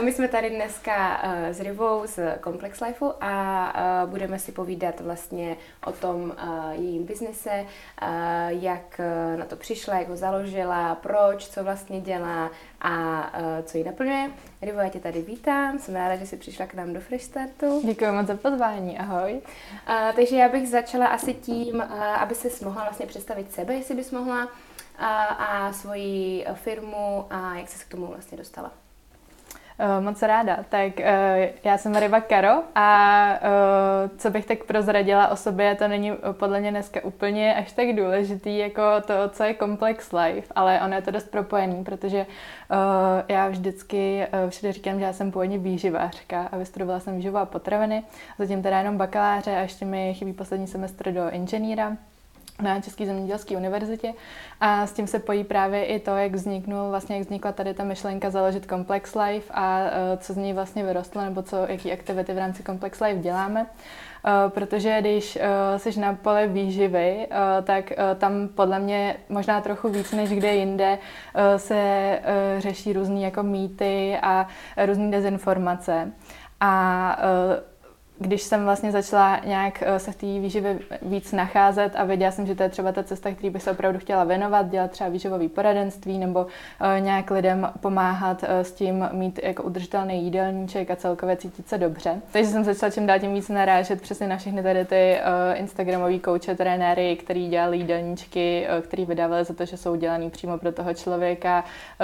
my jsme tady dneska s Rivou z Complex Lifeu a budeme si povídat vlastně o tom jejím biznise, jak na to přišla, jak ho založila, proč, co vlastně dělá a co ji naplňuje. Rivo, já tě tady vítám, jsem ráda, že jsi přišla k nám do Fresh Startu. Děkuji moc za pozvání, ahoj. Takže já bych začala asi tím, aby ses mohla vlastně představit sebe, jestli bys mohla, a svoji firmu a jak jsi k tomu vlastně dostala. Moc ráda. Tak já jsem Riva Karo a co bych tak prozradila o sobě, to není podle mě dneska úplně až tak důležitý jako to, co je Complex Life, ale ono je to dost propojený, protože já vždycky všude říkám, že já jsem původně výživářka a vystudovala jsem výživu a potraviny, zatím teda jenom bakaláře a ještě mi chybí poslední semestr do inženýra na České zemědělské univerzitě a s tím se pojí právě i to, jak vznikla tady ta myšlenka založit Complex Life a co z ní vlastně vyrostlo, nebo jaký aktivity v rámci Complex Life děláme. Protože když jsi na poli výživy, tak tam podle mě možná trochu víc než kde jinde se řeší různý jako mýty a různý dezinformace. A když jsem vlastně začala nějak se v té výživě víc nacházet a věděla jsem, že to je třeba ta cesta, který bych se opravdu chtěla věnovat, dělat třeba výživový poradenství nebo nějak lidem pomáhat s tím mít jako udržitelný jídelníček a celkově cítit se dobře. Takže jsem začala čím dál tím víc narážet přesně na všechny tady ty instagramový kouče, trenéry, který dělali jídelníčky, který vydávali za to, že jsou dělaný přímo pro toho člověka,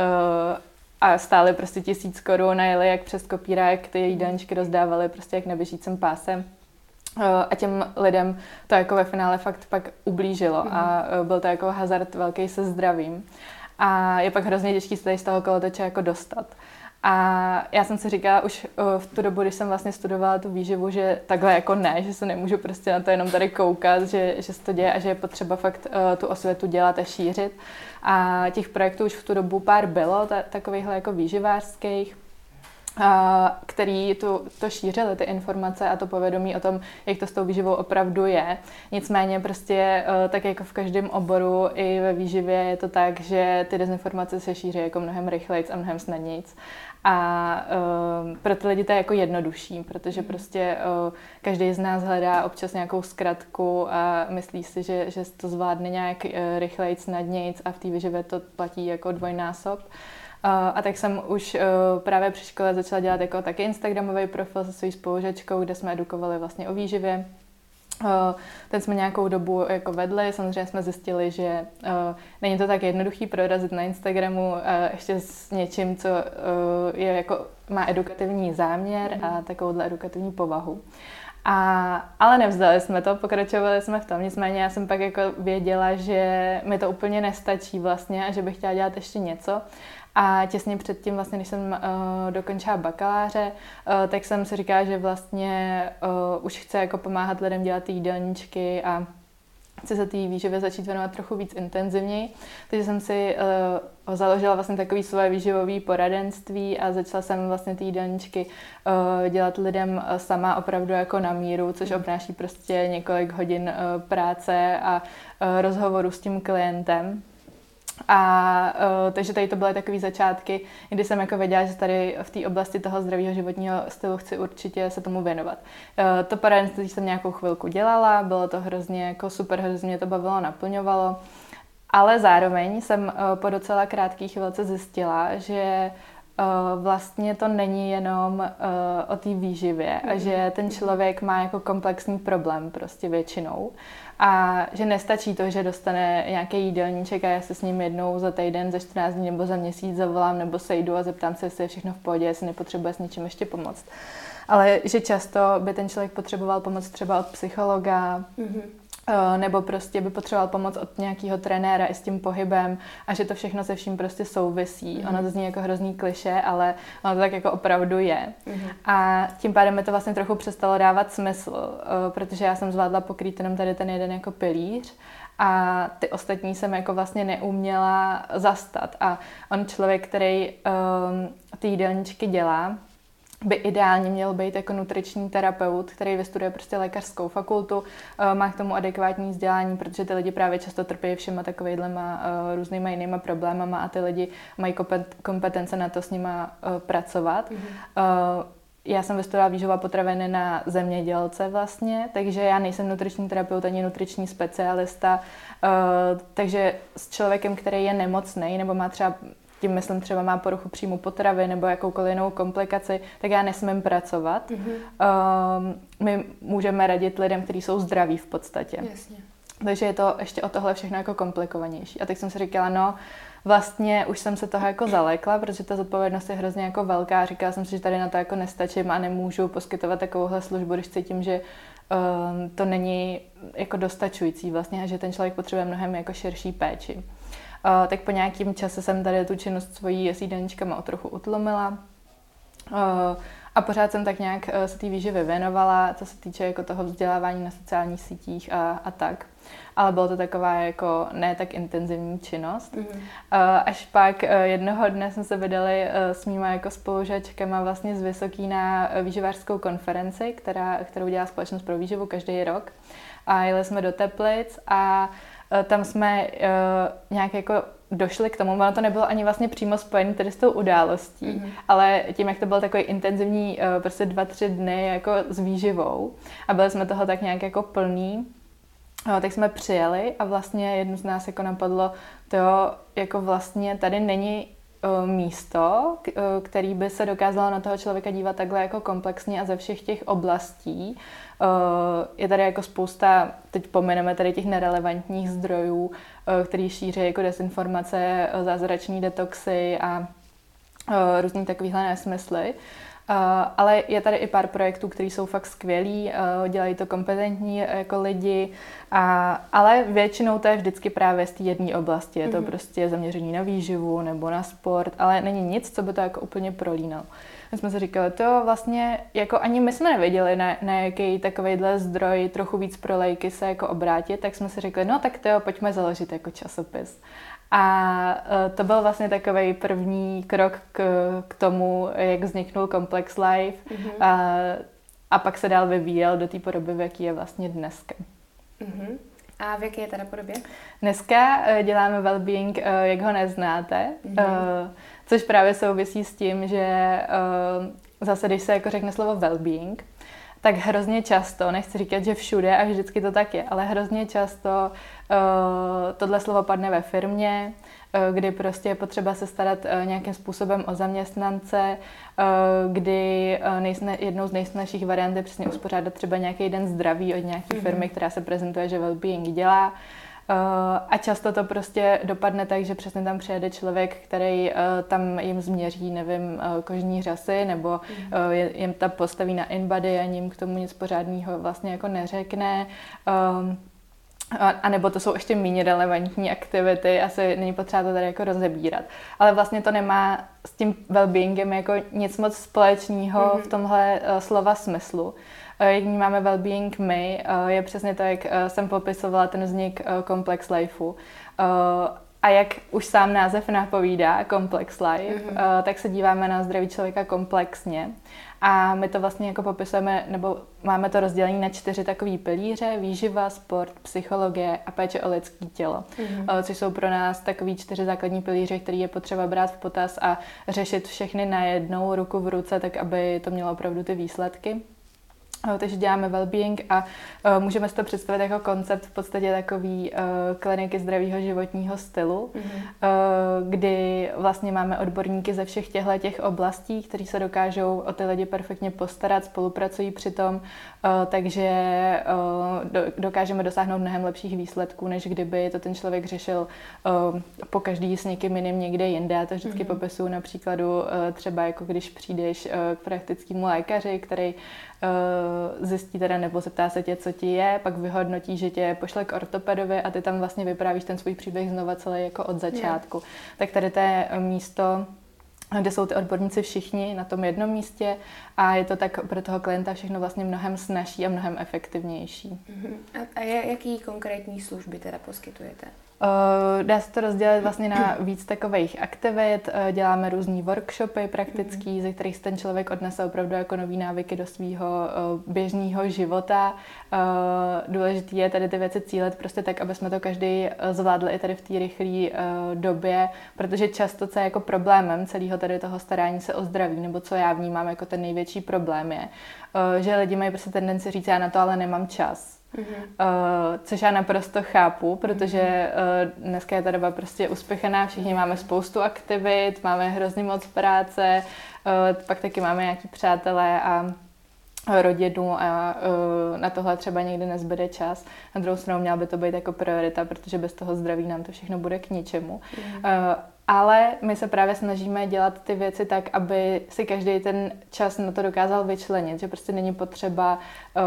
a stály prostě 1000 korun a jeli jak přes kopírák, ty jídelníčky rozdávali prostě jak na běžícím páse. A těm lidem to jako ve finále fakt pak ublížilo a byl to jako hazard velký se zdravím. A je pak hrozně těžký se tady z toho kolotoče jako dostat. A já jsem si říkala už v tu dobu, když jsem vlastně studovala tu výživu, že takhle jako ne, že se nemůžu prostě na to jenom tady koukat, že se to děje a že je potřeba fakt tu osvětu dělat a šířit. A těch projektů už v tu dobu pár bylo, takovýchhle jako výživářských, který to šířili, ty informace a to povědomí o tom, jak to s tou výživou opravdu je. Nicméně prostě tak jako v každém oboru i ve výživě je to tak, že ty dezinformace se šíří jako mnohem rychlejc a mnohem snadnějc. A pro ty lidi to je jako jednodušší, protože prostě každý z nás hledá občas nějakou zkratku a myslí si, že to zvládne nějak rychlejc, snadnějc a v té výživě to platí jako dvojnásob. A tak jsem už právě při škole začala dělat jako taky instagramový profil se svou spolužačkou, kde jsme edukovali vlastně o výživě. Ten jsme nějakou dobu jako vedli, samozřejmě jsme zjistili, že není to tak jednoduchý prorazit na Instagramu ještě s něčím, co je jako, má edukativní záměr a takovouhle edukativní povahu. Ale nevzdali jsme to, pokračovali jsme v tom, nicméně já jsem pak jako věděla, že mi to úplně nestačí vlastně a že bych chtěla dělat ještě něco. A těsně předtím, vlastně, když jsem dokončila bakaláře, tak jsem si říkala, že vlastně už chci jako pomáhat lidem dělat ty jídelníčky a chci se té výživě začít věnovat trochu víc intenzivněji. Takže jsem si založila vlastně takový svoje výživové poradenství a začala jsem vlastně ty jídelníčky dělat lidem sama opravdu jako na míru, což obnáší prostě několik hodin práce a rozhovoru s tím klientem. Takže tady to byly takové začátky, kdy jsem jako věděla, že tady v té oblasti toho zdravého životního stylu chci určitě se tomu věnovat. To poradenství jsem nějakou chvilku dělala, bylo to hrozně jako super, hrozně mě to bavilo, naplňovalo, ale zároveň jsem po docela krátké chvilce zjistila, že vlastně to není jenom o té výživě a že ten člověk má jako komplexní problém prostě většinou a že nestačí to, že dostane nějaký jídelníček a já se s ním jednou za týden, za 14 dní nebo za měsíc zavolám nebo sejdu a zeptám se, jestli je všechno v pohodě, jestli nepotřebuje s něčím ještě pomoct. Ale že často by ten člověk potřeboval pomoc třeba od psychologa, nebo prostě by potřeboval pomoc od nějakého trenéra i s tím pohybem a že to všechno se vším prostě souvisí. Ono to zní jako hrozný klišé, ale ono to tak jako opravdu je. A tím pádem mi to vlastně trochu přestalo dávat smysl, protože já jsem zvládla pokrýt jenom tady ten jeden jako pilíř a ty ostatní jsem jako vlastně neuměla zastat. A on člověk, který ty jídelníčky dělá, by ideálně měl být jako nutriční terapeut, který vystuduje prostě lékařskou fakultu, má k tomu adekvátní vzdělání, protože ty lidi právě často trpí všema takovýhlema různýma jinýma problémama a ty lidi mají kompetence na to s nima pracovat. Já jsem vystudovala výživa potraviny na zemědělce vlastně, takže já nejsem nutriční terapeut ani nutriční specialista, takže s člověkem, který je nemocný nebo má třeba, tím myslím třeba má poruchu příjmu potravy nebo jakoukoliv jinou komplikaci, tak já nesmím pracovat. My můžeme radit lidem, kteří jsou zdraví v podstatě. Jasně. Takže je to ještě o tohle všechno jako komplikovanější. A tak jsem si říkala, no vlastně už jsem se toho jako zalekla, protože ta zodpovědnost je hrozně jako velká. Říkala jsem si, že tady na to jako nestačím a nemůžu poskytovat takovouhle službu, když cítím, že to není jako dostačující vlastně a že ten člověk potřebuje mnohem jako širší péči. Tak po nějakém čase jsem tady tu činnost svojí s jídelníčkama trochu utlumila. A pořád jsem tak nějak se té výživy věnovala, co se týče jako toho vzdělávání na sociálních sítích a tak. Ale bylo to taková jako ne tak intenzivní činnost. Až pak jednoho dne jsme se vydali s mýma jako spolužačkama vlastně z Vysoký na výživářskou konferenci, kterou dělá Společnost pro výživu každý rok. A jeli jsme do Teplic a tam jsme nějak jako došli k tomu, ono to nebylo ani vlastně přímo spojené tedy s tou událostí, ale tím, jak to byl takový intenzivní prostě 2-3 dny jako s výživou a byli jsme toho tak nějak jako plný, tak jsme přijeli a vlastně jednu z nás jako napadlo, to jako vlastně tady není místo, který by se dokázalo na toho člověka dívat takhle jako komplexně a ze všech těch oblastí. Je tady jako spousta, teď pomeneme tady těch nerelevantních zdrojů, který šíří jako dezinformace, zázrační detoxy a různý takovýhle nesmysly. Ale je tady i pár projektů, které jsou fakt skvělý, dělají to kompetentní jako lidi, ale většinou to je vždycky právě z té jedné oblasti. Je to prostě zaměření na výživu nebo na sport, ale není nic, co by to jako úplně prolínalo. My jsme si říkali, to vlastně jako ani my jsme nevěděli, na jaký takovejhle zdroj trochu víc pro lajky se jako obrátit, tak jsme si řekli, no tak to jo, pojďme založit jako časopis. A to byl vlastně takový první krok k tomu, jak vzniknul Complex Life a pak se dál vyvíjel do té podoby, v jaký je vlastně dneska. A v jaké je teda podobě? Dneska děláme wellbeing, jak ho neznáte, což právě souvisí s tím, že zase, když se jako řekne slovo wellbeing, tak hrozně často, nechci říkat, že všude a vždycky to tak je, ale hrozně často tohle slovo padne ve firmě, kdy prostě je potřeba se starat nějakým způsobem o zaměstnance, kdy jednou z nejsnažších variant je přesně uspořádat třeba nějaký den zdraví od nějaké firmy, která se prezentuje, že wellbeing dělá. A často to prostě dopadne tak, že přesně tam přijede člověk, který tam jim změří, nevím, kožní řasy, nebo jim tam postaví na InBody a jim k tomu nic pořádného vlastně jako neřekne. A nebo to jsou ještě méně relevantní aktivity, asi není potřeba to tady jako rozebírat. Ale vlastně to nemá s tím wellbeingem jako nic moc společného v tomhle slova smyslu. Jak máme wellbeing my, je přesně to, jak jsem popisovala ten vznik Complex Lifeu. A jak už sám název napovídá, Complex Life, tak se díváme na zdraví člověka komplexně. A my to vlastně jako popisujeme, nebo máme to rozdělení na 4 takový pilíře: výživa, sport, psychologie a péče o lidské tělo. Což jsou pro nás takový 4 základní pilíře, které je potřeba brát v potaz a řešit všechny najednou, ruku v ruce, tak aby to mělo opravdu ty výsledky. Takže děláme wellbeing a můžeme si to představit jako koncept v podstatě takový kliniky zdravého životního stylu, kdy vlastně máme odborníky ze všech těch oblastí, kteří se dokážou o ty lidi perfektně postarat, spolupracují přitom, takže dokážeme dosáhnout mnohem lepších výsledků, než kdyby to ten člověk řešil po každý s někým jiným někde jinde. Já to vždycky popisuju na příkladu třeba jako když přijdeš k praktickému lékaři, který zjistí teda nebo zeptá se tě, co ti je, pak vyhodnotí, že tě pošle k ortopedovi a ty tam vlastně vyprávíš ten svůj příběh znova celý jako od začátku. Tak tady to je místo, kde jsou ty odborníci všichni na tom jednom místě a je to tak pro toho klienta všechno vlastně mnohem snazší a mnohem efektivnější. A jaký konkrétní služby teda poskytujete? Dá se to rozdělit vlastně na víc takových aktivit. Děláme různý workshopy praktický, ze kterých ten člověk odnese opravdu jako nový návyky do svého běžného života. Důležité je tady ty věci cílit prostě tak, aby jsme to každý zvládli i tady v té rychlé době, protože často, co je jako problémem celého tady toho starání se o zdraví, nebo co já vnímám jako ten největší problém je, že lidi mají prostě tendenci říct, já na to ale nemám čas. Což já naprosto chápu, protože dneska je ta doba prostě uspěchaná, všichni máme spoustu aktivit, máme hrozně moc práce, pak taky máme nějaký přátelé a rodinu a na tohle třeba někdy nezbyde čas. Na druhou stranu měla by to být jako priorita, protože bez toho zdraví nám to všechno bude k ničemu. Ale my se právě snažíme dělat ty věci tak, aby si každý ten čas na to dokázal vyčlenit, že prostě není potřeba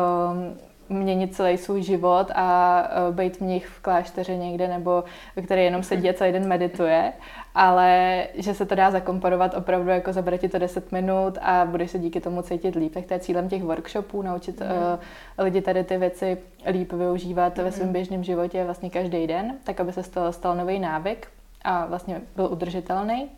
měnit celý svůj život a být mnich v klášteře někde, nebo který jenom sedí a celý den medituje, ale že se to dá zakomponovat opravdu, jako zabere ti to 10 minut a budeš se díky tomu cítit líp. Tak to je cílem těch workshopů, naučit lidi tady ty věci líp využívat ve svém běžném životě vlastně každý den, tak aby se z toho stal nový návyk a vlastně byl udržitelný.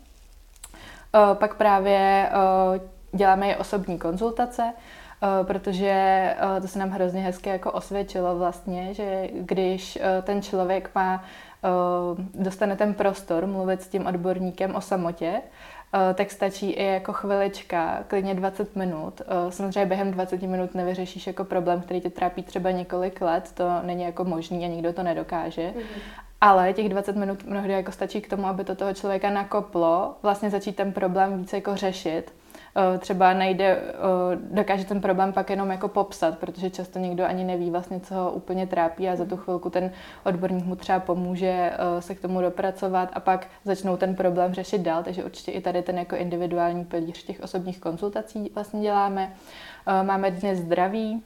Pak právě děláme i osobní konzultace, protože to se nám hrozně hezky jako osvědčilo vlastně, že když ten člověk dostane ten prostor mluvit s tím odborníkem o samotě, tak stačí i jako chvilička, klidně 20 minut. Samozřejmě během 20 minut nevyřešíš jako problém, který tě trápí třeba několik let, to není jako možný a nikdo to nedokáže. Ale těch 20 minut mnohdy jako stačí k tomu, aby to toho člověka nakoplo, vlastně začít ten problém více jako řešit. Třeba dokáže ten problém pak jenom jako popsat, protože často někdo ani neví vlastně, co ho úplně trápí a za tu chvilku ten odborník mu třeba pomůže se k tomu dopracovat a pak začnou ten problém řešit dál, takže určitě i tady ten jako individuální pilíř těch osobních konzultací vlastně děláme. Máme dny zdraví,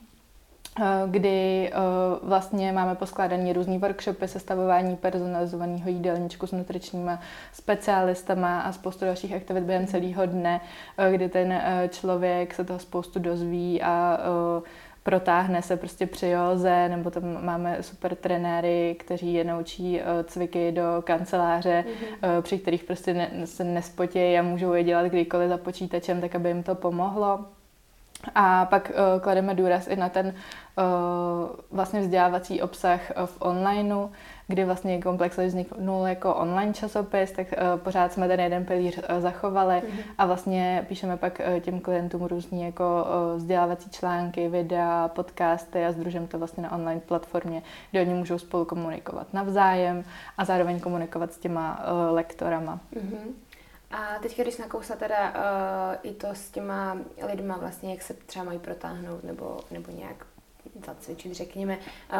kdy vlastně máme poskládaný různý workshopy, sestavování personalizovaného jídelníčku s nutričníma specialistama a spoustu dalších aktivit během celého dne, kdy ten člověk se toho spoustu dozví a protáhne se prostě při józe, nebo tam máme super trenéry, kteří je naučí cviky do kanceláře, při kterých prostě se nespotějí a můžou je dělat kdykoliv za počítačem, tak aby jim to pomohlo. A pak klademe důraz i na ten vlastně vzdělávací obsah v onlineu, kdy vlastně Komplex vzniknul jako online časopis, tak pořád jsme ten jeden pilíř zachovali a vlastně píšeme pak těm klientům různý jako vzdělávací články, videa, podcasty a sdružujeme to vlastně na online platformě, kde oni můžou spolu komunikovat navzájem a zároveň komunikovat s těma lektorama. A teď, když nakousla teda i to s těma lidma vlastně, jak se třeba mají protáhnout nebo nějak zacvičit, řekněme,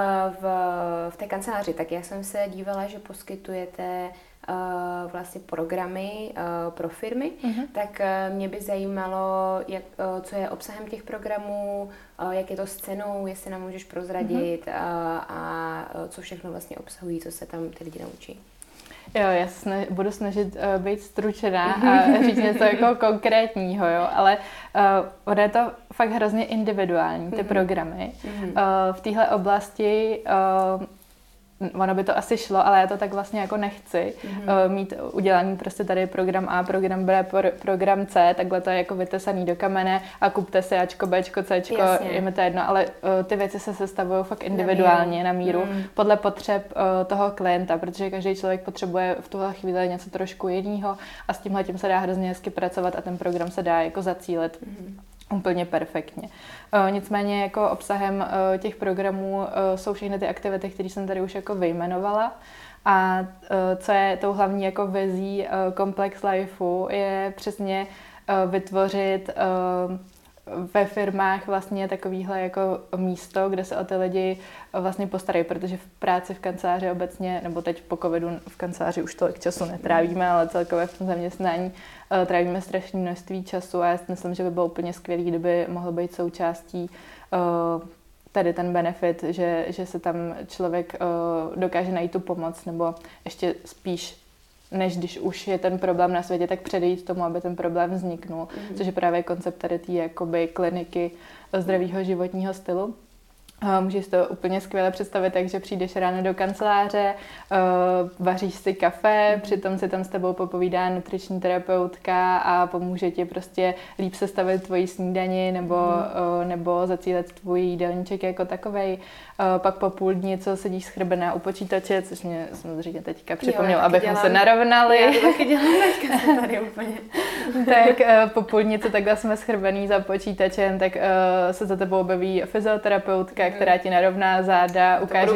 v té kanceláři, tak já jsem se dívala, že poskytujete vlastně programy pro firmy, tak mě by zajímalo, co je obsahem těch programů, jak je to s cenou, jestli nám můžeš prozradit a co všechno vlastně obsahují, co se tam ty lidi naučí. Jo, já budu snažit být stručná a říct něco jako konkrétního, jo, ale ono je to fakt hrozně individuální, ty programy. V téhle oblasti ono by to asi šlo, ale já to tak vlastně jako nechci mít udělaný prostě tady program A, program B, program C, takhle to je jako vytesaný do kamene a kupte si Ačko, Bčko, Cčko, je mi to jedno, ale ty věci se sestavují fakt individuálně na míru podle potřeb toho klienta, protože každý člověk potřebuje v tuhle chvíli něco trošku jiného a s tímhletím se dá hrozně hezky pracovat a ten program se dá jako zacílit. Úplně perfektně. Nicméně jako obsahem těch programů jsou všechny ty aktivity, které jsem tady už jako vyjmenovala. A co je tou hlavní jako vizí Komplex Lifeu, je přesně vytvořit ve firmách vlastně takovýhle jako místo, kde se o ty lidi vlastně postarají, protože v práci v kanceláři obecně, nebo teď po covidu v kanceláři už tolik času netrávíme, ale celkově v tom zaměstnání trávíme strašné množství času a já si myslím, že by bylo úplně skvělé, kdyby mohl být součástí tady ten benefit, že se tam člověk dokáže najít tu pomoc, nebo ještě spíš než když už je ten problém na světě, tak předejít tomu, aby ten problém vzniknul, což je právě koncept tady té jakoby kliniky zdravého životního stylu. Můžeš to úplně skvěle představit, takže přijdeš ráno do kanceláře, vaříš si kafe, přitom si tam s tebou popovídá nutriční terapeutka a pomůže ti prostě líp sestavit tvoji snídani nebo zacílit tvůj jídelníček jako takovej. Pak po půl dní, co sedíš schrbená u počítače, což mě samozřejmě teďka připomněl, abychom se narovnali. Já to taky dělám teďka tady úplně. Tak po půl dní, co takhle jsme schrbený za počítačem, tak se za tebou objeví fyzioterapeutka, která ti narovná záda, ukáže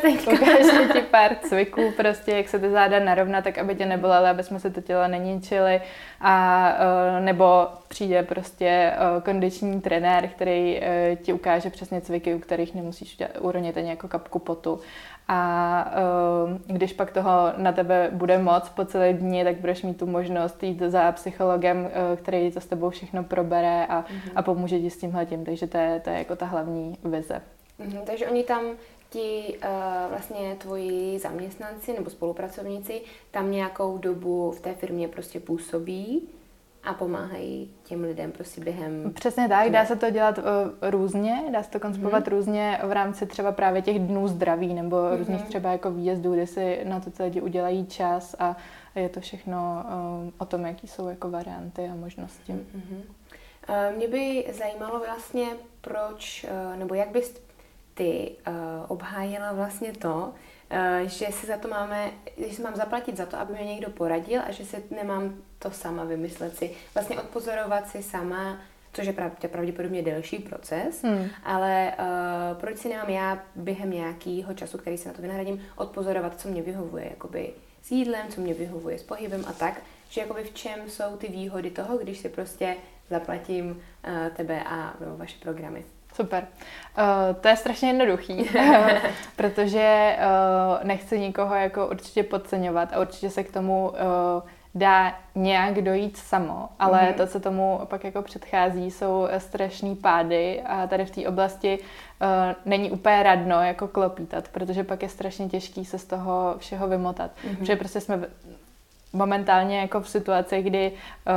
ti pár cviků, prostě, jak se ty záda narovná, tak aby tě nebolely, aby jsme se to tělo neníčili. A nebo přijde prostě kondiční trenér, který ti ukáže přesně cviky, u kterých nemusíš uronit ani jako kapku potu. A když pak toho na tebe bude moc po celé dní, tak budeš mít tu možnost jít za psychologem, který to s tebou všechno probere a pomůže ti s tímhletím. Takže to je jako ta hlavní vize. Takže oni tam ti vlastně tvoji zaměstnanci nebo spolupracovníci tam nějakou dobu v té firmě prostě působí a pomáhají těm lidem prostě během... Přesně tak, dá se to dělat různě, dá se to koncipovat různě v rámci třeba právě těch dnů zdraví nebo různých třeba jako výjezdů, kde si na to ty lidi udělají čas a je to všechno o tom, jaký jsou jako varianty a možnosti. Mě by zajímalo vlastně proč, nebo jak bys ty obhájila vlastně to, že si za to že si mám zaplatit za to, aby mě někdo poradil a že si nemám to sama vymyslet si, vlastně odpozorovat si sama, což je pravděpodobně delší proces, ale proč si nemám já během nějakého času, který si na to vynahradím, odpozorovat, co mě vyhovuje jakoby s jídlem, co mě vyhovuje s pohybem a tak, že jakoby v čem jsou ty výhody toho, když si prostě zaplatím tebe a vaše programy. Super. To je strašně jednoduchý, protože nechci nikoho jako určitě podceňovat a určitě se k tomu dá nějak dojít samo, ale to, co tomu pak jako předchází, jsou strašný pády a tady v té oblasti není úplně radno jako klopítat, protože pak je strašně těžký se z toho všeho vymotat. Protože prostě jsme momentálně jako v situaci, kdy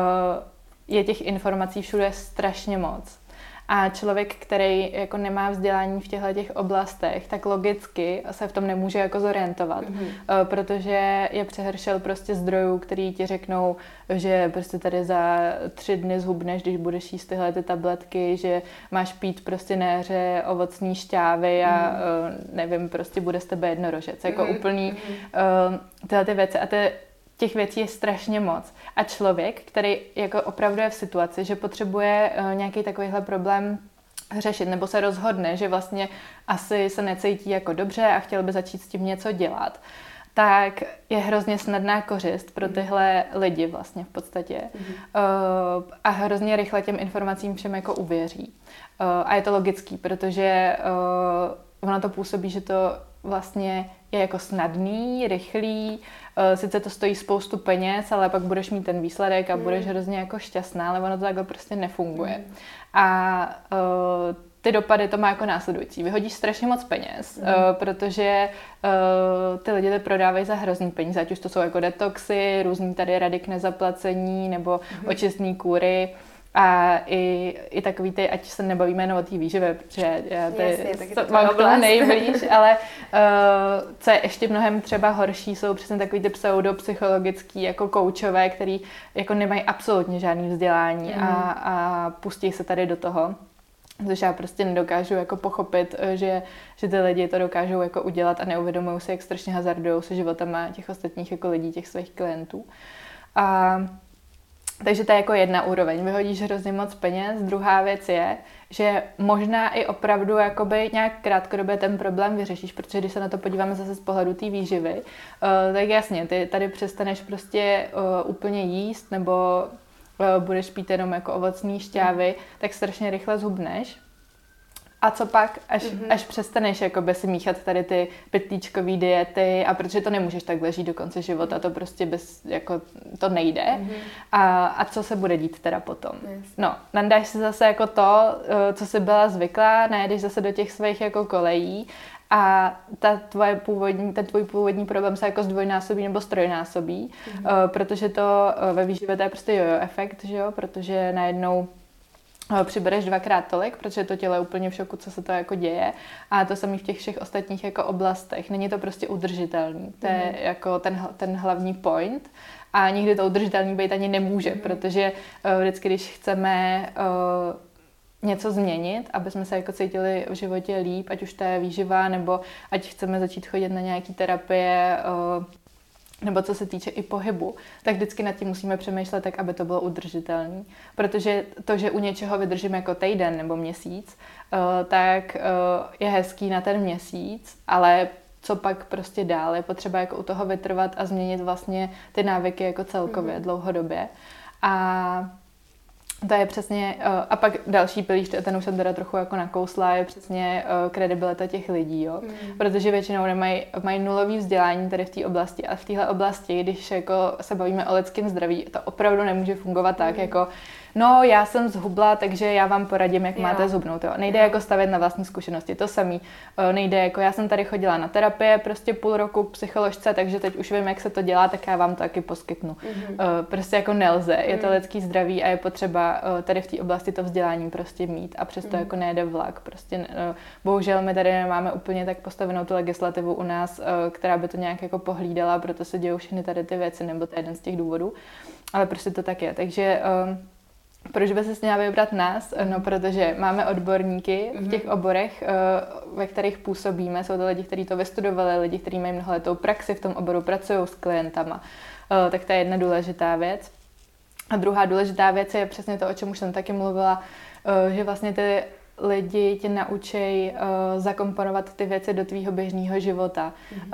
je těch informací všude strašně moc. A člověk, který jako nemá vzdělání v těchto oblastech, tak logicky se v tom nemůže jako zorientovat, protože je přehršel prostě zdrojů, který ti řeknou, že prostě tady za 3 dny zhubneš, když budeš jíst tyhle ty tabletky, že máš pít prostě na jaře ovocní šťávy a nevím, prostě bude z tebe jednorožec. Jako úplný tyhle ty věci. A těch věcí je strašně moc. A člověk, který jako opravdu je v situaci, že potřebuje nějaký takovýhle problém řešit, nebo se rozhodne, že vlastně asi se necítí jako dobře a chtěl by začít s tím něco dělat, tak je hrozně snadná kořist pro tyhle lidi vlastně v podstatě. A hrozně rychle těm informacím všem jako uvěří. A je to logický, protože ono to působí, že to vlastně je jako snadný, rychlý, sice to stojí spoustu peněz, ale pak budeš mít ten výsledek a budeš hrozně jako šťastná, ale ono to takhle prostě nefunguje. A ty dopady to má jako následující. Vyhodíš strašně moc peněz, protože ty lidi to prodávají za hrozný peníze, ať už to jsou jako detoxy, různý tady rady k nezaplacení nebo očistní kůry. A i takový ty, ať se nebavíme jenom o té výživě, protože já mám k tomu nejblíž, ale co je ještě mnohem třeba horší, jsou přesně takový ty pseudopsychologický jako koučové, který jako nemají absolutně žádný vzdělání a pustí se tady do toho. Což já prostě nedokážu jako pochopit, že ty lidi to dokážou jako udělat a neuvědomují si, jak strašně hazardujou se životama těch ostatních jako lidí, těch svých klientů. Takže to je jako jedna úroveň, vyhodíš hrozně moc peněz. Druhá věc je, že možná i opravdu jakoby nějak krátkodobě ten problém vyřešíš, protože když se na to podíváme zase z pohledu té výživy, tak jasně, ty tady přestaneš prostě úplně jíst nebo budeš pít jenom jako ovocní šťávy, tak strašně rychle zhubneš. A co pak, až přestaneš jakoby si míchat tady ty pytlíčkový diety a protože to nemůžeš takhle žít do konce života, to prostě jako to nejde. A co se bude dít teda potom? No, nandáš si zase jako to, co jsi byla zvyklá, najedeš zase do těch svých jako kolejí a ten tvůj původní problém se jako zdvojnásobí nebo strojnásobí, protože to ve výživě to je prostě jojo efekt, že jo? Protože najednou přibereš 2x tolik, protože to tělo je úplně v šoku, co se to jako děje. A to samé v těch všech ostatních jako oblastech. Není to prostě udržitelný. To je jako ten hlavní point. A nikdy to udržitelný být ani nemůže, protože vždycky, když chceme něco změnit, aby jsme se jako cítili v životě líp, ať už to je výživa, nebo ať chceme začít chodit na nějaký terapie, nebo co se týče i pohybu, tak vždycky nad tím musíme přemýšlet tak, aby to bylo udržitelné. Protože to, že u něčeho vydržíme jako týden nebo měsíc, tak je hezký na ten měsíc, ale co pak prostě dál, je potřeba jako u toho vytrvat a změnit vlastně ty návyky jako celkově, dlouhodobě. A to je přesně, a pak další pilíř, ten už jsem teda trochu jako nakousla, je přesně kredibilita těch lidí, jo. Protože většinou mají nulový vzdělání tady v té oblasti a v téhle oblasti, když jako se bavíme o lidském zdraví, to opravdu nemůže fungovat tak, jako no, já jsem zhubla, takže já vám poradím, jak máte zhubnout. Jo. Nejde jako stavět na vlastní zkušenosti, to samý. Nejde jako, já jsem tady chodila na terapie prostě půl roku k psycholožce, takže teď už vím, jak se to dělá, tak já vám to taky poskytnu. Prostě jako nelze, je to lidský zdraví a je potřeba tady v té oblasti to vzdělání prostě mít a přesto jako nejede vlak. Prostě bohužel my tady nemáme úplně tak postavenou tu legislativu u nás, která by to nějak jako pohlídala, proto se dějou všechny tady ty věci, nebo to je jeden z těch důvodů. Ale prostě to tak je. Takže proč by se měla vybrat nás? No, protože máme odborníky v těch oborech, ve kterých působíme. Jsou to lidi, kteří to vystudovali, lidi, kteří mají mnohaletou praxi v tom oboru, pracují s klientama. Tak to je jedna důležitá věc. A druhá důležitá věc je přesně to, o čem už jsem taky mluvila, že vlastně ty lidi tě naučí zakomponovat ty věci do tvýho běžného života.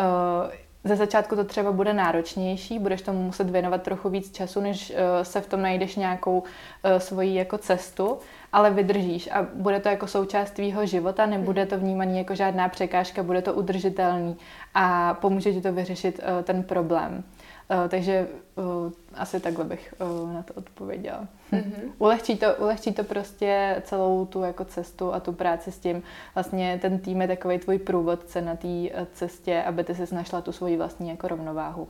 Ze začátku to třeba bude náročnější, budeš tomu muset věnovat trochu víc času, než se v tom najdeš nějakou svoji jako cestu, ale vydržíš a bude to jako součást tvýho života, nebude to vnímaný jako žádná překážka, bude to udržitelný a pomůže ti to vyřešit ten problém. Takže asi takhle bych na to odpověděla. Ulehčí to prostě celou tu jako cestu a tu práci s tím. Vlastně ten tým je takovej tvůj průvodce na té cestě, aby ty si našla tu svoji vlastní jako rovnováhu.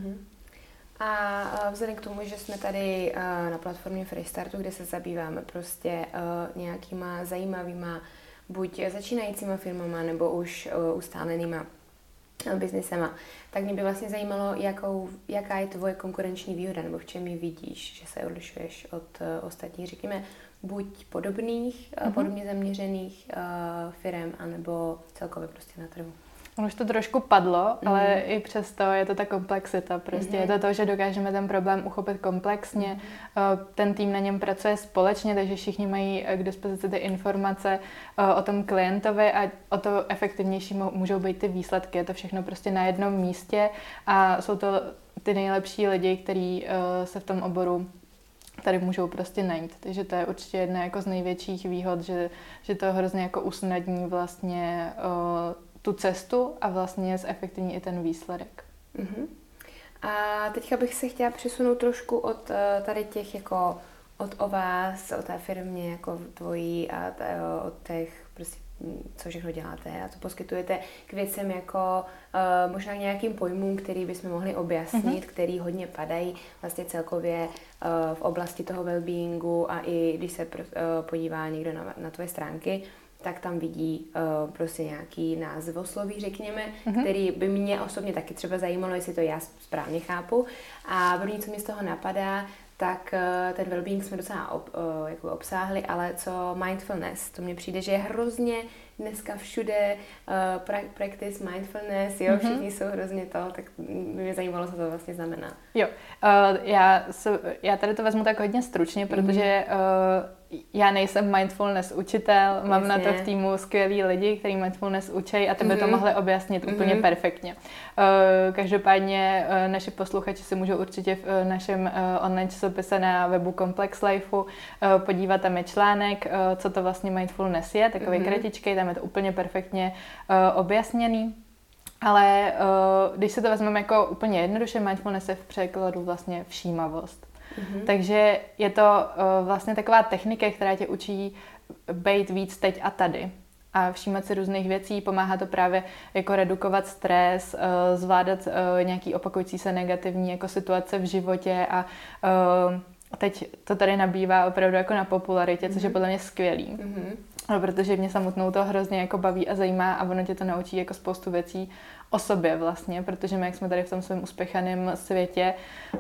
A vzhledem k tomu, že jsme tady na platformě Freestartu, kde se zabýváme prostě nějakýma zajímavýma buď začínajícíma firmama nebo už ustálenýma biznesema, tak mě by vlastně zajímalo, jaká je tvoje konkurenční výhoda, nebo v čem ji vidíš, že se odlišuješ od ostatních, řekněme, buď podobných, podobně zaměřených firem, anebo celkově prostě na trhu. On už to trošku padlo, ale i přesto je to ta komplexita. Prostě je to to, že dokážeme ten problém uchopit komplexně. Ten tým na něm pracuje společně, takže všichni mají k dispozici ty informace o tom klientovi a o to efektivnější můžou být ty výsledky. Je to všechno prostě na jednom místě a jsou to ty nejlepší lidi, kteří se v tom oboru tady můžou prostě najít. Takže to je určitě jedna jako z největších výhod, že to hrozně jako usnadní vlastně tu cestu a vlastně zefektivní i ten výsledek. A teďka bych se chtěla přesunout trošku od tady těch jako o vás, o té firmě jako tvojí a od těch prostě co všechno děláte a co poskytujete k věcem jako možná nějakým pojmům, který bychom mohli objasnit, který hodně padají vlastně celkově v oblasti toho wellbeingu a i když se podívá někdo na tvoje stránky, tak tam vidí prostě nějaký názvosloví, řekněme, který by mě osobně taky třeba zajímalo, jestli to já správně chápu. A první, co mi z toho napadá, tak ten wellbeing jsme docela jako obsáhli, ale co mindfulness, to mně přijde, že je hrozně dneska všude practice mindfulness, jo, všichni jsou hrozně to, tak mě zajímalo, co to vlastně znamená. Jo, já tady to vezmu tak hodně stručně, protože já nejsem mindfulness učitel, mám na to v týmu skvělý lidi, kteří mindfulness učí a tebe to mohli objasnit úplně perfektně. Každopádně naši posluchači si můžou určitě v našem online časopise na webu Complex Lifeu podívat, tam je článek, co to vlastně mindfulness je, takový kratičkej, tam je to úplně perfektně objasněný. Ale když se to vezmeme jako úplně jednoduše, mindfulness je v překladu vlastně všímavost. Takže je to vlastně taková technika, která tě učí být víc teď a tady a všímat si různých věcí, pomáhá to právě jako redukovat stres, zvládat nějaký opakující se negativní jako situace v životě a teď to tady nabývá opravdu jako na popularitě, což je podle mě skvělý. No, protože mě samotnou to hrozně jako baví a zajímá a ono tě to naučí jako spoustu věcí o sobě vlastně, protože my, jak jsme tady v tom svém uspěchaném světě,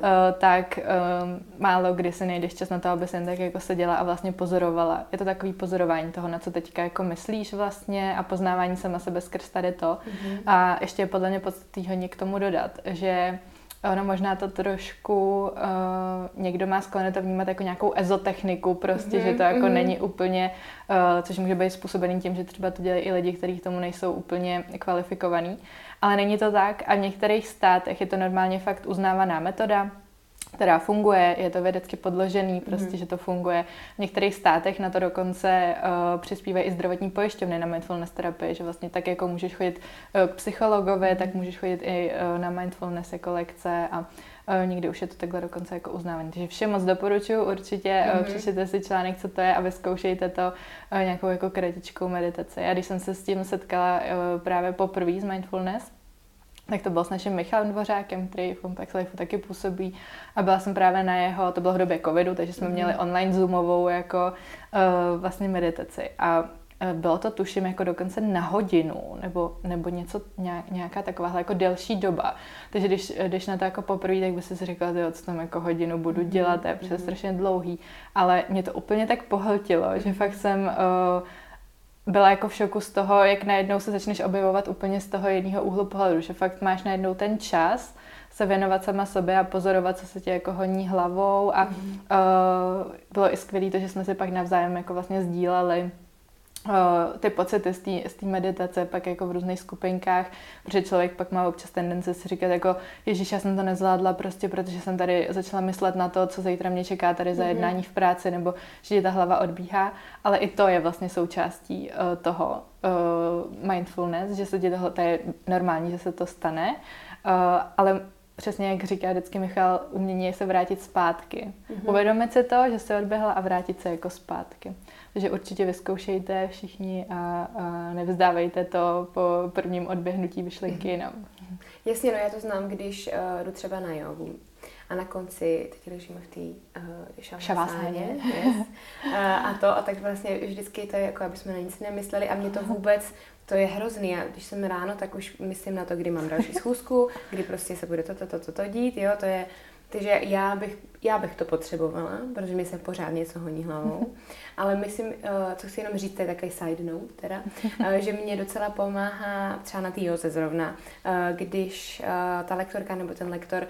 tak málo kdy si najdeš čas na to, aby jen tak jako seděla a vlastně pozorovala. Je to takový pozorování toho, na co teďka jako myslíš vlastně a poznávání sama sebe skrz tady to. A ještě je podle mě podstatný hodně k tomu dodat, že ono možná to trošku někdo má sklony to vnímat jako nějakou ezotechniku prostě, že to jako není úplně, což může být způsobený tím, že třeba to dělají i lidi, kteří k tomu nejsou úplně kvalifikovaní. Ale není to tak a v některých státech je to normálně fakt uznávaná metoda, která funguje, je to vědecky podložený, prostě, že to funguje. V některých státech na to dokonce přispívají i zdravotní pojišťovny na mindfulness terapii, že vlastně tak jako můžeš chodit k psychologovi, tak můžeš chodit i na mindfulness jako lekce a někdy už je to takhle dokonce jako uznávaný. Takže všem moc doporučuji, určitě přečtěte si článek, co to je a vyzkoušejte to nějakou jako kratičkou meditaci. Já když jsem se s tím setkala právě poprvé z mindfulness, tak to bylo s naším Michalem Dvořákem, který v Complex Life taky působí a byla jsem právě na jeho, to bylo v době covidu, takže jsme měli online zoomovou jako vlastně meditaci a bylo to tuším jako dokonce na hodinu nebo něco, nějaká takováhle jako delší doba. Takže když na to jako poprvé, tak by si řekla, co tam jako hodinu budu dělat, to je prostě strašně dlouhý, ale mě to úplně tak pohltilo, že fakt jsem byla jako v šoku z toho, jak najednou se začneš objevovat úplně z toho jiného úhlu pohledu, že fakt máš najednou ten čas se věnovat sama sobě a pozorovat, co se tě jako honí hlavou a bylo i skvělé to, že jsme si pak navzájem jako vlastně sdíleli ty pocity z té meditace pak jako v různých skupinkách, protože člověk pak má občas tendence si říkat jako Ježíš, já jsem to nezvládla prostě, protože jsem tady začala myslet na to, co zítra mě čeká tady za jednání v práci, nebo že ta hlava odbíhá, ale i to je vlastně součástí toho mindfulness, že se ti to je normální, že se to stane, ale přesně jak říká vždycky Michal, umění je se vrátit zpátky. Uvědomit si to, že se odběhla a vrátit se jako zpátky. Takže určitě vyzkoušejte všichni a nevzdávejte to po prvním odběhnutí myšlenky jinam. Jasně, no já to znám, když jdu třeba na jogu a na konci, teď ležíme v té šavasáně. Yes. A tak vlastně vždycky to je jako, aby jsme na nic nemysleli a mě to vůbec, to je hrozný. A když jsem ráno, tak už myslím na to, kdy mám další schůzku, kdy prostě se bude to dít, jo, to je. Takže já bych to potřebovala, protože mi se pořád něco honí hlavou. Ale myslím, co chci jenom říct, to je takový side note teda, že mě docela pomáhá třeba na té józe zrovna, když ta lektorka nebo ten lektor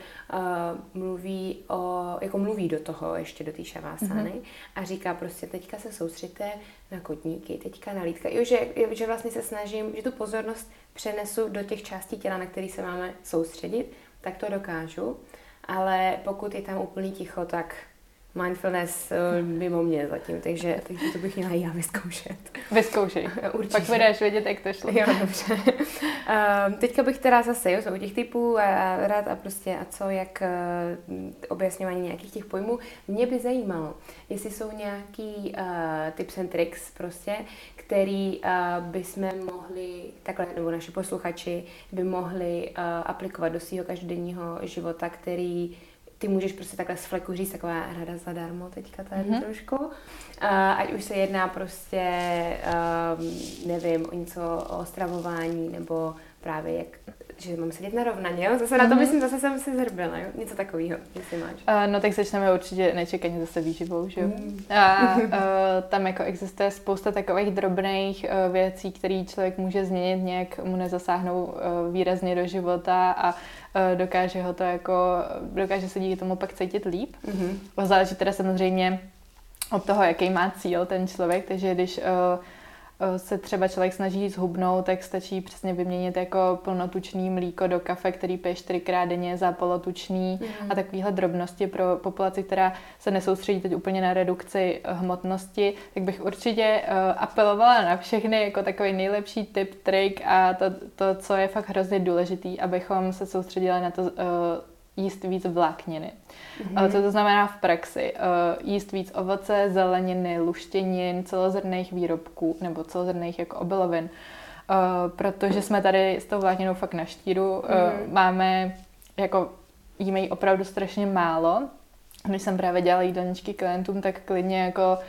mluví do toho, ještě do té šavásány a říká prostě teďka se soustřeďte na kotníky, teďka na lítka. Jo, že vlastně se snažím, že tu pozornost přenesu do těch částí těla, na které se máme soustředit, tak to dokážu. Ale pokud je tam úplný ticho, tak mindfulness mimo mě zatím, takže to bych měla já vyzkoušet. Vyzkoušej. Určitě. Pak budeš vědět, jak to šlo. Jo, dobře. Teďka bych teda zase, jsou těch typů a rád a prostě a co, jak objasňování nějakých těch pojmů. Mě by zajímalo, jestli jsou nějaký tips and tricks prostě, který bychom mohli, takhle, nebo naši posluchači by mohli aplikovat do svého každodenního života, který ty můžeš prostě takhle z fleku říct, taková rada zadarmo teďka tady trošku. Ať už se jedná prostě, nevím, o něco o stravování, nebo právě jak, že mám sedět narovnaně, jo? Zase na to myslím, zase jsem si zhrbila, jo? Něco takového, jestli máš. No tak začneme určitě nečekaně zase výživou, že jo? Tam jako existuje spousta takových drobných věcí, které člověk může změnit, nějak mu nezasáhnou výrazně do života a dokáže se díky tomu pak cítit líp. Záleží teda samozřejmě od toho, jaký má cíl ten člověk, takže když se třeba člověk snaží zhubnout, tak stačí přesně vyměnit jako plnotučný mlíko do kafe, který pije 4x denně za polotučný a takovéhle drobnosti pro populaci, která se nesoustředí teď úplně na redukci hmotnosti, tak bych určitě apelovala na všechny jako takový nejlepší tip, trik a to, co je fakt hrozně důležitý, abychom se soustředili na to jíst víc vlákniny. Co to znamená v praxi? Jíst víc ovoce, zeleniny, luštěnin, celozrnných výrobků nebo celozrnných jako obilovin. Protože jsme tady s tou vlákninou fakt na štíru. Jíme jí opravdu strašně málo. Když jsem právě dělala jídelníčky klientům, tak klidně jako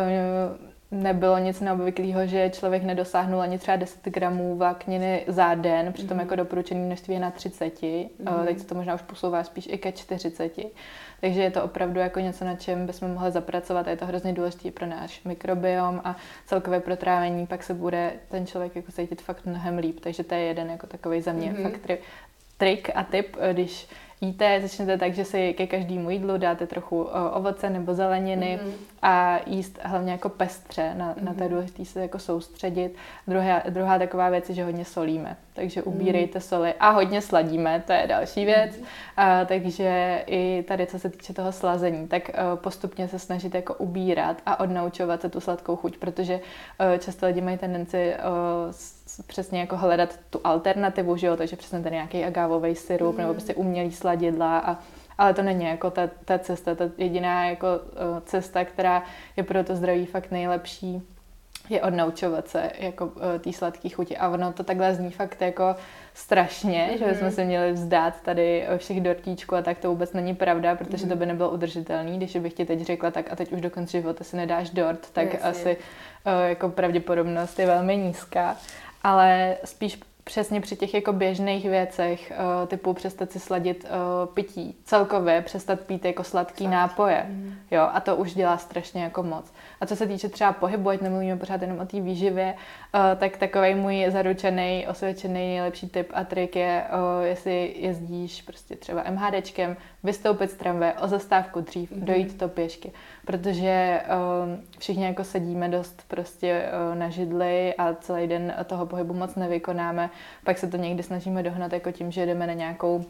nebylo nic neobvyklého, že člověk nedosáhnul ani třeba 10 gramů vlákniny za den, přitom jako doporučené množství je na 30, teď se to možná už posouvá spíš i ke 40. Takže je to opravdu jako něco, na čem bychom mohli zapracovat a je to hrozně důležité pro náš mikrobiom a celkové pro trávení, pak se bude ten člověk jako cítit fakt mnohem líp, takže to je jeden jako takovej za mě fakt trik a tip, když jíte, začnete tak, že si ke každému jídlu dáte trochu ovoce nebo zeleniny a jíst hlavně jako pestře, na to je důležité se jako soustředit. Druhá taková věc je, že hodně solíme, takže ubírejte soli a hodně sladíme, to je další věc. Takže i tady, co se týče toho slazení, tak postupně se snažit jako ubírat a odnaučovat se tu sladkou chuť, protože často lidi mají tendenci přesně jako hledat tu alternativu, že jo, takže přesně ten nějaký agávový syrup nebo prostě umělý sladidla, ale to není jako ta cesta, ta jediná jako cesta, která je pro to zdraví fakt nejlepší, je odnaučovat se jako té sladké chuti. A ono to takhle zní fakt jako strašně, že bychom se měli vzdát tady všech dortíčků a tak to vůbec není pravda, protože to by nebylo udržitelné. Když bych ti teď řekla, tak a teď už do konce života si nedáš dort, tak asi jako pravděpodobnost je velmi nízká. Ale spíš přesně při těch jako běžných věcech, typu přestat si sladit pití, celkově přestat pít jako sladký nápoje, jo, a to už dělá strašně jako moc. A co se týče třeba pohybu, ať nemluvíme pořád jenom o té výživě, tak takovej můj zaručený, osvědčený nejlepší tip a trik je, jestli jezdíš prostě třeba MHDčkem, vystoupit z tramvaje, o zastávku dřív, dojít to pěšky, protože všichni jako sedíme dost prostě na židli a celý den toho pohybu moc nevykonáme, pak se to někdy snažíme dohnat jako tím, že jdeme na nějakou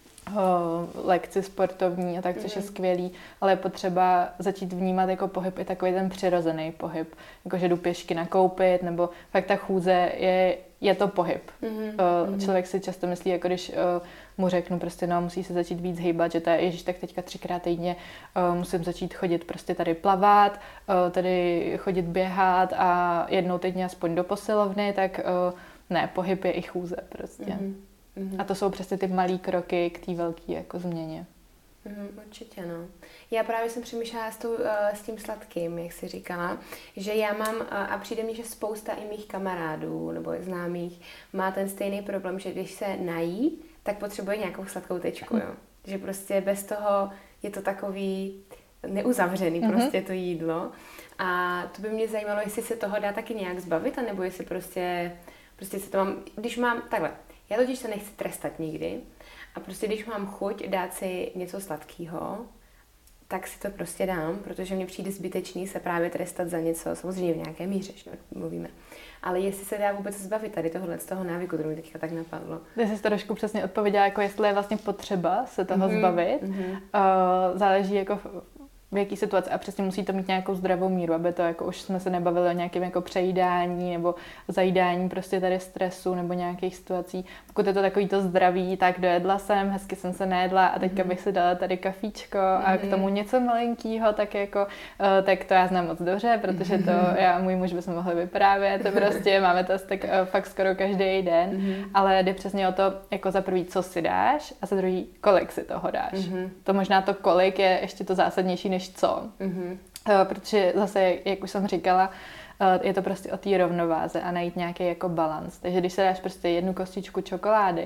lekci sportovní a tak, což je skvělý, ale je potřeba začít vnímat jako pohyb i takový ten přirozený pohyb, jako že jdu pěšky nakoupit, nebo fakt ta chůze je to pohyb. Člověk si často myslí, jako když mu řeknu prostě, no, musí se začít víc hýbat, že to je, ježiš, tak teďka 3krát týdně musím začít chodit prostě tady plavat, tady chodit běhat a jednou týdně aspoň do posilovny, tak ne, pohyb je i chůze prostě. A to jsou přesně ty malý kroky k té velké jako změně. Určitě, no. Já právě jsem přemýšlela s tím sladkým, jak jsi říkala, že já mám, a přijde mi, že spousta i mých kamarádů nebo známých má ten stejný problém, že když se nají, tak potřebuje nějakou sladkou tečku, jo. Že prostě bez toho je to takový neuzavřený prostě to jídlo. A to by mě zajímalo, jestli se toho dá taky nějak zbavit, anebo jestli prostě se to mám, když mám, takhle, já totiž se nechci trestat nikdy a prostě když mám chuť dát si něco sladkého, tak si to prostě dám, protože mně přijde zbytečný se právě trestat za něco, samozřejmě v nějaké míře, že mluvíme. Ale jestli se dá vůbec zbavit tady tohle z toho návyku, to mi teďka tak napadlo. Ty jsi to trošku přesně odpověděla, jako jestli je vlastně potřeba se toho zbavit. Záleží jako v jaký situaci a přesně musí to mít nějakou zdravou míru, aby to jako už jsme se nebavili o nějakém jako přejídání nebo zajídání prostě tady stresu nebo nějakých situací. Pokud je to takový to zdraví, tak dojedla jsem, hezky jsem se nejedla a teďka bych si dala tady kafíčko a k tomu něco malinkýho, tak jako, tak to já znám moc dobře, protože to já a můj muž bychom mohli vyprávět, prostě máme to tak fakt skoro každý den, ale jde přesně o to, jako za prvý, co si dáš a za druhý, kolik si toho dáš. To možná to kolik je ještě to zásadnější než co. Protože zase, jak už jsem říkala, je to prostě o té rovnováze a najít nějaký jako balans. Takže když se dáš prostě jednu kostičku čokolády,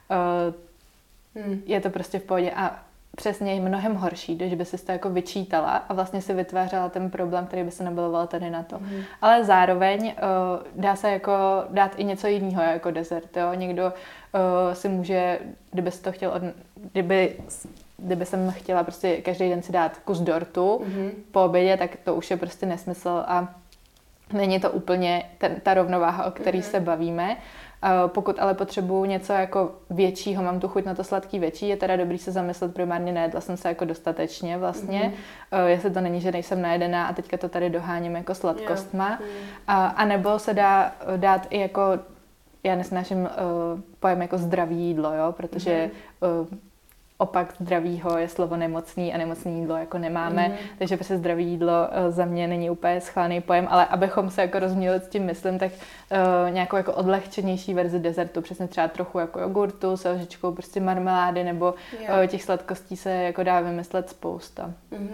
je to prostě v pohodě a přesně je mnohem horší, když by si to jako vyčítala a vlastně si vytvářela ten problém, který by se nabaloval tady na to. Ale zároveň dá se jako dát i něco jiného jako dezert. Jo? Někdo si může, kdyby si to chtěl, kdyby jsem chtěla prostě každý den si dát kus dortu po obědě, tak to už je prostě nesmysl a není to úplně ta rovnováha, o který se bavíme. Pokud ale potřebuju něco jako většího, mám tu chuť na to sladký větší, je teda dobrý se zamyslet primárně, nejedla jsem se jako dostatečně vlastně, jestli to není, že nejsem najedená a teďka to tady doháním jako sladkostma. A nebo se dá dát i jako, já nesnáším pojem jako zdravý jídlo, jo, protože opak zdravýho je slovo nemocný a nemocný jídlo jako nemáme, takže prostě zdravý jídlo za mě není úplně schválný pojem, ale abychom se jako rozuměli s tím myslím, tak nějakou jako odlehčenější verzi dezertu, přesně třeba trochu jako jogurtu s lžičkou prostě marmelády nebo těch sladkostí se jako dá vymyslet spousta.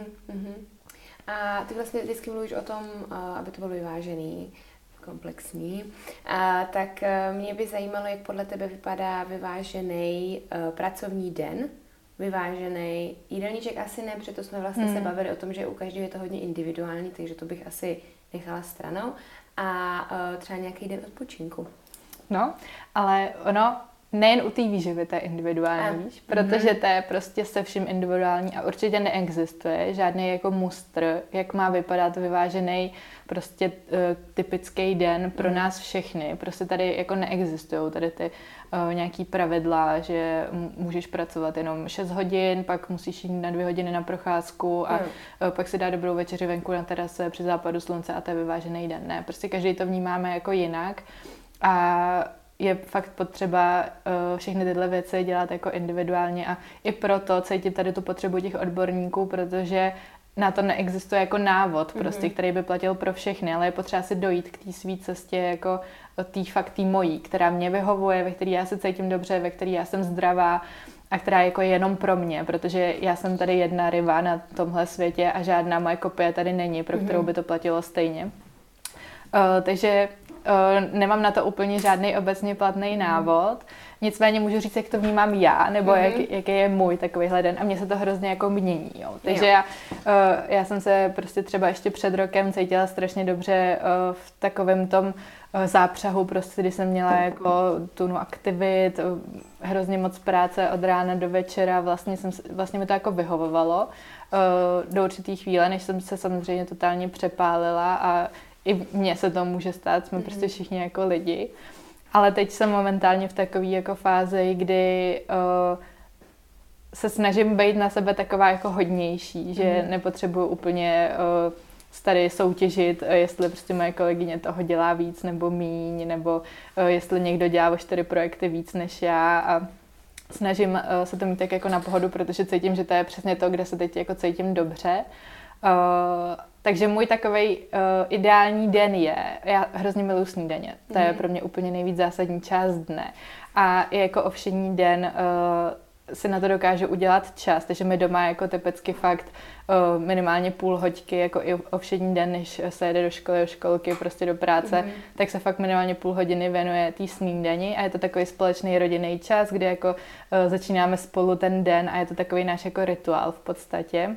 A ty vlastně vždycky mluvíš o tom, aby to bylo vyvážený, komplexní, tak mě by zajímalo, jak podle tebe vypadá vyvážený pracovní den, vyvážený jídelníček asi ne, protože to jsme vlastně se bavili o tom, že u každého je to hodně individuální, takže to bych asi nechala stranou. A třeba nějaký den odpočinku. No, ale ono nejen u té výživy to je individuální, víš, protože to je prostě se vším individuální a určitě neexistuje žádný jako mustr, jak má vypadat vyvážený prostě typický den pro nás všechny. Prostě tady jako neexistují tady ty nějaký pravidla, že můžeš pracovat jenom 6 hodin, pak musíš jít na 2 hodiny na procházku a pak si dát dobrou večeři venku na terase při západu slunce a to je vyvážený den. Ne, prostě každý to vnímáme jako jinak a je fakt potřeba všechny tyhle věci dělat jako individuálně a i proto cítit tady tu potřebu těch odborníků, protože na to neexistuje jako návod, prostě, který by platil pro všechny, ale je potřeba si dojít k té svý cestě jako tý mojí, která mě vyhovuje, ve který já se cítím dobře, ve který já jsem zdravá a která je jako jenom pro mě, protože já jsem tady jedna ryba na tomhle světě a žádná moje kopie tady není, pro kterou by to platilo stejně. Takže nemám na to úplně žádný obecně platný návod, nicméně můžu říct, jak to vnímám já, nebo jaký je můj takovýhle den a mně se to hrozně jako mění. Jo. Takže já jsem se prostě třeba ještě před rokem cítila strašně dobře v takovém tom zápřahu, prostě, kdy jsem měla jako tunu aktivit, hrozně moc práce od rána do večera, vlastně mi to jako vyhovovalo do určitý chvíle, než jsem se samozřejmě totálně přepálila a i mně se to může stát, jsme prostě všichni jako lidi. Ale teď jsem momentálně v takové jako fázi, kdy se snažím být na sebe taková jako hodnější, že nepotřebuju úplně tady soutěžit, jestli prostě moje kolegyně toho dělá víc nebo míň, nebo jestli někdo dělá o 4 projekty víc než já a snažím se to mít tak jako na pohodu, protože cítím, že to je přesně to, kde se teď jako cítím dobře. Takže můj takovej ideální den je, já hrozně miluji snídaně, to je pro mě úplně nejvíc zásadní část dne. A jako ovšední den si na to dokážu udělat čas, takže mi doma jako typicky fakt minimálně půl hoďky, jako i ovšední den, než se jede do školy, do školky, prostě do práce, tak se fakt minimálně půl hodiny věnuje té snídani a je to takový společný rodinný čas, kdy jako začínáme spolu ten den a je to takový náš jako rituál v podstatě.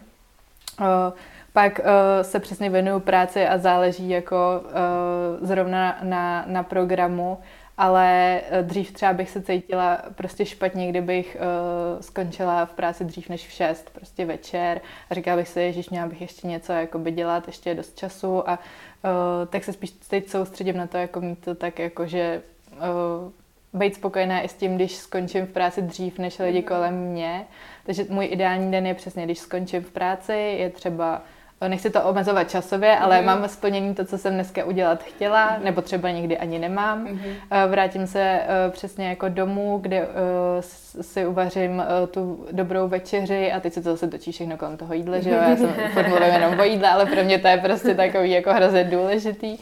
Pak se přesně věnuju práci a záleží jako zrovna na programu, ale dřív třeba bych se cítila prostě špatně, kdybych skončila v práci dřív než v 6, prostě večer a říkala bych si, ježiš, měla bych ještě něco jakoby dělat, ještě je dost času a tak se spíš teď soustředím na to, jako mít to tak jako, že být spokojená i s tím, když skončím v práci dřív než lidi kolem mě. Takže můj ideální den je přesně, když skončím v práci, je třeba, nechci to omezovat časově, ale mám splnění to, co jsem dneska udělat chtěla, nebo třeba někdy ani nemám. Vrátím se přesně jako domů, kde si uvařím tu dobrou večeři a teď se to zase točí všechno kolem toho jídla, že jo, já jsem mluvím jenom o jídle, ale pro mě to je prostě takový jako hrozně důležitý.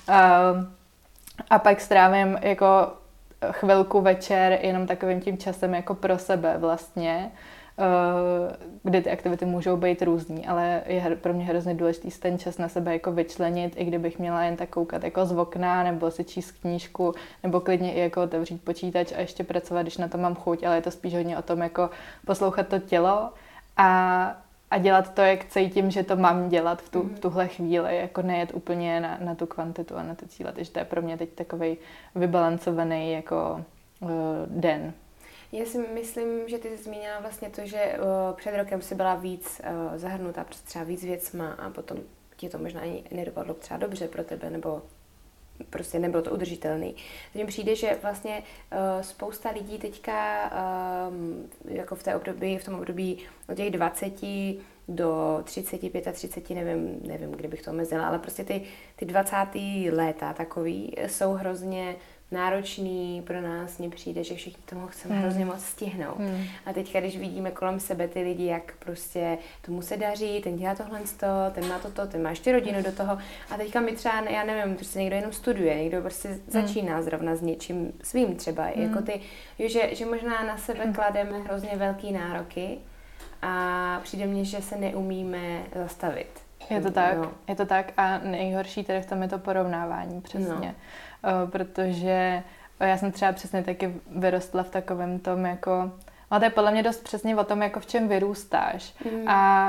A pak strávím jako chvilku večer jenom takovým tím časem jako pro sebe vlastně, kde ty aktivity můžou být různý, ale je pro mě hrozně důležitý ten čas na sebe jako vyčlenit, i kdybych měla jen tak koukat jako z okna, nebo si číst knížku, nebo klidně i jako otevřít počítač a ještě pracovat, když na to mám chuť, ale je to spíš hodně o tom jako poslouchat to tělo a dělat to, jak cítím, že to mám dělat v tuhle chvíli, jako nejet úplně na tu kvantitu a na ty cíle, takže to je pro mě teď takovej vybalancovaný jako den. Já si myslím, že ty jsi zmínila vlastně to, že před rokem si byla víc zahrnutá prostě třeba víc věcma a potom ti to možná ani nedopadlo třeba dobře pro tebe, nebo prostě nebylo to udržitelný. Takže mi přijde, že vlastně spousta lidí teďka jako v tom období od těch 20 do 30, 35, nevím, kdy bych to omezila, ale prostě ty 20. léta takový jsou hrozně náročný pro nás, mně přijde, že všichni tomu chceme hrozně moc stihnout. A teďka, když vidíme kolem sebe ty lidi, jak prostě tomu se daří, ten dělá tohle, ten má toto, ten má ještě rodinu do toho. A teďka mi třeba, já nevím, prostě někdo jenom studuje, někdo prostě začíná zrovna s něčím svým třeba. Jako ty, že možná na sebe klademe hrozně velký nároky a přijde mně, že se neumíme zastavit. Je to tak a nejhorší tedy v tom je to porovnávání, přesně. Protože já jsem třeba přesně taky vyrostla v takovém tom jako, no to je podle mě dost přesně o tom, jako v čem vyrůstáš a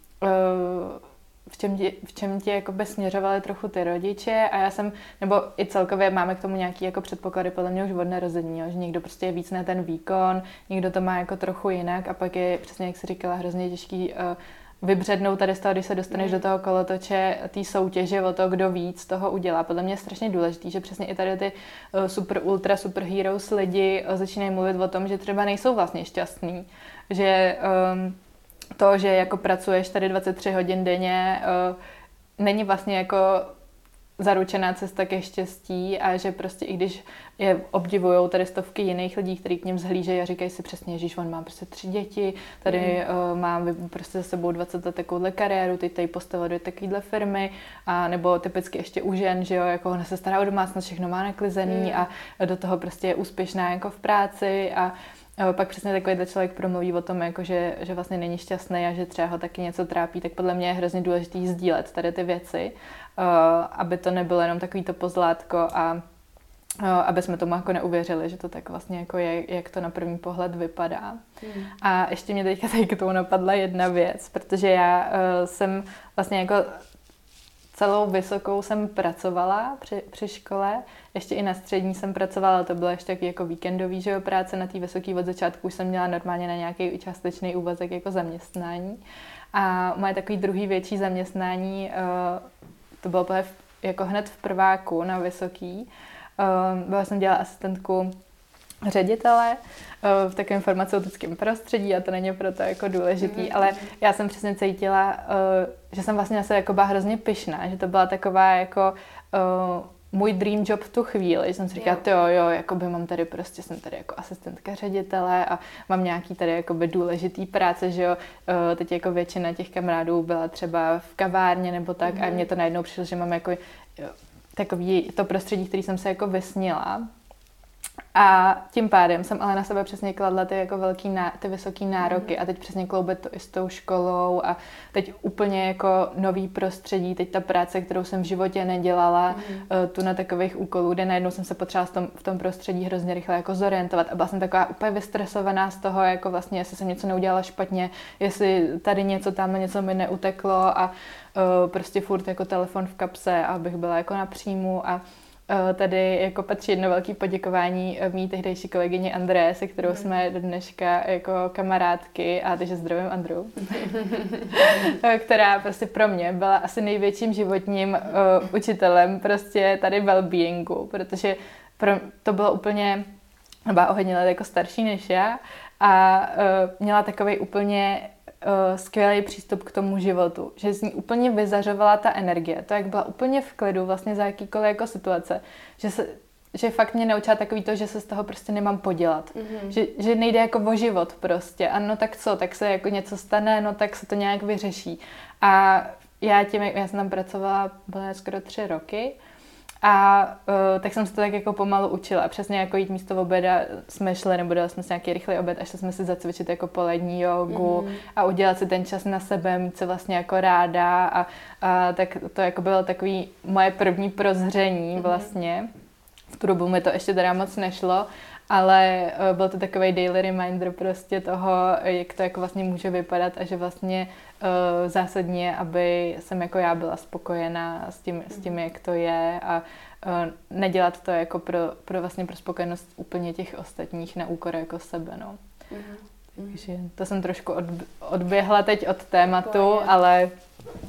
v čem ti jakoby směřovaly trochu ty rodiče a já jsem, nebo i celkově máme k tomu nějaký jako předpoklady podle mě už od narození, že někdo prostě je víc na ten výkon, někdo to má jako trochu jinak a pak je přesně, jak jsi říkala, hrozně těžký vybřednout tady z toho, když se dostaneš do toho kolotoče té soutěže o to, kdo víc toho udělá. Podle mě je strašně důležitý, že přesně i tady ty super heroes lidi začínají mluvit o tom, že třeba nejsou vlastně šťastní, že to, že jako pracuješ tady 23 hodin denně, není vlastně jako zaručená cesta ke štěstí a že prostě i když je obdivujou tady stovky jiných lidí, kteří k něm zhlížejí a říkají si přesně, Ježíš, on má prostě 3 děti, tady mám prostě za sebou 20 let takovouhle kariéru, teď tady postavil do takovýhle firmy a nebo typicky ještě u žen, že jo, jako ona se stará o domácnost, všechno má naklizený a do toho prostě je úspěšná jako v práci a pak přesně takovýhle člověk promluví o tom, jako že vlastně není šťastný a že třeba ho taky něco trápí, tak podle mě je hrozně důležitý sdílet tady ty věci, aby to nebylo jenom takový to pozlátko a aby jsme tomu jako neuvěřili, že to tak vlastně jako je, jak to na první pohled vypadá. A ještě mě teďka tady k tomu napadla jedna věc, protože já jsem vlastně jako celou vysokou jsem pracovala při škole, ještě i na střední jsem pracovala, to bylo ještě taky jako víkendový, že jo, práce na té vysoké od začátku už jsem měla normálně na nějaký částečný úvazek jako zaměstnání. A moje takový druhý větší zaměstnání, to bylo jako hned v prváku na vysoký. Byla jsem dělala asistentku ředitele v takovém farmaceutickém prostředí a to není proto jako důležitý, ale já jsem přesně cítila, že jsem vlastně na sebe jako byla hrozně pyšná, že to byla taková jako můj dream job v tu chvíli, že jsem si říkala, jo, jakoby mám tady prostě, jsem tady jako asistentka ředitele a mám nějaký tady jakoby důležitý práce, že jo, teď jako většina těch kamarádů byla třeba v kavárně nebo tak a mně to najednou přišlo, že mám jako takový to prostředí, který jsem se jako vysnila. A tím pádem jsem ale na sebe přesně kladla ty jako ty vysoký nároky a teď přesně kloubit to i s tou školou a teď úplně jako nový prostředí, teď ta práce, kterou jsem v životě nedělala, tu na takových úkolů, kde najednou jsem se potřebovala v tom prostředí hrozně rychle jako zorientovat a byla jsem taková úplně vystresovaná z toho, jako vlastně, jestli jsem něco neudělala špatně, jestli tady něco, tam něco mi neuteklo a prostě furt jako telefon v kapse, abych byla jako na příjmu a tady jako patří jedno velké poděkování mý tehdejší kolegyně André, se kterou jsme do dneška jako kamarádky a takže zdravím Andru, která prostě pro mě byla asi největším životním učitelem prostě tady well-beingu, protože to bylo úplně, byla o hodně let jako starší než já a měla takovej úplně skvělý přístup k tomu životu, že z ní úplně vyzařovala ta energie, to jak byla úplně v klidu vlastně za jakýkoliv jako situace, že fakt mě naučila takový to, že se z toho prostě nemám podělat, že nejde jako o život prostě, a no tak co, tak se jako něco stane, no tak se to nějak vyřeší a já jsem tam pracovala, byla skoro 3 roky a tak jsem se to tak jako pomalu učila. Přesně jako jít místo oběda jsme šli, nebo dali jsme si nějaký rychlý oběd a šli jsme si zacvičit jako polední jogu a udělat si ten čas na sebe, mít se vlastně jako ráda a tak to jako bylo takový moje první prozření vlastně. V tu dobu mi to ještě teda moc nešlo, ale byl to takový daily reminder prostě toho, jak to jako vlastně může vypadat a že vlastně zásadně, aby jsem jako já byla spokojená s tím, jak to je a nedělat to jako pro spokojenost úplně těch ostatních na úkor jako sebe, no. Takže to jsem trošku odběhla teď od tématu, ale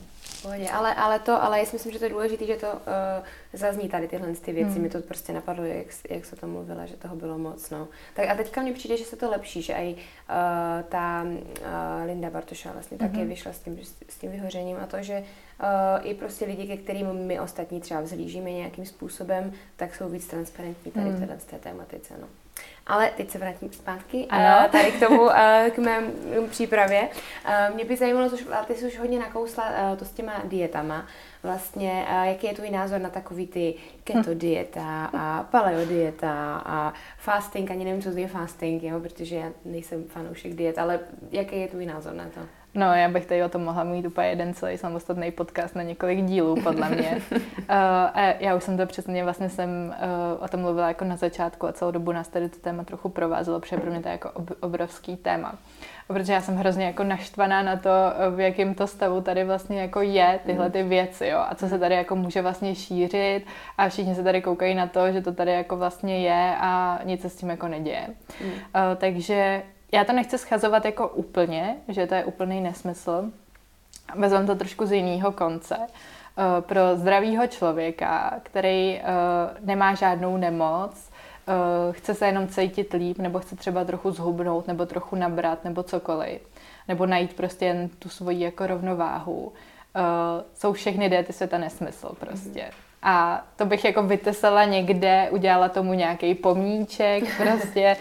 pohodě. Ale já si myslím, že to je důležité, že to zazní tady tyhle ty věci. Mi to prostě napadlo, jak se to mluvila, že toho bylo moc. No. Tak a teďka mně přijde, že se to lepší, že i ta Linda Bartošová vlastně také vyšla s tím vyhořením a to, že i prostě lidi, ke kterým my ostatní třeba vzhlížíme nějakým způsobem, tak jsou víc transparentní tady v té tématice. No. Ale teď se vrátím zpátky tady k tomu, k mé přípravě. Mě by zajímalo, ty jsi už hodně nakousla to s těma dietama. Vlastně, jaký je tvůj názor na takový ty keto dieta a paleo dieta a fasting, ani nevím, co je fasting, jo, protože já nejsem fanoušek diet, ale jaký je tvůj názor na to? No, já bych tady o tom mohla mít úplně jeden celý samostatný podcast na několik dílů, podle mě. Já už jsem to přesně, vlastně jsem o tom mluvila jako na začátku a celou dobu nás tady to téma trochu provázelo, protože pro mě to je jako obrovský téma. Protože já jsem hrozně jako naštvaná na to, v jakém to stavu tady vlastně jako je tyhle ty věci, jo, a co se tady jako může vlastně šířit a všichni se tady koukají na to, že to tady jako vlastně je a nic se s tím jako neděje. Takže já to nechci schazovat jako úplně, že to je úplný nesmysl. Vezmeme to trošku z jiného konce. Pro zdravýho člověka, který nemá žádnou nemoc, chce se jenom cítit líp, nebo chce třeba trochu zhubnout, nebo trochu nabrat, nebo cokoliv, nebo najít prostě jen tu svoji jako rovnováhu. Jsou všechny diety světa nesmysl prostě. A to bych jako vytesala někde, udělala tomu nějaký pomníček, prostě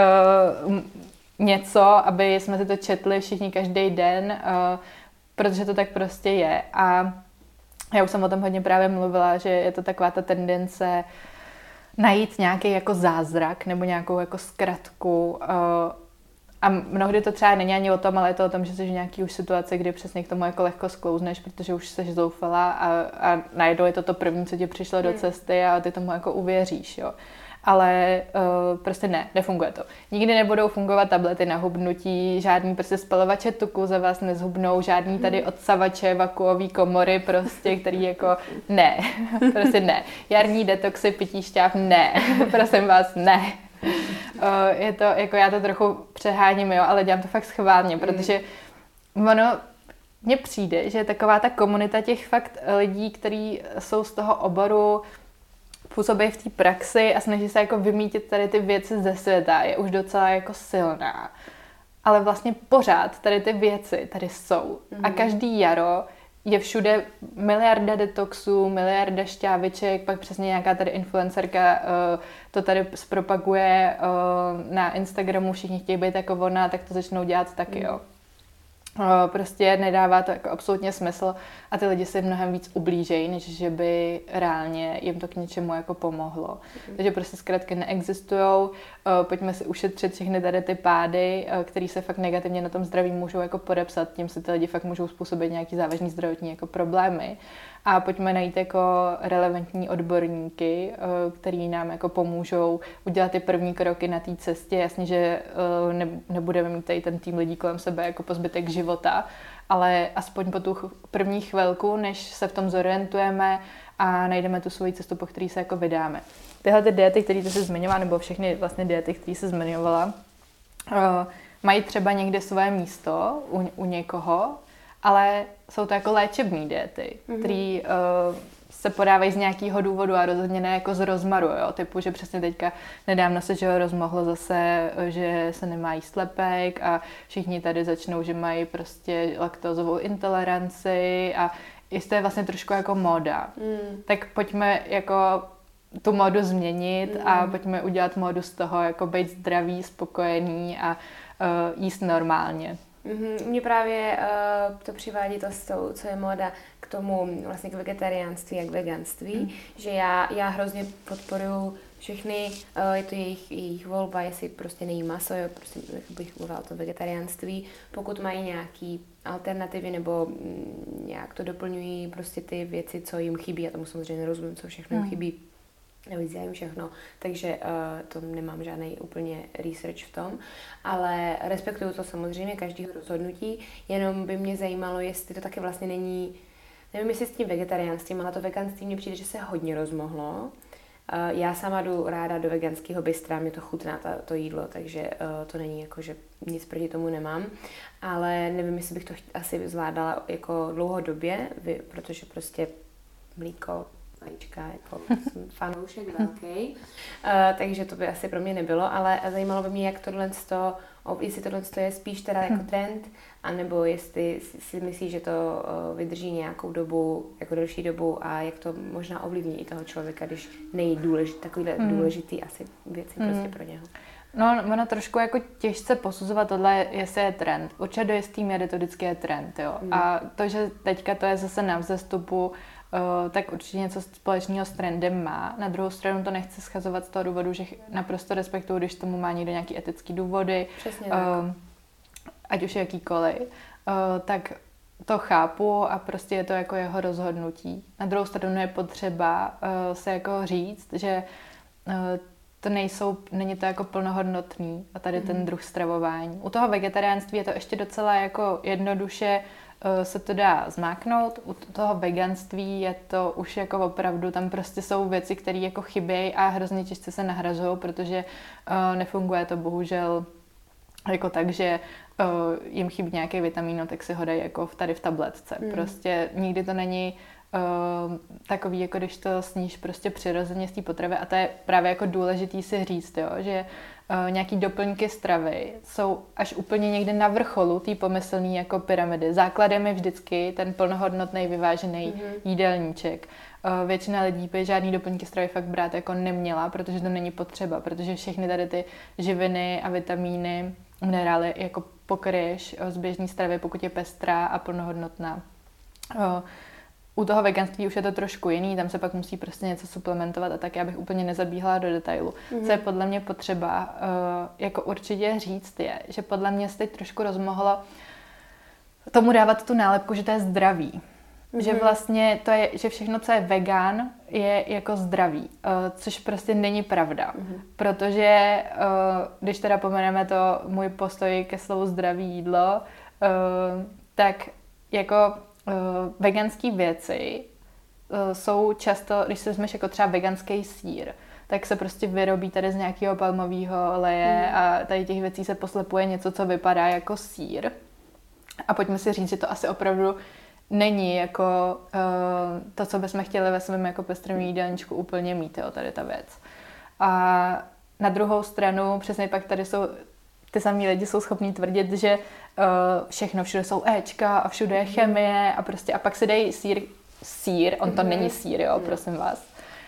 něco, aby jsme si to četli všichni každý den, protože to tak prostě je. A já už jsem o tom hodně právě mluvila, že je to taková ta tendence najít nějaký jako zázrak nebo nějakou jako zkratku. A mnohdy to třeba není ani o tom, ale je to o tom, že jsi v nějaký už situaci, kdy přesně k tomu jako lehko sklouzneš, protože už jsi zoufala a najednou je to první, co ti přišlo do cesty a ty tomu jako uvěříš, jo. Ale prostě nefunguje to. Nikdy nebudou fungovat tablety na hubnutí, žádný prostě spalovače tuku za vás nezhubnou, žádný tady odsavače, vakuový komory prostě, který jako prostě ne. Jarní detoxy, pití šťáv, prosím vás, ne. Je to, jako já to trochu přeháním, jo, ale dělám to fakt schválně, protože ono mně přijde, že je taková ta komunita těch fakt lidí, kteří jsou z toho oboru, působí v té praxi a snaží se jako vymítit tady ty věci ze světa, je už docela jako silná. Ale vlastně pořád tady ty věci tady jsou. A každý jaro je všude miliarda detoxů, miliarda šťáviček, pak přesně nějaká tady influencerka to tady zpropaguje na Instagramu, všichni chtějí být jako ona, tak to začnou dělat taky, jo. Prostě nedává to jako absolutně smysl a ty lidi si mnohem víc ublížejí, než že by reálně jim to k něčemu jako pomohlo. Takže prostě zkrátka neexistujou. Pojďme si ušetřit všechny tady ty pády, které se fakt negativně na tom zdraví můžou jako podepsat, tím si ty lidi fakt můžou způsobit nějaký závažný zdravotní jako problémy. A pojďme najít jako relevantní odborníky, který nám jako pomůžou udělat ty první kroky na té cestě. Jasně, že nebudeme mít tady ten tým lidí kolem sebe jako po zbytek života, ale aspoň po tu první chvilku, než se v tom zorientujeme a najdeme tu svoji cestu, po který se jako vydáme. Tyhle ty diety, které ty jsi zmiňovala, nebo všechny vlastně diety, které jsi zmiňovala, mají třeba někde své místo u někoho, ale jsou to jako léčebné diety, které se podávají z nějakého důvodu a rozhodně ne jako z rozmaru, jo? Typu, že přesně teďka nedávno se že rozmohlo zase, že se nemá jíst lepek a všichni tady začnou, že mají prostě laktózovou intoleranci a jestli je vlastně trošku jako móda. Tak pojďme jako tu módu změnit a pojďme udělat módu z toho, jako být zdravý, spokojený a jíst normálně. Mně právě to přivádí to s tou, co je móda k tomu vlastně k vegetariánství a k veganství, že já hrozně podporuji všechny, je to jejich volba, jestli prostě nejí maso, jo, prostě bych mluvila o tom vegetariánství, pokud mají nějaký alternativy nebo nějak to doplňují prostě ty věci, co jim chybí, já tomu samozřejmě nerozumím, co všechno jim chybí, nevyzdělím všechno, takže to nemám žádný úplně research v tom, ale respektuju to samozřejmě, každého rozhodnutí, jenom by mě zajímalo, jestli to taky vlastně není, nevím, jestli s tím vegetariánstvím, ale to veganství mně přijde, že se hodně rozmohlo Já sama jdu ráda do veganského bystra, mě to chutná to jídlo, takže to není jako, že nic proti tomu nemám, ale nevím, jestli bych to asi zvládala jako dlouhodobě, protože prostě mlíko, vajíčka, jako jsem fanoušek velký, takže to by asi pro mě nebylo, ale zajímalo by mě, jak jestli tohle je spíš teda jako trend, anebo jestli si myslíš, že to vydrží nějakou dobu, jako delší dobu a jak to možná ovlivní i toho člověka, když nejí takovýhle důležitý asi věci prostě pro něho. No, ono trošku jako těžce posuzovat tohle, jestli je trend. Určitě do jistý míry to vždycky je trend, jo. A to, že teďka to je zase na vzestupu, tak určitě něco společného s trendem má. Na druhou stranu to nechci schazovat z toho důvodu, že naprosto respektuju, když tomu má někdo nějaký etický důvody, ať už jakýkoliv, tak to chápu a prostě je to jako jeho rozhodnutí. Na druhou stranu je potřeba se jako říct, že není to jako plnohodnotný a tady ten druh stravování. U toho vegetariánství je to ještě docela jako jednoduše se to dá zmáknout. U toho veganství je to už jako opravdu, tam prostě jsou věci, které jako chybějí a hrozně těžce se nahrazují, protože nefunguje to bohužel jako tak, že jim chybí nějaký vitamín, tak si ho dají jako tady v tabletce. Prostě nikdy to není takový, jako když to sníš prostě přirozeně z té potravy a to je právě jako důležitý si říct, jo, že nějaký doplňky stravy jsou až úplně někde na vrcholu té pomyslné jako pyramidy. Základem je vždycky ten plnohodnotný vyvážený jídelníček. Většina lidí by žádný doplňky stravy fakt brát jako neměla, protože to není potřeba, protože všechny tady ty živiny a vitamíny, minerály jako pokryješ z běžné stravy, pokud je pestrá a plnohodnotná. U toho veganství už je to trošku jiný, tam se pak musí prostě něco suplementovat a tak já bych úplně nezabíhala do detailu. Co je podle mě potřeba jako určitě říct je, že podle mě se teď trošku rozmohlo tomu dávat tu nálepku, že to je zdravý. Že vlastně to je, že všechno, co je vegan, je jako zdravý, což prostě není pravda. Protože když teda pomeneme to můj postoj ke slovu zdravý jídlo, tak jako veganské věci jsou často, když se vezmeš jako třeba veganský sýr, tak se prostě vyrobí tady z nějakého palmového oleje a tady těch věcí se poslepuje něco, co vypadá jako sýr. A pojďme si říct, že to asi opravdu není jako to, co bychom chtěli ve svém jako pestrém jídelníčku úplně mít, jo, tady ta věc. A na druhou stranu, přesně pak tady jsou ty samý lidi jsou schopní tvrdit, že všechno všude jsou éčka a všude je chemie a prostě a pak si dají sýr, on to není sýr, jo, prosím vás,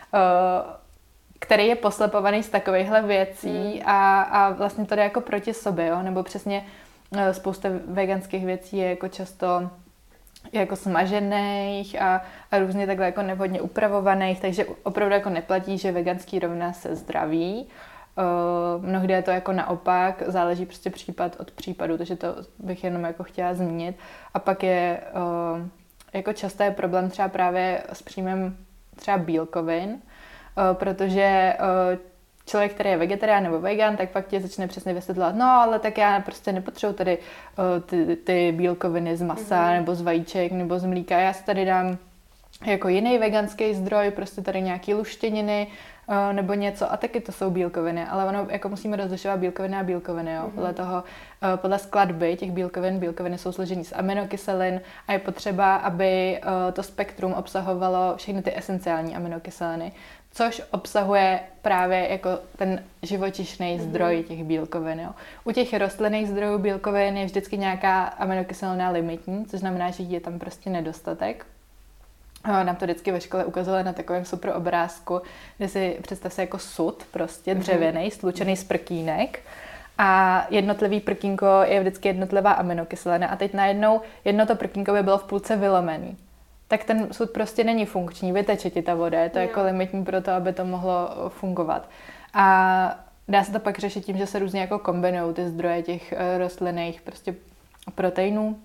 který je poslepovaný z takovýchhle věcí a vlastně to jde jako proti sobě, jo, nebo přesně spousta veganských věcí je jako často jako smažených a různě takhle jako nevhodně upravovaných, takže opravdu jako neplatí, že veganský rovná se zdraví. Mnohdy je to jako naopak, záleží prostě případ od případu, takže to bych jenom jako chtěla zmínit. A pak je jako často je problém třeba právě s příjmem třeba bílkovin, protože člověk, který je vegetarián nebo vegan, tak pak tě začne přesně vysvětlovat, no ale tak já prostě nepotřebuji tady ty bílkoviny z masa nebo z vajíček nebo z mlíka, já si tady dám jako jiný veganský zdroj, prostě tady nějaký luštěniny nebo něco a taky to jsou bílkoviny, ale ono jako musíme rozlišovat bílkoviny a bílkoviny, jo. Podle skladby těch bílkoviny jsou složeny z aminokyselin a je potřeba, aby to spektrum obsahovalo všechny ty esenciální aminokyseliny, což obsahuje právě jako ten živočišný zdroj těch bílkovin. Jo. U těch rostlinných zdrojů bílkovin je vždycky nějaká aminokyselina limitní, což znamená, že je tam prostě nedostatek. Nám to vždycky ve škole ukazovali na takovém super obrázku, kde si představ se jako sud, prostě dřevěný, stlučený z prkínek. A jednotlivý prkínko je vždycky jednotlivá aminokyselina. A teď najednou jedno to prkínko by bylo v půlce vylomený. Tak ten sud prostě není funkční, vyteče ti ta voda, je to jako limitní pro to, aby to mohlo fungovat. A dá se to pak řešit tím, že se různě jako kombinují ty zdroje těch rostlinných prostě proteinů.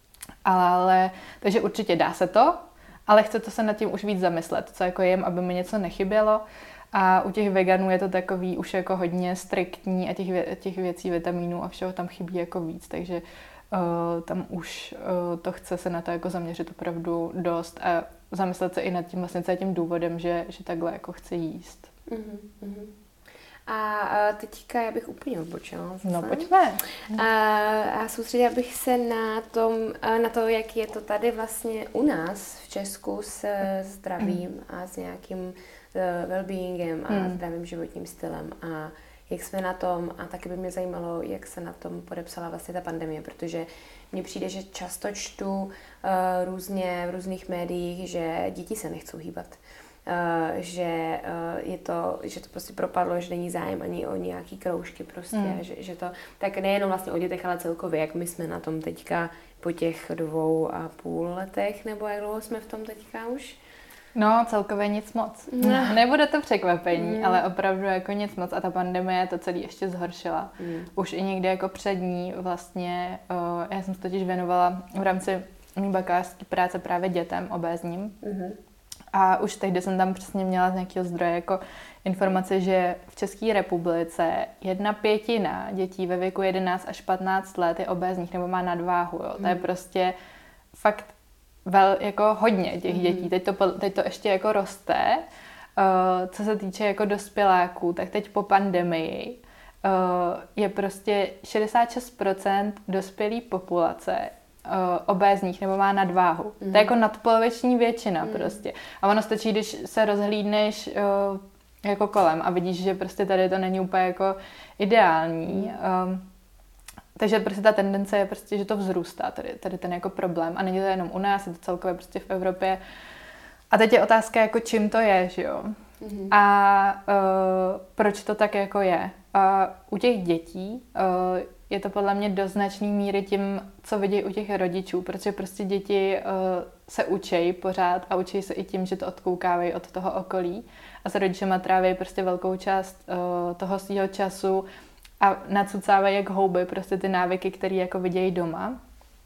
Takže určitě dá se to, ale chce to se nad tím už víc zamyslet, co jako jim, aby mi něco nechybělo. A u těch veganů je to takový už jako hodně striktní a těch věcí, vitamínů a všeho tam chybí jako víc, takže tam už to chce se na to jako zaměřit opravdu dost a zamyslet se i nad tím vlastně tím důvodem, že takhle jako chce jíst. A teďka já bych úplně odbočila. No pojďme. A soustředila bych se na to, jak je to tady vlastně u nás v Česku s zdravím a s nějakým well-beingem a zdravým životním stylem a jak jsme na tom, a taky by mě zajímalo, jak se na tom podepsala vlastně ta pandemie, protože mně přijde, že často čtu různě v různých médiích, že děti se nechcou hýbat. Že to prostě propadlo, že není zájem ani o nějaký kroužky prostě, že to, tak nejenom vlastně o dětech, ale celkově, jak my jsme na tom teďka po těch 2,5 letech, nebo jak dlouho jsme v tom teďka už? No, celkově nic moc. Nebude to překvapení, ale opravdu jako nic moc a ta pandemie to celé ještě zhoršila. Už i někdy jako před ní vlastně, já jsem se totiž věnovala v rámci mý bakalářské práce právě dětem obézním. A už tehdy jsem tam přesně měla z nějakého zdroje jako informace, že v České republice 1/5 dětí ve věku 11 až 15 let je obézních nebo má nadváhu. Jo. To je prostě fakt jako hodně těch dětí. Teď to ještě jako roste. Co se týče jako dospěláků, tak teď po pandemii je prostě 66% dospělé populace obézních nebo má nadváhu. To je jako nadpoloviční většina prostě. A ono stačí, když se rozhlídneš jako kolem a vidíš, že prostě tady to není úplně jako ideální. Takže prostě ta tendence je prostě, že to vzrůstá, tady ten jako problém. A není to jenom u nás, je to celkově prostě v Evropě. A teď je otázka, jako čím to je, že jo? A proč to tak jako je? U těch dětí je to podle mě do značné míry tím, co vidí u těch rodičů, protože prostě děti se učí pořád a učí se i tím, že to odkoukávají od toho okolí a s rodičema tráví prostě velkou část toho svého času a nacucávají jak houby prostě ty návyky, které jako vidějí doma.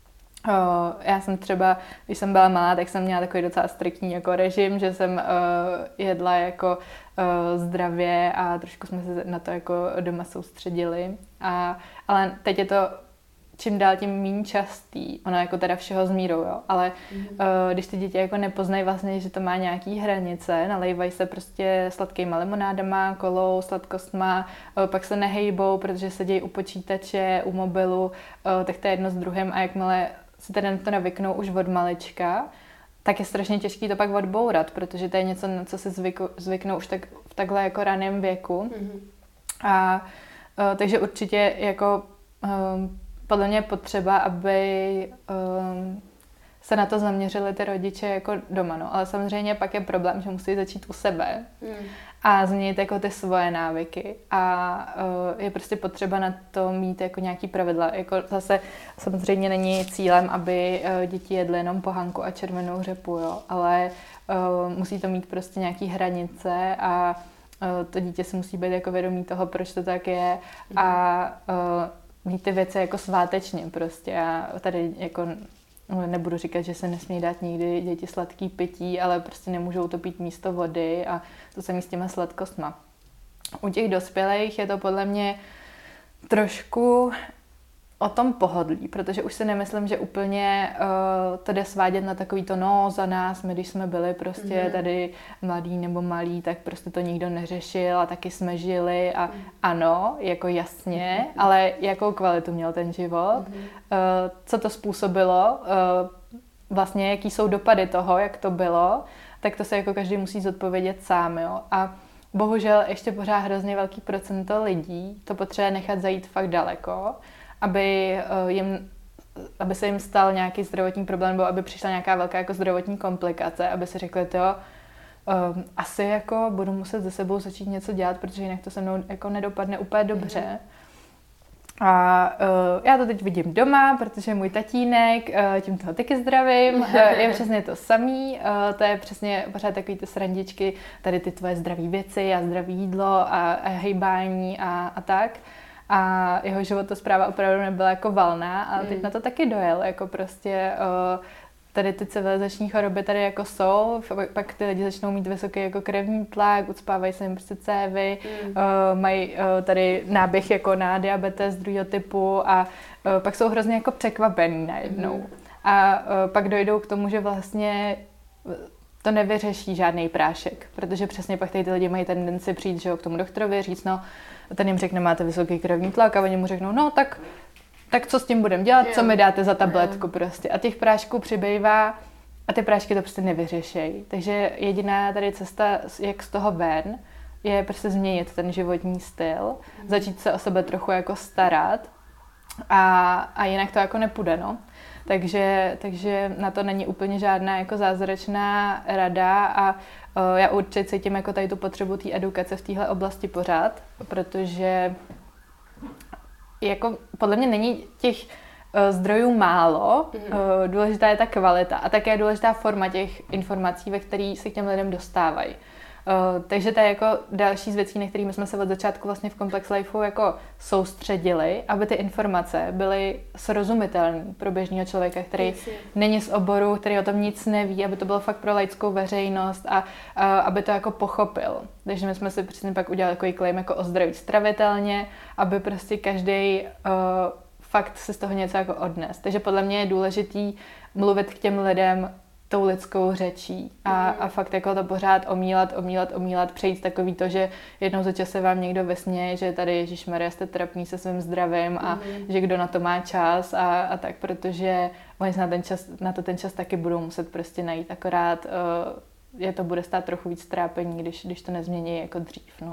Já jsem třeba, když jsem byla malá, tak jsem měla takový docela striktní jako režim, že jsem jedla jako zdravě a trošku jsme se na to jako doma soustředili. Ale teď je to čím dál tím méně častý. Ono jako teda všeho s mírou, jo. Ale když ty děti jako nepoznají vlastně, že to má nějaký hranice, nalejvají se prostě sladkýma limonádama, kolou, sladkostma, pak se nehejbou, protože sedějí u počítače, u mobilu, tak to je jedno s druhým a jakmile si teda to navyknou už od malička, tak je strašně těžký to pak odbourat, protože to je něco, na co si zvyknou už tak v takhle jako raném věku. A takže určitě jako podle mě je potřeba, aby se na to zaměřili ty rodiče jako doma, no. Ale samozřejmě pak je problém, že musí začít u sebe a změnit jako ty svoje návyky a je prostě potřeba na to mít jako nějaký pravidla. Jako zase samozřejmě není cílem, aby děti jedly jenom pohanku a červenou řepu, jo, ale musí to mít prostě nějaký hranice a to dítě si musí být jako vědomí toho, proč to tak je a mít ty věci jako svátečně prostě. Já tady jako nebudu říkat, že se nesmí dát nikdy děti sladký pití, ale prostě nemůžou to pít místo vody a to samé s těma sladkostma. U těch dospělých je to podle mě trošku o tom pohodlí, protože už si nemyslím, že úplně to jde svádět na takový to no za nás, my když jsme byli prostě tady mladí nebo malí, tak prostě to nikdo neřešil a taky jsme žili a ano, jako jasně, ale jakou kvalitu měl ten život, co to způsobilo, vlastně jaký jsou dopady toho, jak to bylo, tak to se jako každý musí zodpovědět sám, jo. A bohužel ještě pořád hrozně velký procento lidí to potřebuje nechat zajít fakt daleko, aby se jim stal nějaký zdravotní problém, nebo aby přišla nějaká velká jako zdravotní komplikace, aby si řekli, asi jako budu muset ze sebou začít něco dělat, protože jinak to se mnou jako nedopadne úplně dobře. A já to teď vidím doma, protože můj tatínek, tím toho taky zdravím, je přesně to samý, to je přesně pořád takový ty srandičky, tady ty tvoje zdraví věci a zdraví jídlo a hejbání a tak. A jeho životospráva opravdu nebyla jako valná, ale teď na to taky dojel, jako prostě tady ty civilizační choroby tady jako jsou, pak ty lidi začnou mít vysoký jako krevní tlak, ucpávají se jim prostě cévy, mají tady náběh jako na diabetes druhého typu a pak jsou hrozně jako překvapení najednou. A pak dojdou k tomu, že vlastně to nevyřeší žádný prášek, protože přesně pak tady ty lidi mají tendenci přijít, že jo, k tomu doktorovi, říct, no, ten jim řekne, máte vysoký krevní tlak a oni mu řeknou, no, tak co s tím budeme dělat, co mi dáte za tabletku prostě. A těch prášků přibývá a ty prášky to prostě nevyřešejí. Takže jediná tady cesta, jak z toho ven, je prostě změnit ten životní styl, začít se o sebe trochu jako starat a jinak to jako nepůjde, no. Takže na to není úplně žádná jako zázračná rada a já určitě cítím jako tady tu potřebu té edukace v téhle oblasti pořád, protože jako podle mě není těch zdrojů málo, důležitá je ta kvalita a také je důležitá forma těch informací, ve které se k těm lidem dostávají. Takže to je jako další z věcí, na kterými jsme se od začátku vlastně v Complex Lifeu jako soustředili, aby ty informace byly srozumitelné pro běžného člověka, který není z oboru, který o tom nic neví, aby to bylo fakt pro laickou veřejnost a aby to jako pochopil. Takže my jsme si přesně pak udělali takový claim jako ozdravit stravitelně, aby prostě každý fakt se z toho něco jako odnes. Takže podle mě je důležitý mluvit k těm lidem tou lidskou řečí a fakt jako to pořád omílat, přejít takový to, že jednou za čas se vám někdo vysměje, že tady ježišmarja jste trapný se svým zdravím a že kdo na to má čas a tak, protože oni na to ten čas taky budou muset prostě najít, akorát je to bude stát trochu víc trápení, když to nezmění jako dřív, no.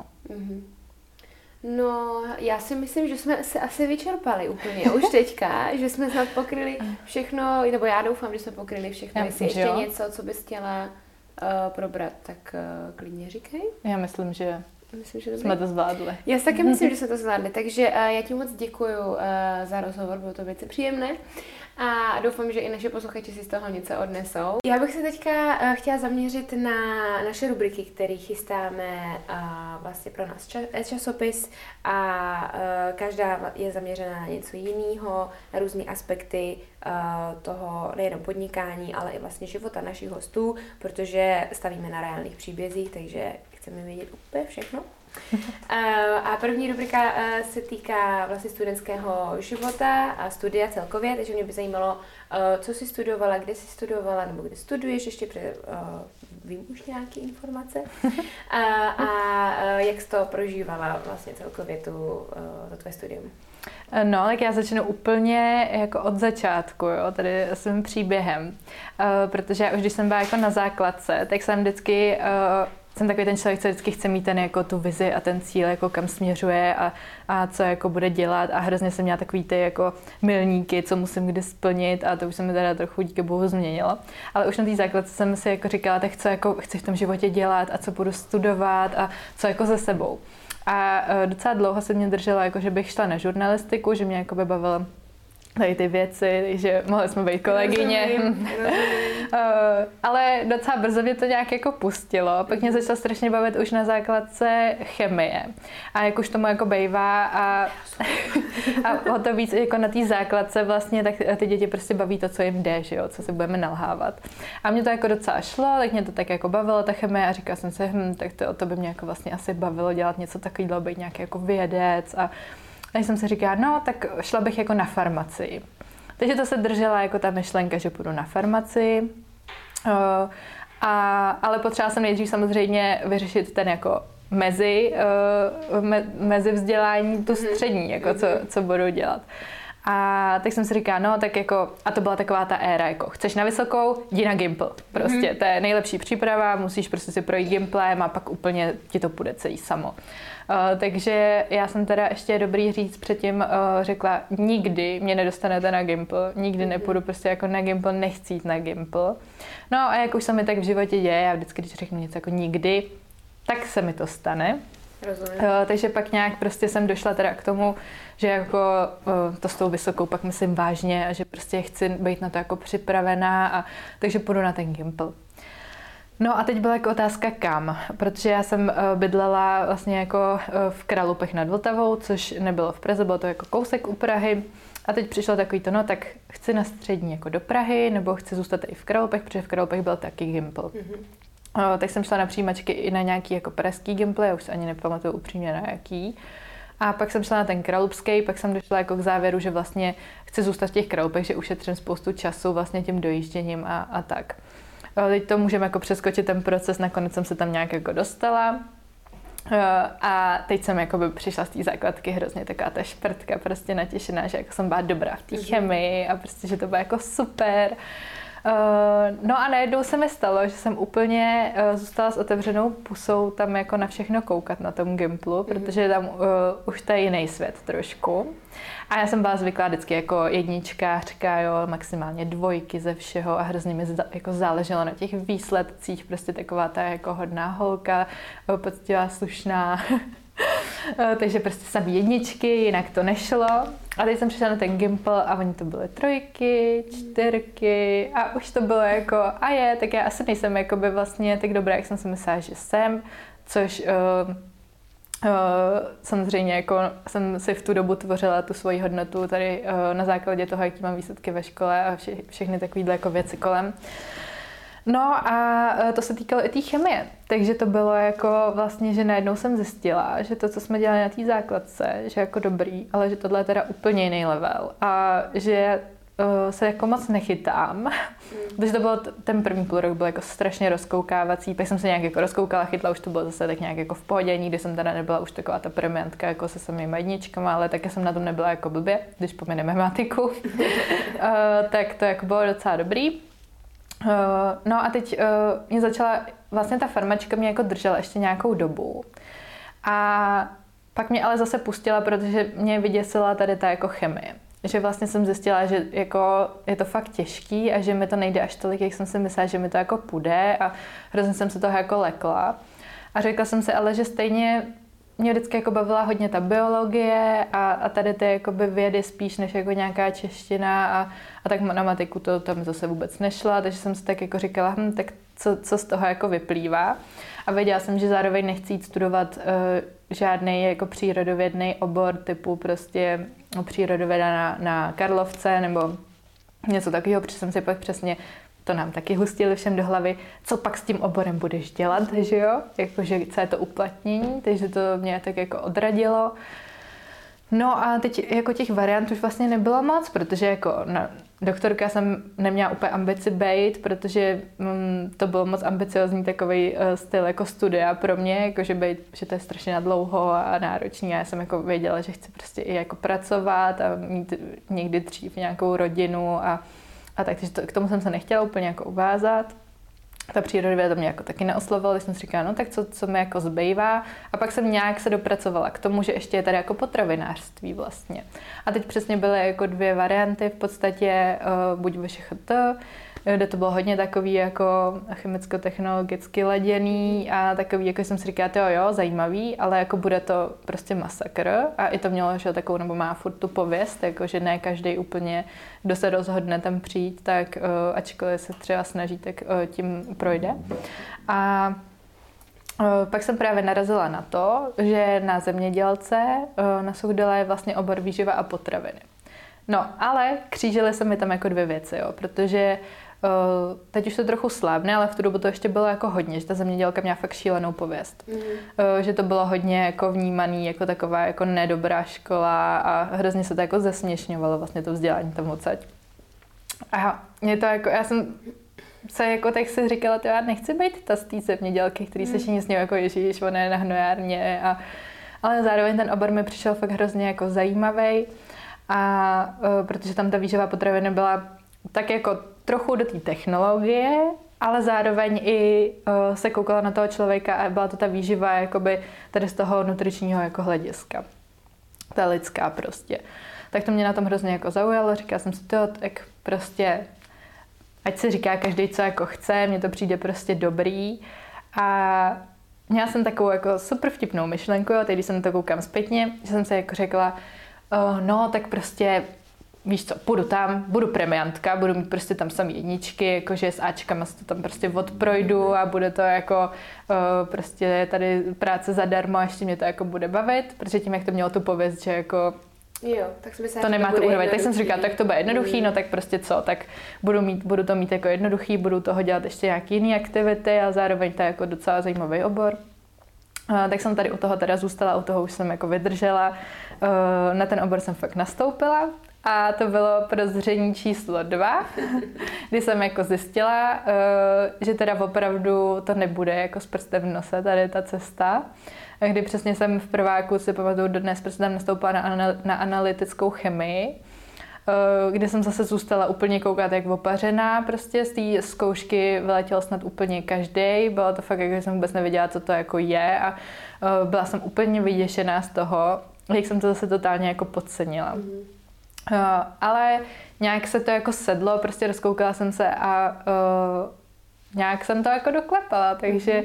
No, já si myslím, že jsme se asi vyčerpali úplně už teďka, že jsme snad pokryli všechno, nebo já doufám, že jsme pokryli všechno. Jestli ještě něco, co bys chtěla probrat, tak klidně říkej. Já myslím, že jsme to zvládli. Já si taky myslím, že jsme to zvládli, takže já ti moc děkuju za rozhovor, bylo to velice příjemné. A doufám, že i naše posluchači si z toho něco odnesou. Já bych se teďka chtěla zaměřit na naše rubriky, které chystáme vlastně pro nás časopis a každá je zaměřená na něco jiného, na různé aspekty toho nejenom podnikání, ale i vlastně života našich hostů, protože stavíme na reálných příbězích, takže chceme vědět úplně všechno. A první rubrika se týká vlastně studentského života a studia celkově, takže mě by zajímalo, co jsi studovala, kde jsi studovala, nebo kde studuješ, ještě vím už nějaké informace, a jak jsi to prožívala vlastně celkově to tvoje studium. No, tak já začnu úplně jako od začátku, jo, tady svým příběhem, protože já už když jsem byla jako na základce, tak jsem vždycky jsem takový ten člověk, co vždycky chce mít ten, jako tu vizi a ten cíl, jako kam směřuje a co jako bude dělat a hrozně jsem měla takový ty jako milníky, co musím kdy splnit a to už se mi teda trochu díky bohu změnilo. Ale už na té základce jsem si jako říkala, tak co jako chci v tom životě dělat a co budu studovat a co jako se sebou. A docela dlouho se mě držela, jako že bych šla na žurnalistiku, že mě jako by bavilo tady ty věci, že mohli jsme být kolegyně. Ale docela brzo mě to nějak jako pustilo. Pak mě začalo strašně bavit už na základce chemie. A jak už tomu jako bejvá a o to víc jako na té základce vlastně, tak ty děti prostě baví to, co jim jde, že jo, co si budeme nalhávat. A mě to jako docela šlo, tak mě to tak jako bavilo, ta chemie a říkala jsem si, tak to by mě jako vlastně asi bavilo dělat něco takového, být nějaký jako vědec a tak jsem si říkala, no, tak šla bych jako na farmacii. Takže to se držela jako ta myšlenka, že půjdu na farmacii. Ale potřeba jsem nejdřív samozřejmě vyřešit ten jako mezi vzdělání, tu střední, jako co budu dělat. A tak jsem si říkala, no, tak jako, a to byla taková ta éra, jako chceš na vysokou, jdi na Gimpl. Prostě to je nejlepší příprava, musíš prostě si projít Gimplem a pak úplně ti to půjde celý samo. Takže já jsem teda ještě dobrý říct předtím řekla, nikdy mě nedostanete na Gimpl, nikdy nepůjdu prostě jako na Gimpl, nechci jít na Gimpl. No a jak už se mi tak v životě děje, já vždycky, když řeknu něco jako nikdy, tak se mi to stane. Takže pak nějak prostě jsem došla teda k tomu, že jako to s tou vysokou pak myslím vážně a že prostě chci být na to jako připravená a takže půjdu na ten Gimpl. No a teď byla jako otázka kam, protože já jsem bydlela vlastně jako v Kralupech nad Vltavou, což nebylo v Praze, bylo to jako kousek u Prahy. A teď přišlo takový to, no tak chci na střední jako do Prahy, nebo chci zůstat i v Kralupech, protože v Kralupech byl taky Gimpl. Tak jsem šla na přijímačky i na nějaký jako pražský Gimpl, já už se ani nepamatuju upřímně na jaký. A pak jsem šla na ten kralupský, pak jsem došla jako k závěru, že vlastně chci zůstat v těch Kralupech, že ušetřím spoustu času vlastně tím dojížděním a tak. teď to můžeme jako přeskočit ten proces, nakonec jsem se tam nějak jako dostala. A teď jsem jakoby přišla z té základky hrozně taková ta šprtka, prostě natěšená, že jako jsem byla dobrá v té chemii a prostě, že to bylo jako super. No a najednou se mi stalo, že jsem úplně zůstala s otevřenou pusou tam jako na všechno koukat na tom Gimplu, protože tam už to je jiný svět trošku. A já jsem byla zvyklá vždycky jako jedničkářka, jo, maximálně dvojky ze všeho a hrozně mi jako záleželo na těch výsledcích, prostě taková ta jako hodná holka, poctivá, slušná. Takže prostě jsem jedničky, jinak to nešlo. A teď jsem přišla na ten Gimpl a oni to byly 3, 4 a už to bylo jako tak já asi nejsem jakoby vlastně tak dobrá, jak jsem si myslela, že jsem, což samozřejmě jako jsem si v tu dobu tvořila tu svoji hodnotu tady na základě toho, jaký mám výsledky ve škole a všechny takovýhle jako věci kolem. No a to se týkalo i té chemie, takže to bylo jako vlastně, že najednou jsem zjistila, že to, co jsme dělali na té základce, že jako dobrý, ale že tohle je teda úplně jiný level a že se jako moc nechytám, protože to bylo ten první půl rok byl jako strašně rozkoukávací, pak jsem se nějak jako rozkoukala, chytla, už to bylo zase tak nějak jako v pohodě, nikdy jsem teda nebyla už taková ta premiantka jako se samými jedničkama, ale taky jsem na tom nebyla jako blbě, když pomineme matematiku, tak to jako bylo docela dobrý. No a teď mě začala, vlastně ta farmačka mě jako držela ještě nějakou dobu a pak mě ale zase pustila, protože mě vyděsila tady ta jako chemie. Že vlastně jsem zjistila, že jako je to fakt těžký a že mi to nejde až tolik, jak jsem si myslela, že mi to jako půjde a hrozně jsem se toho jako lekla. A řekla jsem si ale, že stejně mě vždycky jako bavila hodně ta biologie a tady ty jakoby vědy spíš než jako nějaká čeština a tak na matiku to tam zase vůbec nešla, takže jsem si tak jako říkala, tak co z toho jako vyplývá. A věděla jsem, že zároveň nechci jít studovat žádný jako přírodovědný obor typu prostě přírodověda na Karlovce nebo něco takového, protože jsem si pak přesně to nám taky hustili všem do hlavy, co pak s tím oborem budeš dělat, že jo? Jakože co je to uplatnění, takže to mě tak jako odradilo. No a teď jako těch variant už vlastně nebylo moc, protože jako doktorka jsem neměla úplně ambici bejt, protože to bylo moc ambiciozní takový styl jako studia pro mě, jakože že to je strašně nadlouho a náročný a já jsem jako věděla, že chci prostě i jako pracovat a mít někdy dřív nějakou rodinu a tak, takže k tomu jsem se nechtěla úplně jako uvázat. Ta přírodověda to mě jako taky neoslovila, když jsem si říkala, no tak co mi jako zbývá. A pak jsem nějak se dopracovala k tomu, že ještě je tady jako potravinářství vlastně. A teď přesně byly jako 2 varianty, v podstatě buď VŠCHT, kde to bylo hodně takový jako chemicko-technologicky laděný a takový, jako jsem si říkala, jo, zajímavý, ale jako bude to prostě masakr a i to mělo, že takovou, nebo má furt tu pověst, jako že ne každý úplně, kdo se rozhodne tam přijít, tak ačkoliv se třeba snaží, tak tím projde. A pak jsem právě narazila na to, že na zemědělce na Suchdole je vlastně obor výživa a potraviny. No, ale křížily se mi tam jako 2 věci, jo, protože teď už to trochu slábne, ale v tu dobu to ještě bylo jako hodně, že ta zemědělka měla fakt šílenou pověst. Že to bylo hodně jako vnímaný jako taková jako nedobrá škola a hrozně se to jako zesměšňovalo vlastně to vzdělání tam odsaď. A mě to jako, já jsem se jako tak si říkala, já nechci být ta z té zemědělky, který se všichni s ním jako ježíš, ona je na hnojárně, ale zároveň ten obor mi přišel fakt hrozně jako zajímavý a protože tam ta výživa potraviny byla tak jako trochu do té technologie, ale zároveň i se koukala na toho člověka a byla to ta výživa jakoby tady z toho nutričního jako hlediska. Ta lidská prostě. Tak to mě na tom hrozně jako zaujalo, říkala jsem si to, tak prostě ať si říká každý, co jako chce, mně to přijde prostě dobrý. A měla jsem takovou jako super vtipnou myšlenku, a teď když jsem to koukám zpětně, že jsem se jako řekla, no tak prostě víš co, půjdu tam, budu premiantka, budu mít prostě tam samý jedničky, jakože s Ačkama se to tam prostě odprojdu a bude to jako prostě tady práce zadarmo a ještě mě to jako bude bavit, protože tím, jak to mělo tu pověst, že jako jo, tak si to nemá tu úroveň, tak jsem si říkala, tak to bude jednoduchý, no tak prostě co, tak budu to mít jako jednoduchý, budu toho dělat ještě nějaký jiný aktivity a zároveň to je jako docela zajímavý obor. Tak jsem tady u toho teda zůstala, u toho už jsem jako vydržela, na ten obor jsem fakt nastoupila a to bylo prozření číslo 2, kdy jsem jako zjistila, že teda opravdu to nebude jako s prstem v nose, tady ta cesta. Kdy přesně jsem v prváku, si pamatuju, dodnes prostě tam nastoupila na analytickou chemii, kde jsem zase zůstala úplně koukat jak opařená, prostě z té zkoušky vyletěl snad úplně každý, bylo to fakt, že jsem vůbec nevěděla, co to jako je a byla jsem úplně vyděšená z toho, jak jsem to zase totálně jako podcenila. Ale nějak se to jako sedlo, prostě rozkoukala jsem se a nějak jsem to jako doklepala, takže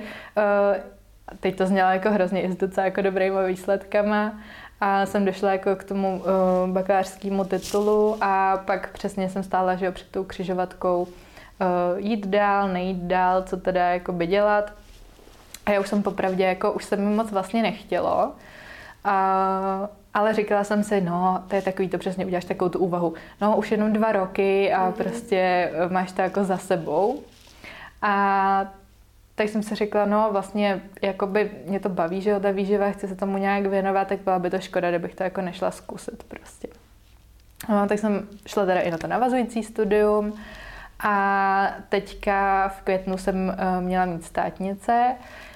teď to znělo jako hrozně i s docela jako dobrýma výsledkama a jsem došla jako k tomu bakalářskému titulu a pak přesně jsem stála, že před tou křižovatkou jít dál, nejít dál, co teda jako by dělat. A já už jsem popravdě, jako už se mi moc vlastně nechtělo, ale říkala jsem si, no, to je takový, to přesně uděláš takovou tu úvahu, no už jenom 2 roky a prostě máš to jako za sebou. A tak jsem si řekla, no vlastně, jakoby mě to baví, že jo, ta výživa, chci se tomu nějak věnovat, tak byla by to škoda, kdybych to jako nešla zkusit prostě. No, tak jsem šla teda i na to navazující studium a teďka v květnu jsem měla mít státnice,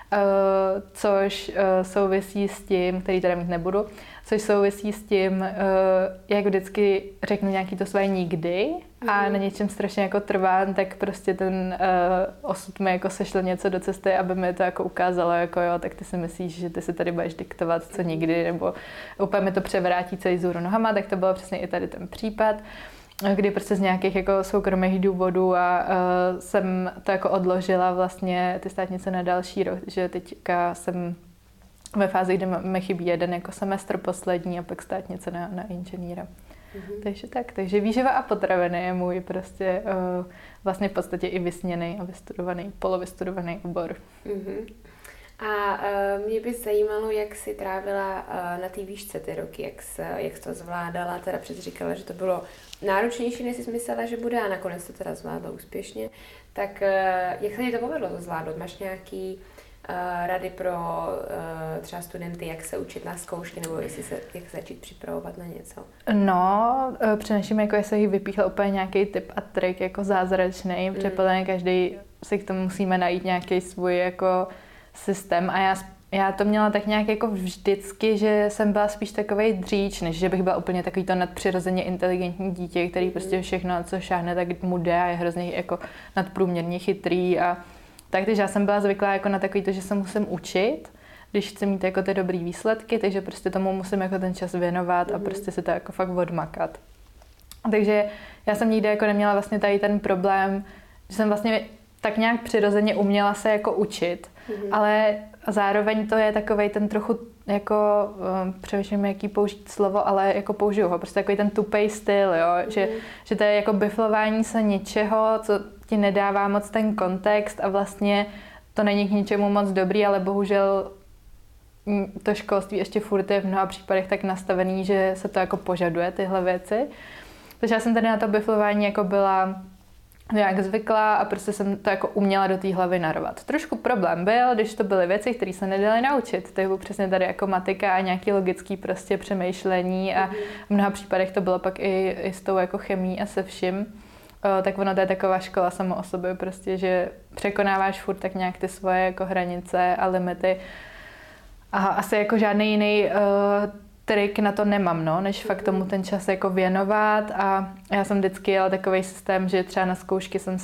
což souvisí s tím, který teda mít nebudu, což souvisí s tím, jak vždycky řeknu nějaký to své nikdy a na něčem strašně jako trvám, tak prostě ten osud mi jako sešlo něco do cesty, aby mi to jako ukázalo, jako jo, tak ty si myslíš, že ty si tady budeš diktovat, co nikdy, nebo úplně mi to převrátí celý zůru nohama, tak to bylo přesně i tady ten případ, kdy prostě z nějakých jako soukromých důvodů a jsem to jako odložila vlastně ty státnice na další rok, že teďka jsem ve fázi, kdy mi chybí jeden jako semestr poslední a pak státnice na inženýra. Takže tak, takže výživa a potraviny je můj prostě vlastně v podstatě i vysněný a vystudovaný, polovystudovaný obor. A mě by zajímalo, jak jsi trávila na té výšce ty roky, jak to zvládala, teda říkala, že to bylo náročnější, než jsi myslela, že bude a nakonec to teda zvládla úspěšně. Tak jak se ti to povedlo to zvládnout? Máš nějaký rady pro třeba studenty, jak se učit na zkoušky nebo jak začít připravovat na něco? No, přinejším jako jestli jí vypíchla úplně nějaký tip a trik jako zázračný, protože podle mě každý si k tomu musíme najít nějaký svůj jako systém a já to měla tak nějak jako vždycky, že jsem byla spíš takovej dříč, než že bych byla úplně takový to nadpřirozeně inteligentní dítě, který prostě všechno, co šáhne, tak mu jde a je hrozně jako nadprůměrně chytrý a tak, takže já jsem byla zvyklá jako na takový to, že se musím učit, když chci mít jako ty dobrý výsledky, takže prostě tomu musím jako ten čas věnovat a prostě si to jako fakt odmakat. Takže já jsem nikdy jako neměla vlastně tady ten problém, že jsem vlastně tak nějak přirozeně uměla se jako učit, ale zároveň to je takovej ten trochu jako, přemýšlím, jaký použít slovo, ale jako použiju ho, prostě takový ten tupej styl, jo, že to je jako biflování se něčeho, co ti nedává moc ten kontext a vlastně to není k ničemu moc dobrý, ale bohužel to školství ještě furt je v mnoha případech tak nastavený, že se to jako požaduje, tyhle věci. Takže já jsem tady na to biflování jako byla nějak zvykla a prostě jsem to jako uměla do té hlavy narvat. Trošku problém byl, když to byly věci, které se nedaly naučit. To je přesně tady jako matika a nějaký logický prostě přemýšlení a v mnoha případech to bylo pak i s tou jako chemií a se vším. Tak ono to je taková škola samo o sobě prostě, že překonáváš furt tak nějak ty svoje jako hranice a limity. A asi jako žádný jiný trik na to nemám, no, než fakt tomu ten čas jako věnovat a já jsem vždycky jela takový systém, že třeba na zkoušky jsem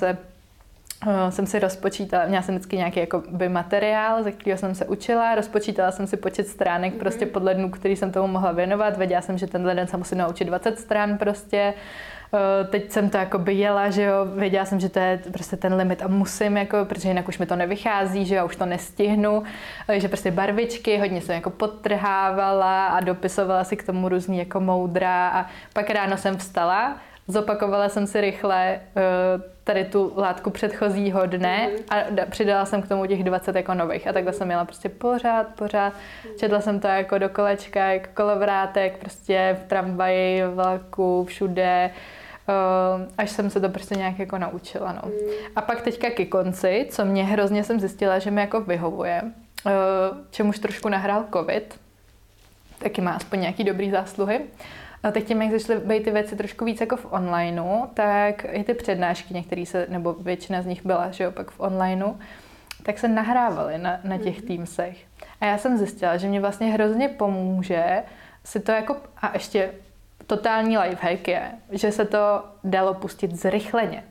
si rozpočítala, měla jsem vždycky nějaký jako by materiál, ze kterého jsem se učila, rozpočítala jsem si počet stránek prostě podle dnů, který jsem tomu mohla věnovat, věděla jsem, že tenhle den se musím naučit 20 stran prostě, teď jsem to jako by jela, že jo, věděla jsem, že to je prostě ten limit a musím, jako, protože jinak už mi to nevychází, že jo, už to nestihnu, že prostě barvičky, hodně jsem jako podtrhávala a dopisovala si k tomu různý jako moudra a pak ráno jsem vstala, zopakovala jsem si rychle tady tu látku předchozího dne a přidala jsem k tomu těch 20 jako nových a takhle jsem měla prostě pořád, četla jsem to jako do kolečka, jako kolovrátek, prostě v tramvaji, v vlaku, všude, až jsem se to prostě nějak jako naučila, no. A pak teďka ke konci, co mě hrozně jsem zjistila, že mi jako vyhovuje, čemuž trošku nahrál covid, taky má aspoň nějaký dobrý zásluhy, A teď tím, jak začaly být ty věci trošku víc jako v onlineu, tak i ty přednášky, některé se, nebo většina z nich byla, že jo, pak v onlineu, tak se nahrávaly na těch Teamsech. A já jsem zjistila, že mě vlastně hrozně pomůže si to jako, a ještě totální lifehack je, že se to dalo pustit zrychleně.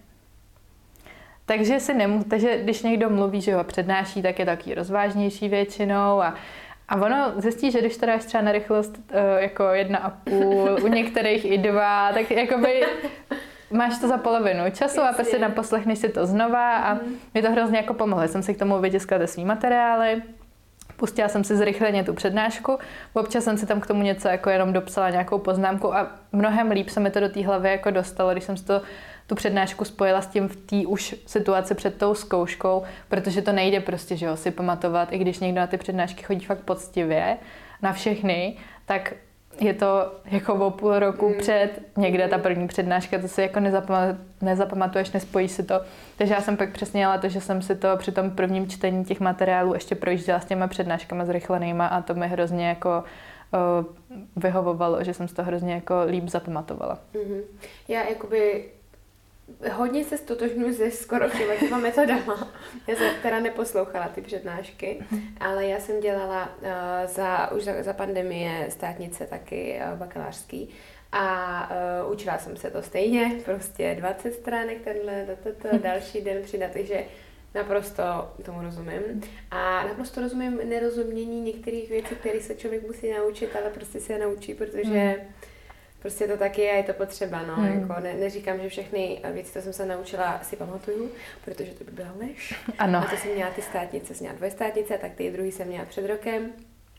Takže když někdo mluví, že ho přednáší, tak je taky rozvážnější většinou a ono zjistí, že když to dáš třeba na rychlost jako 1,5, u některých i 2, tak jakoby máš to za polovinu času a prostě naposlechneš si to znova a mi to hrozně jako pomohlo. Jsem si k tomu vytiskla svý materiály, pustila jsem si zrychleně tu přednášku, občas jsem si tam k tomu něco jako jenom dopsala nějakou poznámku a mnohem líp se mi to do té hlavy jako dostalo, když jsem si tu přednášku spojila s tím v té už situaci před tou zkouškou, protože to nejde prostě, že jo, si pamatovat, i když někdo na ty přednášky chodí fakt poctivě, na všechny, tak je to jako o půl roku před někde ta první přednáška, to si jako nezapamatuješ, nespojíš si to. Takže já jsem pak přesně jela to, že jsem si to při tom prvním čtení těch materiálů ještě projížděla s těma přednáškama zrychlenýma a to mi hrozně jako vyhovovalo, že jsem si to hrozně jako líp zapamatovala. Já jakoby hodně se ztotožňuji se skoro všema těma metodama. Já jsem teda neposlouchala ty přednášky, ale já jsem dělala už za pandemie státnice taky bakalářský a učila jsem se to stejně, prostě 20 stránek další den přidat, takže naprosto tomu rozumím. A naprosto rozumím nerozumění některých věcí, které se člověk musí naučit, ale prostě se je naučí, protože prostě to tak je a je to potřeba, no. Jako neříkám, že všechny věci, co jsem se naučila, si pamatuju, protože to by byla lež. Ano. A to jsem měla ty státnice, jsem měla 2 státnice, tak ty druhý jsem měla před rokem.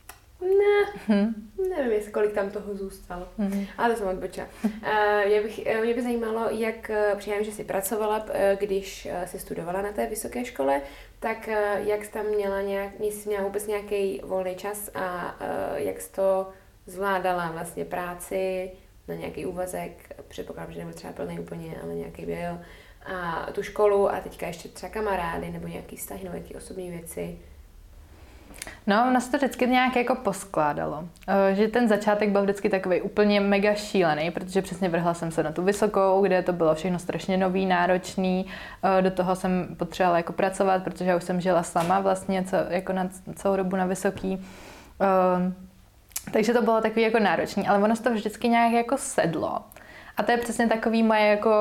Nevím, jestli kolik tam toho zůstalo, ale to jsem odbočila. Mě by zajímalo, jak přijím, že jsi pracovala, když jsi studovala na té vysoké škole, tak jak jsi tam měla vůbec nějaký volný čas a jak jsi to zvládala vlastně práci na nějaký úvazek, předpokládám, že nebyl třeba plný úplně, ale nějaký byl, a tu školu a teďka ještě třeba kamarády nebo nějaký vztahy, nebo nějaké osobní věci. No, nás to vždycky nějak jako poskládalo. Že ten začátek byl vždycky takový úplně mega šílený, protože přesně vrhla jsem se na tu vysokou, kde to bylo všechno strašně nový, náročný. Do toho jsem potřebovala jako pracovat, protože já už jsem žila sama vlastně jako na celou dobu na vysoký. Takže to bylo takový jako náročný, ale ono se to vždycky nějak jako sedlo. A to je přesně takový moje jako,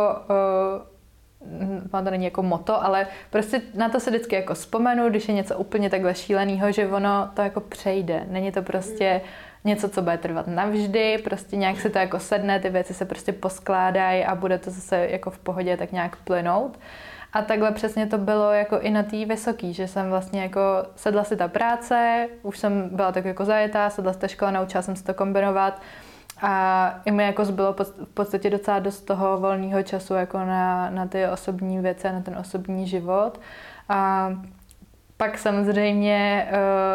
to není jako motto, ale prostě na to se vždycky jako vzpomenu, když je něco úplně takhle šílenýho, že ono to jako přejde. Není to prostě něco, co bude trvat navždy, prostě nějak se to jako sedne, ty věci se prostě poskládají a bude to zase jako v pohodě tak nějak plynout. A takhle přesně to bylo jako i na té vysoký, že jsem vlastně jako sedla si ta práce, už jsem byla tak jako zajetá, sedla si ta škola, naučila jsem se to kombinovat a i mi jako zbylo v podstatě docela dost toho volného času jako na ty osobní věci a na ten osobní život. A pak samozřejmě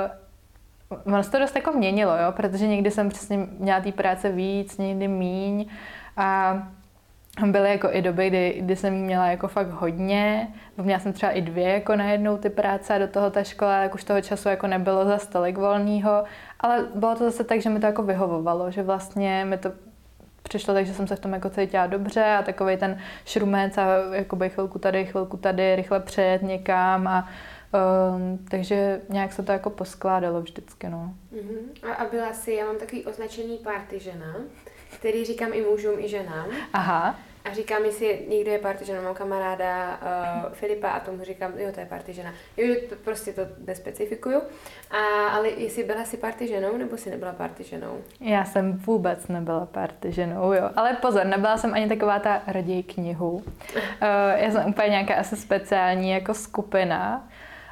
ono se to dost jako měnilo, jo, protože někdy jsem přesně měla té práce víc, někdy míň a byly jako i doby, kdy jsem jí měla jako fakt hodně. Měla jsem třeba i 2 jako najednou ty práce a do toho ta škola, tak už toho času jako nebylo za tolik volného. Ale bylo to zase tak, že mi to jako vyhovovalo, že vlastně mi to přišlo tak, že jsem se v tom jako cítila dobře a takovej ten šrumec a jakoby chvilku tady, rychle přejet někam a takže nějak se to jako poskládalo vždycky, no. A byla jsi, já mám takový označený party žena, který říkám i mužům, i ženám. Aha. A říkám, jestli někdo je party žena, mám kamaráda Filipa a tomu říkám, jo, to je party žena. Jo, že to prostě to nespecifikuju. Ale jestli byla si party ženou, nebo si nebyla party ženou? Já jsem vůbec nebyla party ženou, jo. Ale pozor, nebyla jsem ani taková ta raději knihu. Já jsem úplně nějaká asi speciální jako skupina.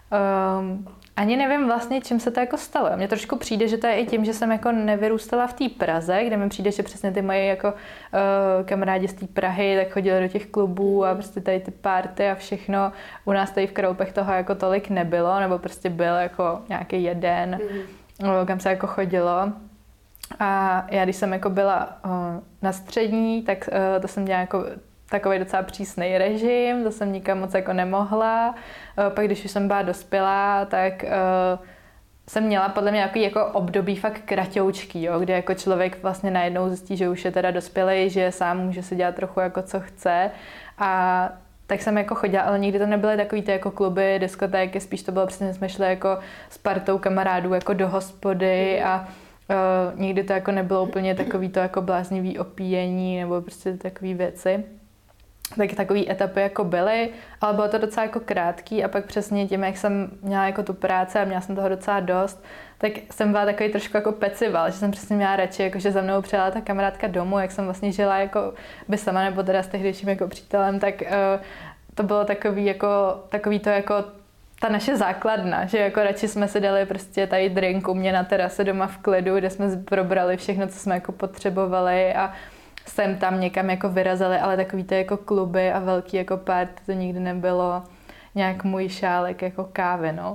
Ani nevím vlastně, čím se to jako stalo. Mně trošku přijde, že to je i tím, že jsem jako nevyrůstala v té Praze, kde mi přijde, že přesně ty moje jako kamarádi z té Prahy tak chodili do těch klubů a prostě tady ty party a všechno. U nás tady v Kroupech toho jako tolik nebylo, nebo prostě byl jako nějaký jeden, kam se jako chodilo. A já když jsem jako byla na střední, tak to jsem dělala jako takový docela přísný režim, to jsem nikam moc jako nemohla. Pak když už jsem byla dospělá, tak jsem měla podle mě nějaký jako období fakt kratoučký, jo, kde jako člověk vlastně najednou zjistí, že už je teda dospělý, že sám může si dělat trochu jako co chce a tak jsem jako chodila, ale nikdy to nebyly takový ty jako kluby, diskotéky, spíš to bylo přesně, jsme šli jako s partou kamarádů jako do hospody a nikdy to jako nebylo úplně takový to jako bláznivý opíjení nebo prostě takové věci. Tak takové etapy jako byly, ale bylo to docela jako krátký a pak přesně tím, jak jsem měla jako tu práci a měla jsem toho docela dost, tak jsem byla takový trošku jako pecival, že jsem přesně měla radši, jako že za mnou přijela ta kamarádka domů, jak jsem vlastně žila jako by sama nebo teda s tehdejším jako přítelem, tak to bylo takový to jako ta naše základna, že jako radši jsme si dali prostě tady drink u mě na terase doma v klidu, kde jsme probrali všechno, co jsme jako potřebovali a sem tam někam jako vyrazili, ale takový ty jako kluby a velký jako party, to nikdy nebylo nějak můj šálek jako kávy, no.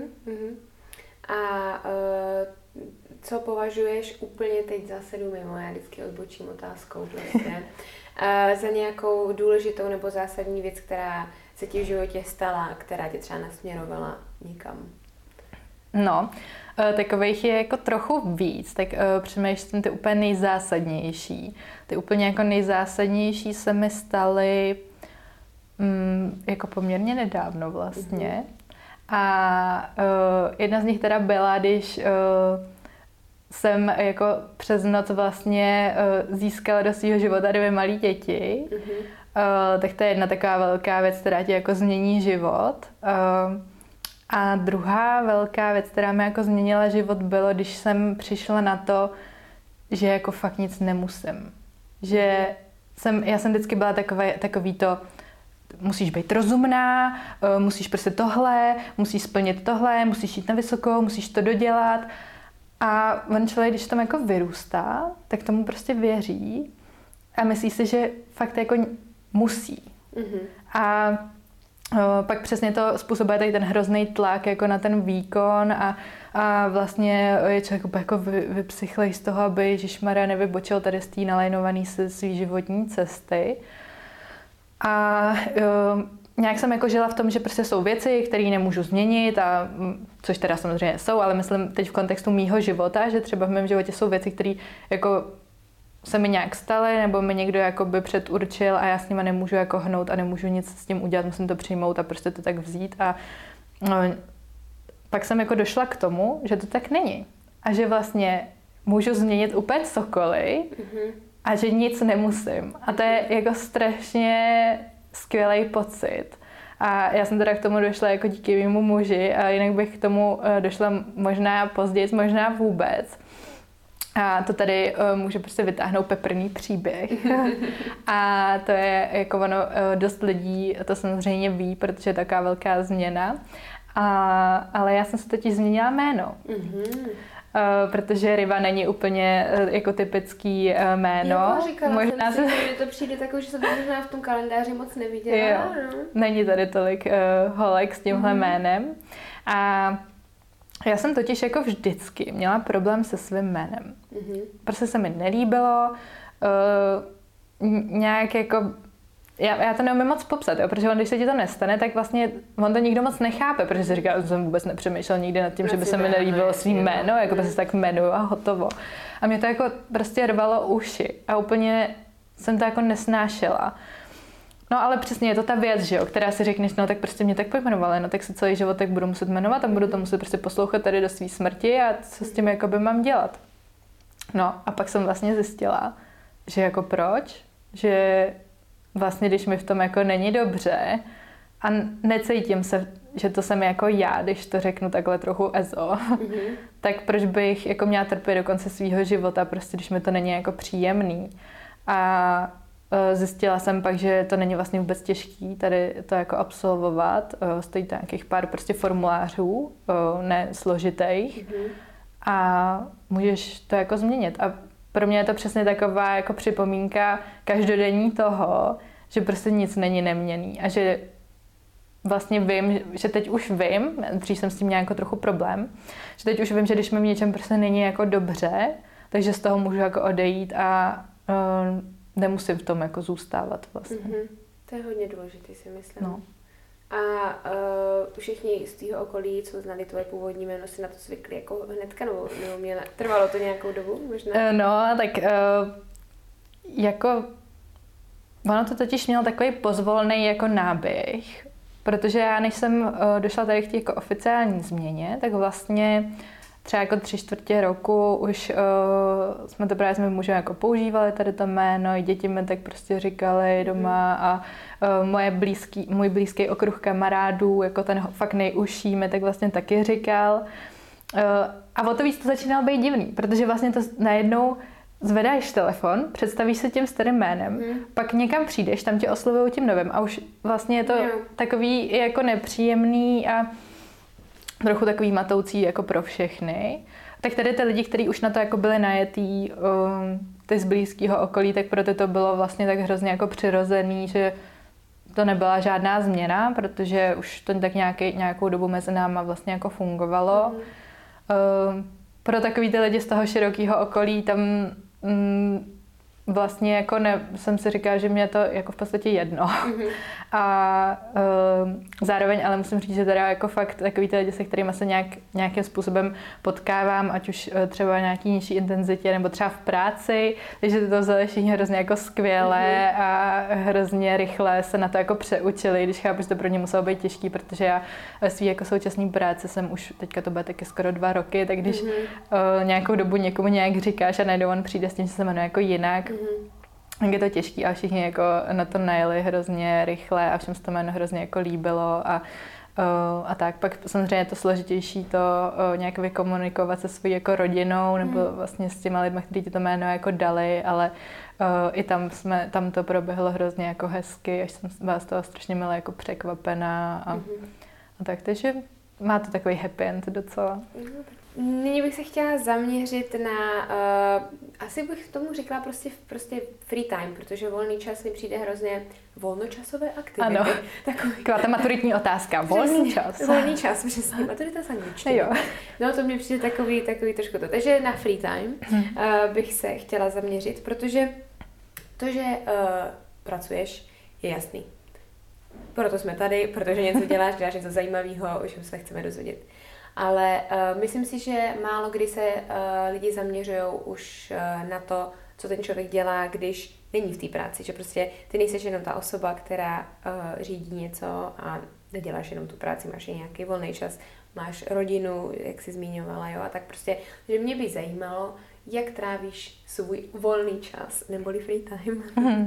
A co považuješ úplně teď zase jdu mimo, já vždycky odbočím otázkou prostě, za nějakou důležitou nebo zásadní věc, která se ti v životě stala, která tě třeba nasměrovala nikam? No, takových je jako trochu víc, tak přemýšlím ty úplně nejzásadnější. Ty úplně jako nejzásadnější se mi staly jako poměrně nedávno vlastně. A jedna z nich teda byla, když jsem jako přes noc vlastně získala do svého života 2 malé děti. Tak to je jedna taková velká věc, která ti jako změní život. A druhá velká věc, která mi jako změnila život, bylo, když jsem přišla na to, že jako fakt nic nemusím. Že já jsem vždycky byla takový to, musíš být rozumná, musíš prostě tohle, musíš splnit tohle, musíš jít na vysokou, musíš to dodělat. A on člověk, když tam jako vyrůstá, tak tomu prostě věří a myslí si, že fakt jako musí. A pak přesně to způsobuje tady ten hrozný tlak jako na ten výkon a vlastně je člověk jako vypsychlej z toho, aby ježišmarja nevybočil tady z té nalajnované svý životní cesty. A nějak jsem jako žila v tom, že prostě jsou věci, které nemůžu změnit, což teda samozřejmě jsou, ale myslím teď v kontextu mýho života, že třeba v mém životě jsou věci, které jako se mi nějak staly, nebo mi někdo jakoby předurčil a já s nima nemůžu jako hnout a nemůžu nic s tím udělat, musím to přijmout a prostě to tak vzít. A pak jsem jako došla k tomu, že to tak není. A že vlastně můžu změnit úplně cokoliv a že nic nemusím. A to je jako strašně skvělý pocit. A já jsem teda k tomu došla jako díky mému muži a jinak bych k tomu došla možná později, možná vůbec. A to tady může prostě vytáhnout peprný příběh. A to je jako ono, dost lidí to samozřejmě ví, protože je taková velká změna. Ale já jsem si totiž změnila jméno. Protože Riva není úplně jako typický jméno. Jo, říkala možná jsem si, že to přijde takový, že jsem to možná v tom kalendáři moc neviděla. Jo, no. Není tady tolik holek s tímhle jménem. A já jsem totiž jako vždycky měla problém se svým jménem. Prostě se mi nelíbilo, nějak jako, já to neumím moc popsat, jo, protože když se ti to nestane, tak vlastně on to nikdo moc nechápe, protože si říká, že jsem vůbec nepřemýšlel nikdy nad tím, že by se mi nelíbilo svým jméno, jako prostě tak jmenuju a hotovo. A mě to jako prostě rvalo uši a úplně jsem to jako nesnášela. No ale přesně je to ta věc, že jo, která si řekneš, no tak prostě mě tak pojmenovali, no tak se celý život tak budu muset jmenovat a budu to muset prostě poslouchat tady do své smrti a co s tím jakoby mám dělat. No a pak jsem vlastně zjistila, že jako proč, že vlastně když mi v tom jako není dobře a necítím se, že to jsem jako já, když to řeknu takhle trochu ezo, tak proč bych jako měla trpět do konce svého života, prostě když mi to není jako příjemný. A zjistila jsem pak, že to není vlastně vůbec těžký tady to jako absolvovat. Stojí to nějakých pár prostě formulářů, ne složitých. A můžeš to jako změnit. A pro mě je to přesně taková jako připomínka každodenní toho, že prostě nic není neměnný. A že vlastně vím, že teď už vím, dřív jsem s tím měla jako trochu problém, že teď už vím, že když mi v něčem prostě není jako dobře, takže z toho můžu jako odejít a nemusím v tom jako zůstávat vlastně. To je hodně důležitý, si myslím. No. A všichni z tvého okolí, co znali tvoje původní jméno, si na to zvykli jako hnedka, nebo trvalo to nějakou dobu možná? No, tak jako ono to totiž mělo takový pozvolný jako náběh, protože já než jsem došla tady k té jako oficiální změně, tak vlastně třeba jako 3/4 roku už jsme to právě s mým mužem jako používali tady to jméno, i děti mi tak prostě říkali doma a můj blízký okruh kamarádů, jako ten fakt nejužší, mi tak vlastně taky říkal. A o to víc to začínalo být divný, protože vlastně to najednou zvedáš telefon, představíš se tím starým jménem, pak někam přijdeš, tam tě oslovují tím novým a už vlastně je to takový jako nepříjemný a trochu takový matoucí jako pro všechny. Tak tady ty lidi, kteří už na to jako byli najetý, ty z blízkého okolí, tak pro ty to bylo vlastně tak hrozně jako přirozený, že to nebyla žádná změna, protože už to tak nějakou dobu mezi náma vlastně jako fungovalo. Pro takový ty lidi z toho širokého okolí tam vlastně jako jsem si říkala, že mě to jako v podstatě jedno. A zároveň ale musím říct, že teda jako fakt takový ty lidi, se kterými se nějakým způsobem potkávám, ať už třeba nějaký nižší intenzitě nebo třeba v práci, takže to vzali všichni hrozně jako skvěle a hrozně rychle se na to jako přeučili, když chápu, že to pro ně muselo být těžký, protože já ve své jako současné práci jsem už, teďka to bude taky skoro 2 roky, tak když nějakou dobu někomu nějak říkáš a najednou on přijde s tím, že se jmenuje jako jinak, tak je to těžký a všichni jako na to najeli hrozně rychle a všem se to jméno hrozně jako líbilo a tak. Pak samozřejmě je to složitější to nějak vykomunikovat se svou jako rodinou nebo vlastně s těma lidmi, kteří ti to jméno jako dali, ale i tam to proběhlo hrozně jako hezky, až jsem byla z toho strašně milé jako překvapená a tak, takže má to takový happy end docela. Nyní bych se chtěla zaměřit na, asi bych tomu říkala prostě free time, protože volný čas mi přijde hrozně volnočasové aktivity. Ano, taková ta maturitní otázka, volný čas. Volný čas, přesně, maturita z angličtiny. Jo. No to mě přijde takový trošku to. Takže na free time bych se chtěla zaměřit, protože to, že pracuješ, je jasný. Proto jsme tady, protože něco děláš něco zajímavého, o čem se chceme dozvědět. Ale myslím si, že málo kdy se lidi zaměřují už na to, co ten člověk dělá, když není v té práci. Že prostě ty nejseš jenom ta osoba, která řídí něco a neděláš jenom tu práci, máš i nějaký volný čas, máš rodinu, jak jsi zmiňovala, jo, a tak prostě, že mě by zajímalo, jak trávíš svůj volný čas, neboli free time.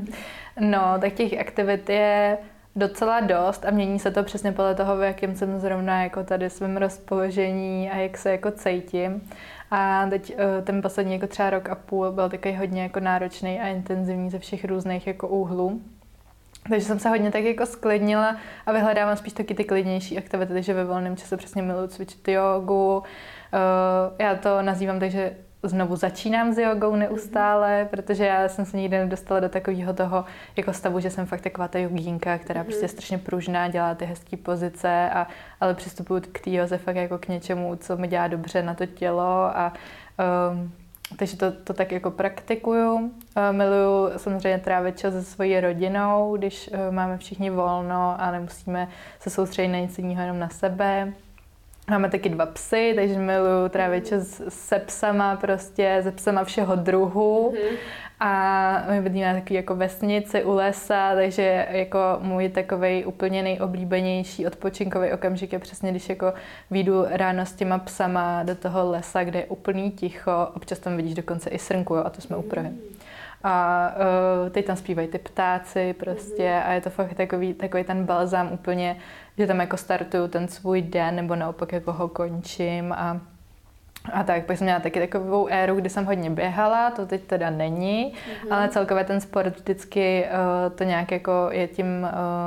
No, tak těch aktivit je docela dost a mění se to přesně podle toho, v jakém jsem zrovna jako tady svým rozpoložení a jak se jako cítím. A teď ten poslední jako třeba 1,5 rok byl takový hodně jako náročný a intenzivní ze všech různých jako úhlů. Takže jsem se hodně tak jako sklidnila a vyhledávám spíš taky ty klidnější aktivity, takže ve volném čase přesně miluji cvičit jogu. Já to nazývám tak, že znovu začínám s jogou neustále, protože já jsem se nikdy nedostala do takového toho jako stavu, že jsem fakt taková ta jogínka, která prostě je strašně pružná, dělá ty hezké pozice, ale přistupuju k té joze fakt jako k něčemu, co mi dělá dobře na to tělo a takže to tak jako praktikuju. Miluju samozřejmě trávit čas se svojí rodinou, když máme všichni volno a nemusíme se soustředit na nic jiného, jenom na sebe. Máme taky 2 psy, takže miluju trávit čas se psama, prostě se psama všeho druhu. A my bydlíme na takový jako vesnici u lesa, takže jako můj takovej úplně nejoblíbenější odpočinkový okamžik je přesně, když jako vyjdu ráno s těma psama do toho lesa, kde je úplný ticho, občas tam vidíš dokonce i srnku, jo, a to jsme u Prahy. A teď tam zpívají ty ptáci prostě a je to fakt takový ten balzám úplně, že tam jako startuju ten svůj den nebo naopak jako ho končím a tak. Pak jsem měla taky takovou éru, kdy jsem hodně běhala, to teď teda není, ale celkově ten sport vždycky to nějak jako je tím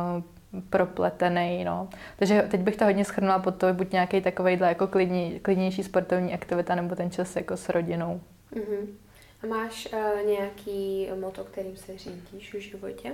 propletený, no. Takže teď bych to hodně shrnula pod to, buď nějaký takovejhle jako klidnější sportovní aktivita nebo ten čas jako s rodinou. A máš nějaký motto, kterým se řídíš v životě?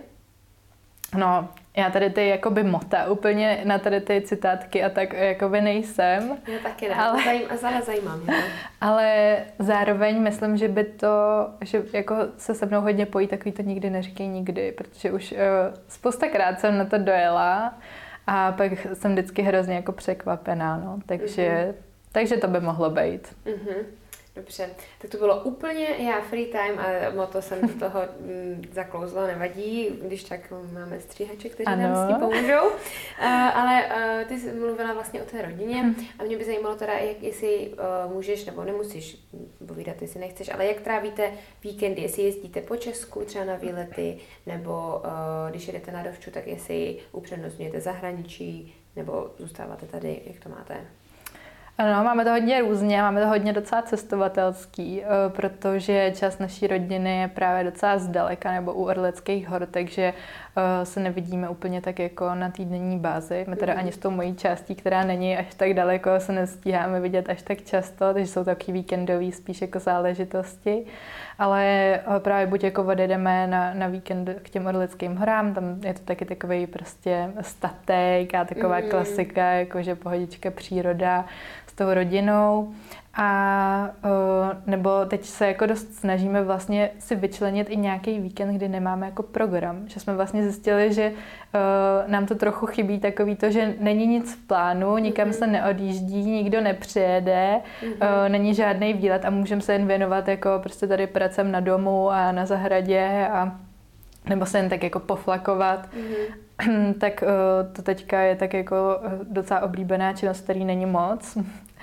No, já tady ty jakoby mota úplně na tady ty citátky a tak jakoby nejsem. Já taky ne, ale zajímá mě. Ale zároveň myslím, že by to, že jako se mnou hodně pojí takový to nikdy neříkej nikdy, protože už spoustakrát jsem na to dojela A pak jsem vždycky hrozně jako překvapená, no. Takže to by mohlo být. Dobře, tak to bylo úplně free time a moto jsem do toho zaklouzla, nevadí, když tak máme stříhače, kteří nám s tím pomůžou. Ale ty jsi mluvila vlastně o té rodině a mě by zajímalo teda, jestli můžeš nebo nemusíš povídat, jestli nechceš, ale jak trávíte víkendy, jestli jezdíte po Česku třeba na výlety, nebo když jedete na dovču, tak jestli upřednostňujete zahraničí, nebo zůstáváte tady, jak to máte? Ano, máme to hodně různě, máme to hodně docela cestovatelský, protože část naší rodiny je právě docela zdaleka nebo u Orlických hor, takže se nevidíme úplně tak jako na týdenní bázi. My teda ani s tou mojí částí, která není až tak daleko, se nestíháme vidět až tak často, takže jsou taky víkendový spíš jako záležitosti. Ale právě buď jako odjedeme na víkend k těm Orlickým horám, tam je to taky takový prostě statek a taková klasika, jakože pohodička, příroda s tou rodinou. A nebo teď se jako dost snažíme vlastně si vyčlenit i nějaký víkend, kdy nemáme jako program. Že jsme vlastně zjistili, že nám to trochu chybí takový to, že není nic v plánu, nikam se neodjíždí, nikdo nepřijede, není žádný výlet a můžeme se jen věnovat jako prostě tady pracem na domu a na zahradě a nebo se jen tak jako poflakovat. Tak to teďka je tak jako docela oblíbená činnost, který není moc.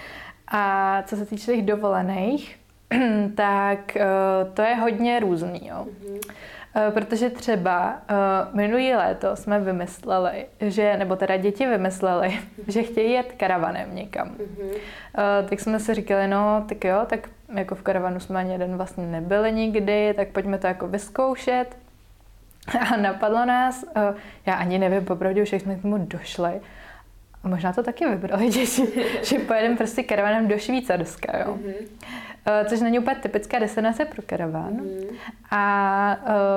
A co se týče těch dovolených, tak to je hodně různý, jo. Protože třeba minulý léto jsme vymysleli, nebo teda děti vymysleli, že chtějí jet karavanem někam. Tak jsme si říkali, no tak jo, tak jako v karavanu jsme ani jeden vlastně nebyli nikdy, tak pojďme to jako vyzkoušet. A napadlo nás, já ani nevím, popravdě už jak jsme k tomu došli, a možná to taky vybrali děti, že pojedeme prostě karavanem do Švýcarska, jo. Což není úplně typická destinace pro karavan. A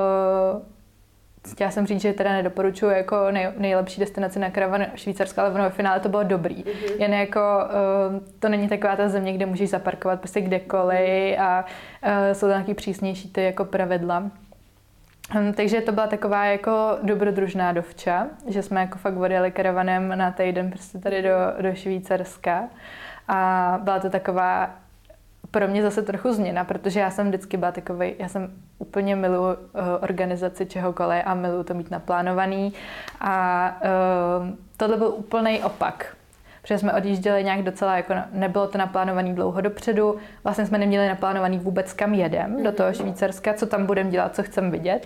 chtěla jsem říct, že teda nedoporučuji jako nejlepší destinaci na karavan Švýcarska, ale ve finále to bylo dobrý. Jen jako to není taková ta země, kde můžeš zaparkovat prostě kdekoliv a jsou tam nějaký přísnější ty jako pravidla. Takže to byla taková jako dobrodružná dovča, že jsme jako fakt odjeli karavanem na týden prostě tady do Švýcarska a byla to taková pro mě zase trochu změna, protože já jsem vždycky byla takovej, já jsem úplně miluji organizaci čehokoliv a miluji to mít naplánovaný a tohle byl úplný opak. Protože jsme odjížděli nějak docela, jako nebylo to naplánovaný dlouho dopředu, vlastně jsme neměli naplánovaný vůbec kam jedem do toho Švýcarska, co tam budeme dělat, co chceme vidět.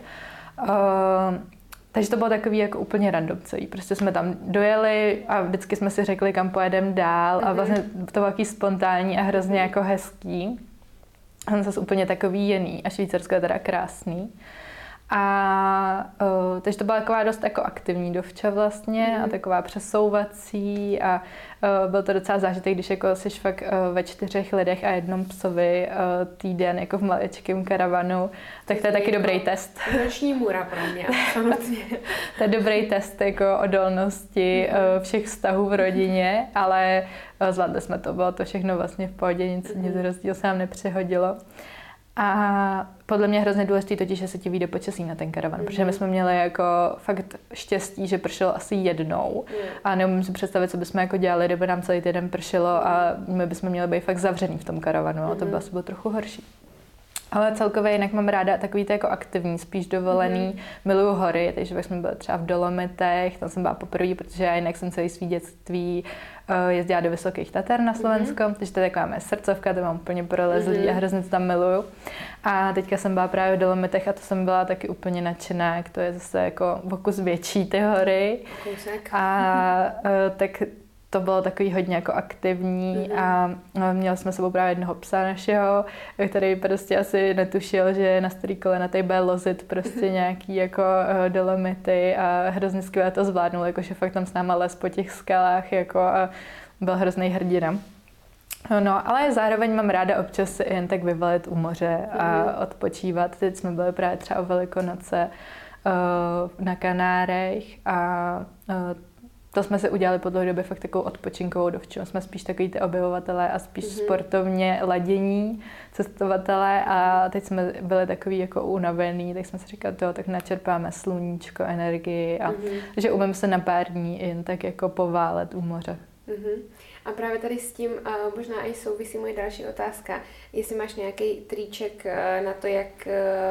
Takže to bylo takový jako úplně random celý. Prostě jsme tam dojeli a vždycky jsme si řekli, kam pojedeme dál a vlastně to bylo takový spontánní a hrozně jako hezký. A zase úplně takový jiný a Švýcarsko je teda krásný. A takže to byla taková dost jako aktivní dovča vlastně a taková přesouvací a byl to docela zážitek, když jako jsi fakt ve 4 lidech a jednom psovi týden jako v maličkém karavanu, tak to je taky dobrý test. Noční můra pro mě, absolutně. To je dobrý test jako odolnosti všech vztahů v rodině, ale zvládli jsme to, bylo to všechno vlastně v pohodě, nic rozdíl se nám nepřehodilo. A podle mě je hrozně důležité totiž, že se ti vyjde počasí na ten karavan, protože my jsme měli jako fakt štěstí, že pršelo asi jednou a neumím si představit, co bychom jako dělali, kdyby nám celý týden pršelo a my bychom měli být fakt zavřený v tom karavanu, ale to by asi bylo trochu horší. Ale celkově jinak mám ráda takový to jako aktivní, spíš dovolený, miluju hory, takže pak jsme byli třeba v Dolomitech, tam jsem byla poprvé, protože já jinak jsem celý svý dětství jezdila do Vysokých Tater na Slovensko, takže to je taková mé srdcovka, to mám úplně prolezlý a hrozně to tam miluju. A teďka jsem byla právě v Dolomitech a to jsem byla taky úplně nadšená, jak to je zase jako o kus větší ty hory. A tak to bylo takový hodně jako aktivní a měli jsme sebou právě jednoho psa našeho, který prostě asi netušil, že na starý kolena tady bude lozit prostě nějaký jako Dolomity a hrozně skvěle to zvládnul, jakože fakt tam s náma les po těch skalách jako a byl hrozný hrdina. No, ale zároveň mám ráda občas si jen tak vyvalit u moře a odpočívat. Teď jsme byli právě třeba o Velikonoce na Kanárech a to jsme si udělali po dlouhé době fakt takovou odpočinkovou dovčinu. Jsme spíš takový ty objevovatelé a spíš sportovně ladění cestovatelé a teď jsme byli takový jako unavený, tak jsme si říkali, tak načerpáme sluníčko, energii a že umím se na pár dní jen tak jako poválet u moře. A právě tady s tím možná i souvisí moje další otázka. Jestli máš nějaký triček na to, jak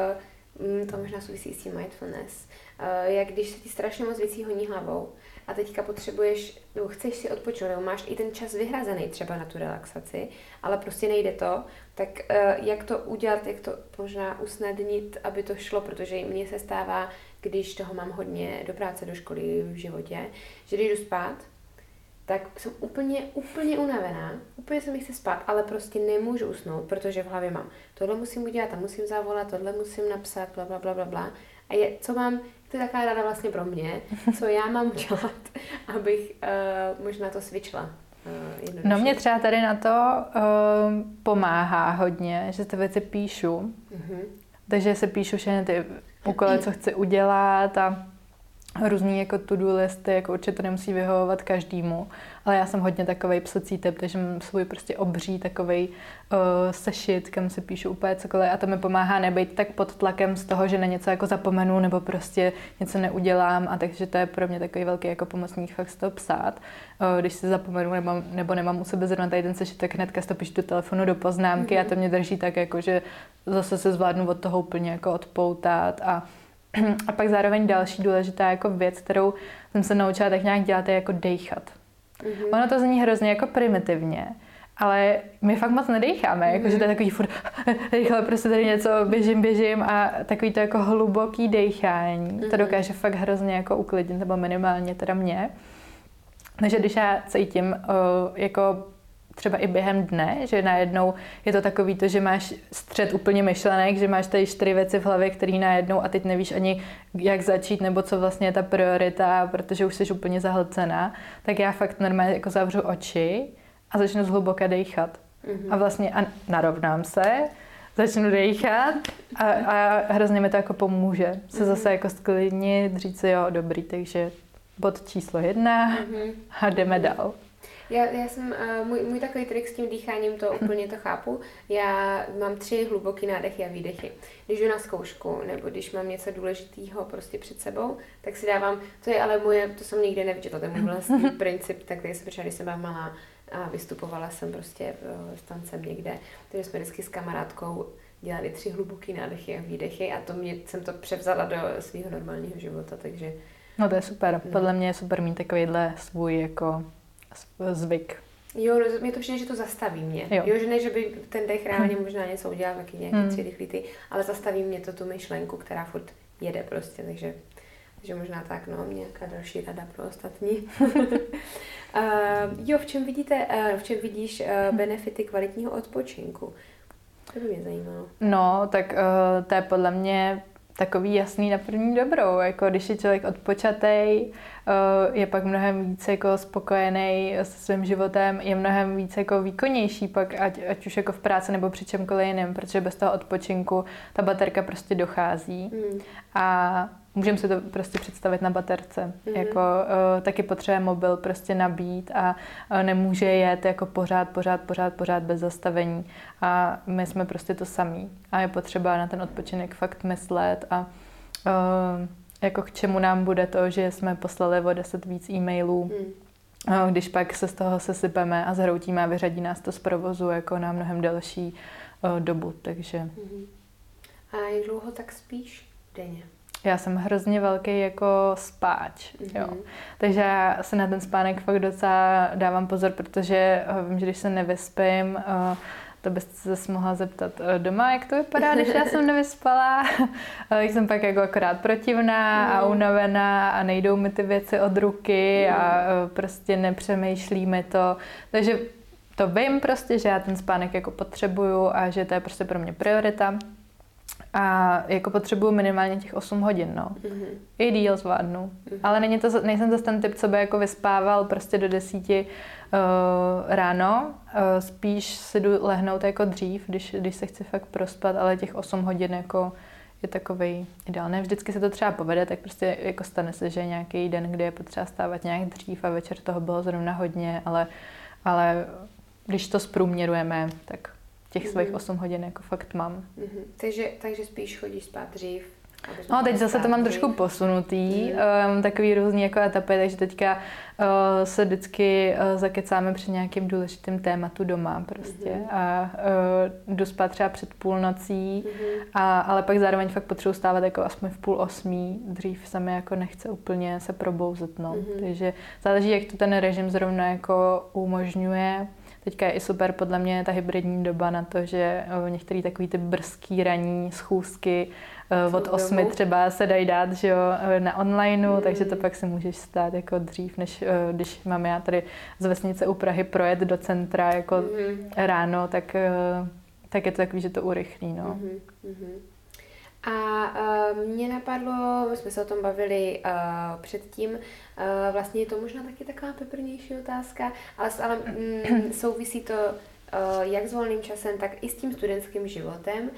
to možná souvisí s tím mindfulness. Jak když se ti strašně moc věcí honí hlavou a teďka potřebuješ, nebo chceš si odpočinout, nebo máš i ten čas vyhrazený třeba na tu relaxaci, ale prostě nejde to, tak jak to udělat, jak to možná usnadnit, aby to šlo, protože mně se stává, když toho mám hodně do práce, do školy, v životě, že když jdu spát, tak jsem úplně unavená, úplně se mi chce spát, ale prostě nemůžu usnout, protože v hlavě mám tohle musím udělat, tam musím zavolat, tohle musím napsat, bla. A co mám, to je taková rada vlastně pro mě, co já mám udělat, abych možná to switchla. No mě třeba tady na to pomáhá hodně, že ty věci píšu, takže si píšu všechny ty úkoly, co chci udělat a různý jako to-do listy, jako určitě to nemusí vyhovovat každému, ale já jsem hodně takovej psací typ, takže mám svůj prostě obří takovej sešit, kam si píšu úplně cokoliv a to mi pomáhá nebejt tak pod tlakem z toho, že na něco jako zapomenu nebo prostě něco neudělám a takže to je pro mě takový velký jako pomocník fakt z toho psát. Když si zapomenu nebo nemám u sebe zrovna tady ten sešit, tak hnedka si to píšu do telefonu, do poznámky a to mě drží tak jako, že zase se zvládnu od toho úplně jako odpoutat a pak zároveň další důležitá jako věc, kterou jsem se naučila tak nějak dělat, je jako dejchat. Ono to zní hrozně jako primitivně, ale my fakt moc nedejcháme, jako, že to je takový furt rychle prostě tady něco běžím a takový to jako hluboký dejchání. To dokáže fakt hrozně jako uklidnit, nebo minimálně teda mě. Takže když já cítím jako třeba i během dne, že najednou je to takový to, že máš střed úplně myšlenek, že máš tady 4 věci v hlavě, které najednou a teď nevíš ani jak začít nebo co vlastně je ta priorita, protože už jsi úplně zahlcená, tak já fakt normálně jako zavřu oči a začnu zhluboka dejchat. A vlastně narovnám se, začnu dejchat a hrozně mi to jako pomůže se zase jako sklidnit, říct si jo, dobrý, takže bod číslo 1 a jdeme dál. Já jsem, můj takový trik s tím dýcháním, to úplně to chápu. Já mám 3 hluboký nádechy a výdechy. Když jdu na zkoušku, nebo když mám něco důležitého prostě před sebou, tak si dávám, to je ale moje, to jsem nikdy nevyčetla, to je můj vlastní princip, tak jsem přišla, když jsem byla malá a vystupovala jsem prostě s tancem někde, takže jsme vždycky s kamarádkou dělali 3 hluboký nádechy a výdechy a jsem to převzala do svého normálního života, takže... No to je super, podle mě je super mít takovýhle svůj jako zvyk. Jo, mě to přijde, že to zastaví mě. Jo, že ne, že by ten dech reálně možná něco udělal, taky nějaký 3 rychlý, ale zastaví mě to tu myšlenku, která furt jede prostě, takže možná tak, no, nějaká další rada pro ostatní. Jo, v čem vidíš benefity kvalitního odpočinku? To by mě zajímalo. No, tak to je podle mě takový jasný na první dobrou, jako když je člověk odpočatej, je pak mnohem víc jako spokojený se svým životem, je mnohem víc jako výkonnější pak, ať už jako v práci nebo při čemkoliv jiném, protože bez toho odpočinku ta baterka prostě dochází a můžeme si to prostě představit na baterce. Jako taky potřebuje mobil prostě nabít a nemůže jet jako pořád bez zastavení. A my jsme prostě to samý. A je potřeba na ten odpočinek fakt myslet a jako k čemu nám bude to, že jsme poslali o 10 víc e-mailů, když pak se z toho sesypeme a zhroutíme a vyřadí nás to z provozu jako na mnohem delší dobu. Takže. A jak dlouho tak spíš denně? Já jsem hrozně velký jako spáč, jo. Takže já se na ten spánek fakt docela dávám pozor, protože vím, že když se nevyspím, to byste se mohla zeptat doma, jak to vypadá, když já jsem nevyspala. Jsem pak jako akorát protivná a unavená a nejdou mi ty věci od ruky a prostě nepřemýšlí mi to. Takže to vím prostě, že já ten spánek jako potřebuju a že to je prostě pro mě priorita. A jako potřebuju minimálně těch 8 hodin, no. I díl zvládnu. Ale nejsem zase ten typ, co by jako vyspával prostě do 10 ráno. Spíš si jdu lehnout jako dřív, když se chci fakt prospat, ale těch 8 hodin jako je takovej ideál. Ne vždycky se to třeba povede, tak prostě jako stane se, že nějaký den, kdy je potřeba stávat nějak dřív a večer toho bylo zrovna hodně, ale když to zprůměrujeme, tak těch svých 8 hodin jako fakt mám. Takže spíš chodíš spát dřív? No, teď zase to mám trošku posunutý, mám takový různý jako etapy, takže teďka se vždycky zakecáme při nějakým důležitým tématu doma prostě a jdu spát třeba před půlnocí, ale pak zároveň fakt potřebuji stávat jako aspoň v 7:30, dřív se mi jako nechce úplně se probouzet, no. Takže záleží, jak to ten režim zrovna jako umožňuje. Teďka je i super podle mě ta hybridní doba na to, že některé takový ty brzký ranní schůzky od 8 třeba se dají dát, že jo, na onlineu, takže to pak si můžeš stát jako dřív, než když mám já tady z vesnice u Prahy projet do centra jako ráno, tak je to takový, že to urychlí, no. A mě napadlo, my jsme se o tom bavili předtím, vlastně je to možná taky taková peprnější otázka, ale souvisí to jak s volným časem, tak i s tím studentským životem,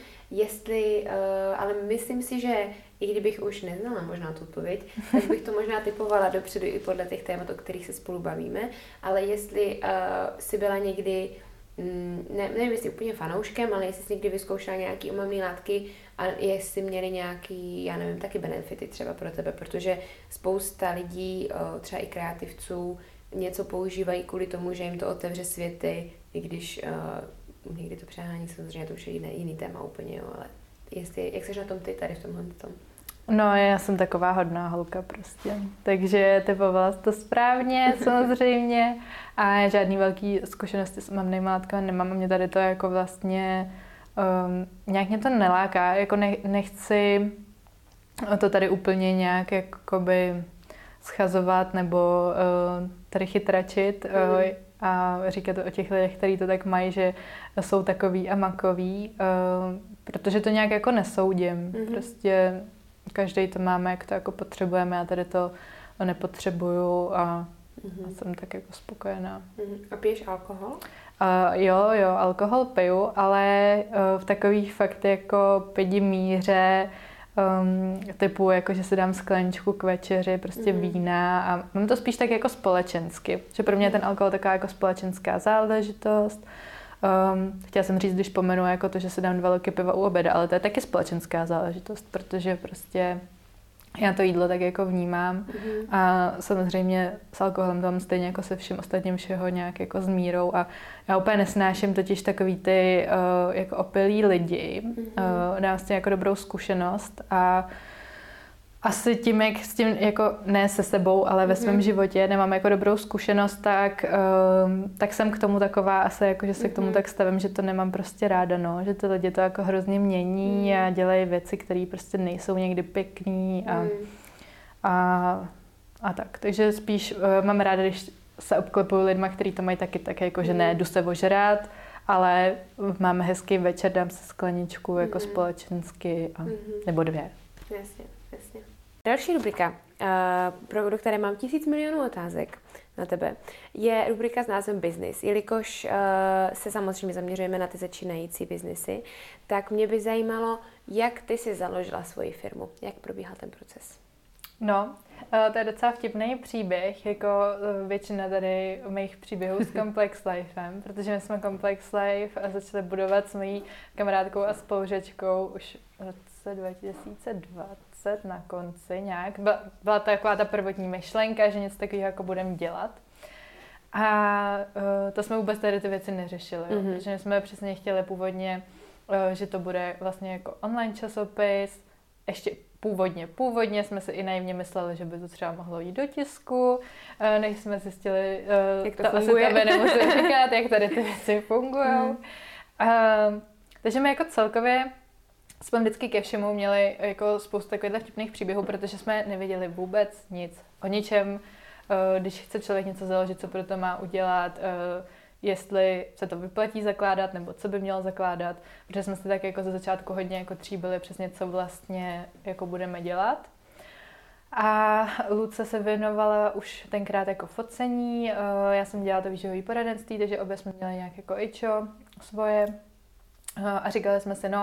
ale myslím si, že i kdybych už neznala možná tu odpověď, tak bych to možná typovala dopředu i podle těch témat, o kterých se spolu bavíme, ale jestli jsi byla někdy, nevím, jestli úplně fanouškem, ale jestli jsi někdy vyzkoušela nějaký omamné látky a jestli měli nějaký, já nevím, taky benefity třeba pro tebe, protože spousta lidí, třeba i kreativců, něco používají kvůli tomu, že jim to otevře světy, i když někdy to přehání, samozřejmě to už je jiný téma úplně, jo, ale jak jsi na tom ty tady v tomhle tom? No, já jsem taková hodná holka prostě, takže typovala to správně samozřejmě a žádný velký zkušenosti s omamnýma látkami nemám a mě tady to jako vlastně nějak mě to neláká, jako nechci to tady úplně nějak jakoby schazovat nebo tady chytračit a říkat o těch lidech, kteří to tak mají, že jsou takový a makový, protože to nějak jako nesoudím. Prostě každý to máme, jak to jako potřebujeme, já tady to nepotřebuju a jsem tak jako spokojená. A piješ alkohol? Jo, alkohol piju, ale v takových fakt jako pidi míře, typu jako, že si dám skleničku k večeři, prostě vína a mám to spíš tak jako společensky, že pro mě je ten alkohol taková jako společenská záležitost. Chtěla jsem říct, když pomenu jako to, že si dám 2 loky piva u oběda, ale to je taky společenská záležitost, protože prostě já to jídlo tak jako vnímám a samozřejmě s alkoholem tam stejně jako se vším ostatním všeho nějak jako s mírou a já úplně nesnáším totiž takový ty jako opilí lidi. Dám s tím jako dobrou zkušenost a asi tím, jak s tím, jako ne se sebou, ale ve svém životě nemám jako dobrou zkušenost, tak jsem k tomu taková asi, jako, že se k tomu tak stavím, že to nemám prostě ráda, no, že ty lidi to jako hrozně mění a dělají věci, které prostě nejsou někdy pěkný a tak. Takže spíš mám ráda, když se obklepuju lidma, kteří to mají taky tak, jako, že ne, jdu se ožrát, ale máme hezký večer, dám si skleničku jako společensky nebo 2. Jasně. Další rubrika, do které mám 1000 milionů otázek na tebe, je rubrika s názvem Business. Jelikož se samozřejmě zaměřujeme na ty začínající biznesy, tak mě by zajímalo, jak ty jsi založila svoji firmu, jak probíhal ten proces. No, to je docela vtipný příběh, jako většina tady mých příběhů s Complex Lifem, protože my jsme Complex Life a začali budovat s mojí kamarádkou a spolužečkou už v roce 2020 na konci nějak. Byla taková ta prvotní myšlenka, že něco takového jako budeme dělat. A to jsme vůbec tady ty věci neřešili, protože jsme přesně chtěli původně, že to bude vlastně jako online časopis, ještě Původně jsme si i naivně mysleli, že by to třeba mohlo jít do tisku, než jsme zjistili, jak to funguje. Asi tebe nemusím říkat, jak tady ty věci fungují. Takže my jako celkově jsme vždycky ke všemu měli jako spoustu takových vtipných příběhů, protože jsme nevěděli vůbec nic o ničem. Když chce člověk něco založit, co pro to má udělat, jestli se to vyplatí zakládat, nebo co by mělo zakládat, protože jsme se tak jako ze začátku hodně jako tříbili přesně, co vlastně jako budeme dělat. A Luce se věnovala už tenkrát jako focení, já jsem dělala to výživové poradenství, takže obě jsme měli nějak jako ičo svoje a říkali jsme si,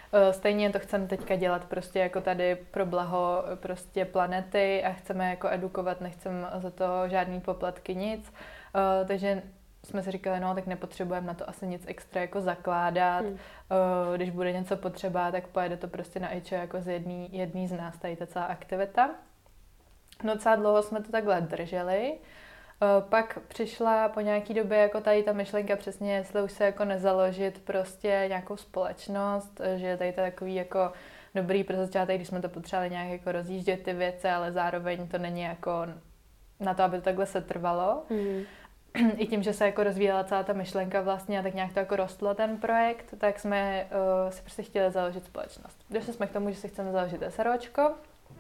Stejně to chceme teďka dělat prostě jako tady pro blaho prostě planety a chceme jako edukovat, nechceme za to žádný poplatky, nic. Takže jsme si říkali, no tak nepotřebujeme na to asi nic extra jako zakládat. Když bude něco potřeba, tak pojede to prostě na IČO jako z jedný z nás, tady ta celá aktivita. No docela dlouho jsme to takhle drželi. Pak přišla po nějaký době jako tady ta myšlenka přesně, jestli už se jako nezaložit prostě nějakou společnost, že tady to je takový jako dobrý pro začátek, když jsme to potřebovali nějak jako rozjíždět ty věci, ale zároveň to není jako na to, aby to takhle se trvalo. I tím, že se jako rozvíjela celá ta myšlenka vlastně a tak nějak to jako rostlo ten projekt, tak jsme si prostě chtěli založit společnost. Došli jsme k tomu, že si chceme založit SROčko.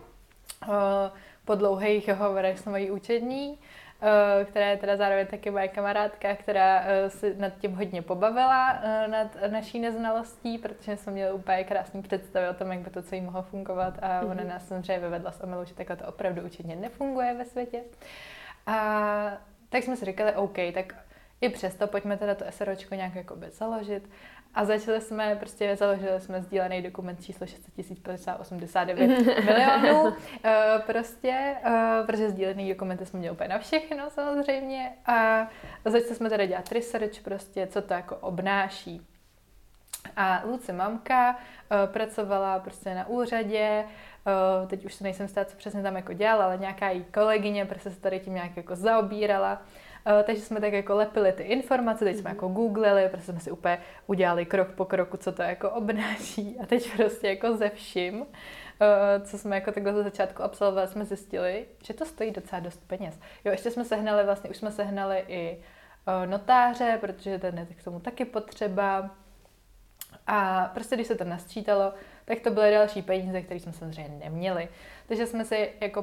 Po dlouhých hovorech s mojí účetní, která je teda zároveň taky moje kamarádka, která si nad tím hodně pobavila, nad naší neznalostí, protože jsme měli úplně krásný představy o tom, jak by to celý mohlo fungovat a ona nás samozřejmě vyvedla z omylu, že takhle to opravdu určitě nefunguje ve světě. A tak jsme si říkali, OK, tak i přesto pojďme teda to SROčko nějak jakoby založit. A založili jsme sdílený dokument číslo 600 589 milionů, protože sdílený dokumenty jsme měli úplně na všechno samozřejmě. A začali jsme teda dělat research, prostě, co to jako obnáší. A Luci mamka pracovala prostě na úřadě, teď už se nejsem jistá, co přesně tam jako dělala, ale nějaká její kolegyně prostě se tady tím nějak jako zaobírala. Takže jsme tak jako lepili ty informace, teď jsme jako googlili, prostě jsme si úplně udělali krok po kroku, co to jako obnáší. A teď prostě jako ze vším, co jsme jako takhle za začátku absolvovali, jsme zjistili, že to stojí docela dost peněz. Jo, ještě jsme už jsme sehnali i notáře, protože ten je k tomu taky potřeba. A prostě když se to nasčítalo, tak to byly další peníze, které jsme samozřejmě neměli. Takže jsme si jako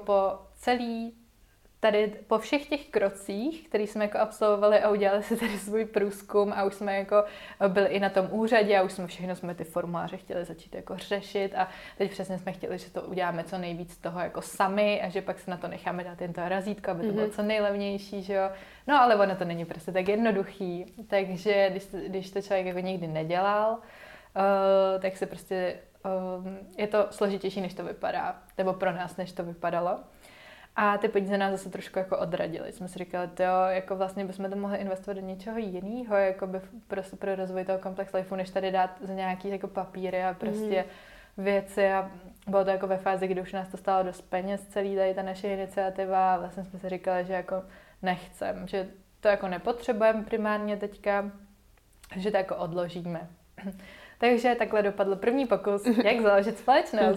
po všech těch krocích, které jsme jako absolvovali a udělali si tady svůj průzkum a už jsme jako byli i na tom úřadě a už jsme ty formuláře chtěli začít jako řešit a teď přesně jsme chtěli, že to uděláme co nejvíc toho jako sami a že pak si na to necháme dát jen to razítko, aby to bylo co nejlevnější, že jo. No ale ono to není prostě tak jednoduchý, takže když to člověk jako nikdy nedělal, tak se prostě je to složitější, než to vypadá, nebo pro nás, než to vypadalo. A ty peníze nás zase trošku jako odradili. Jsme si říkali, jako vlastně bychom to mohli investovat do něčeho jiného, jako by prostě pro rozvoj toho Complex Lifeu, než tady dát za nějaký jako papíry a prostě věci a bylo to jako ve fázi, kdy už nás to stálo dost peněz, celý tady ta naše iniciativa a vlastně jsme si říkali, že jako nechcem, že to jako nepotřebujeme primárně teďka, že to jako odložíme. Takže takhle dopadl první pokus, jak založit společnost.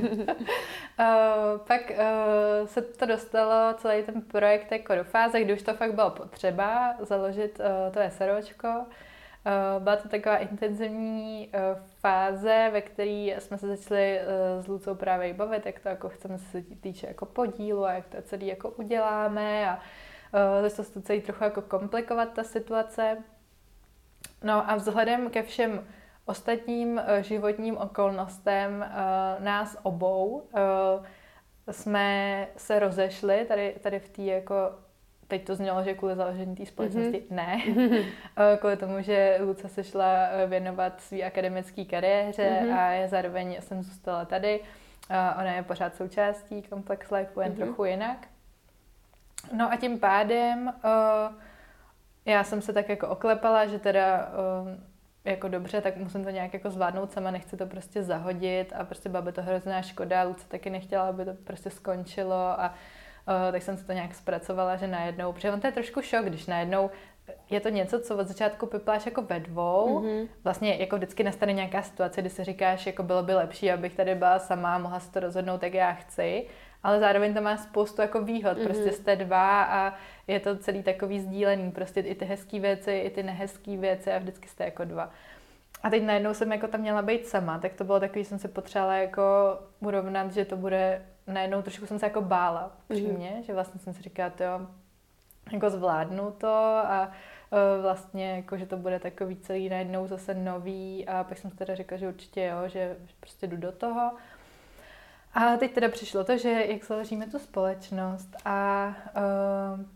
Pak se to dostalo, celý ten projekt jako do fáze, kdy už to fakt bylo potřeba založit to SROčko. Byla to taková intenzivní fáze, ve které jsme se začali s Lucou právě bavit, jak to jako chceme se týče jako podílu a jak to celý jako uděláme a začalo se to celý trochu jako komplikovat ta situace. No a vzhledem ke všem ostatním životním okolnostem nás obou jsme se rozešli tady v té jako, teď to znělo, že kvůli založení té společnosti, ne, kvůli tomu, že Luca se šla věnovat své akademické kariéře a já zároveň jsem zůstala tady. Ona je pořád součástí Complex Lifeu, jen trochu jinak. No a tím pádem já jsem se tak jako oklepala, že teda jako dobře, tak musím to nějak jako zvládnout sama, nechci to prostě zahodit a prostě byla by to hrozná škoda, Luce taky nechtěla, aby to prostě skončilo a tak jsem se to nějak zpracovala, že najednou, protože on to je trošku šok, když najednou je to něco, co od začátku pipláš jako ve dvou, vlastně jako vždycky nastane nějaká situace, kdy si říkáš, jako bylo by lepší, abych tady byla sama, mohla se to rozhodnout, jak já chci, ale zároveň to má spoustu jako výhod, prostě jste dva a je to celý takový sdílený, prostě i ty hezký věci, i ty nehezký věci a vždycky jste jako dva. A teď najednou jsem jako tam měla být sama, tak to bylo takový, že jsem se potřebovala jako urovnat, že to bude, najednou trošku jsem se jako bála přímě, že vlastně jsem si říkala, jako zvládnu to a vlastně jako, že to bude takový celý najednou zase nový a pak jsem si teda řekla, že určitě jo, že prostě jdu do toho. A teď teda přišlo to, že jak založíme tu společnost a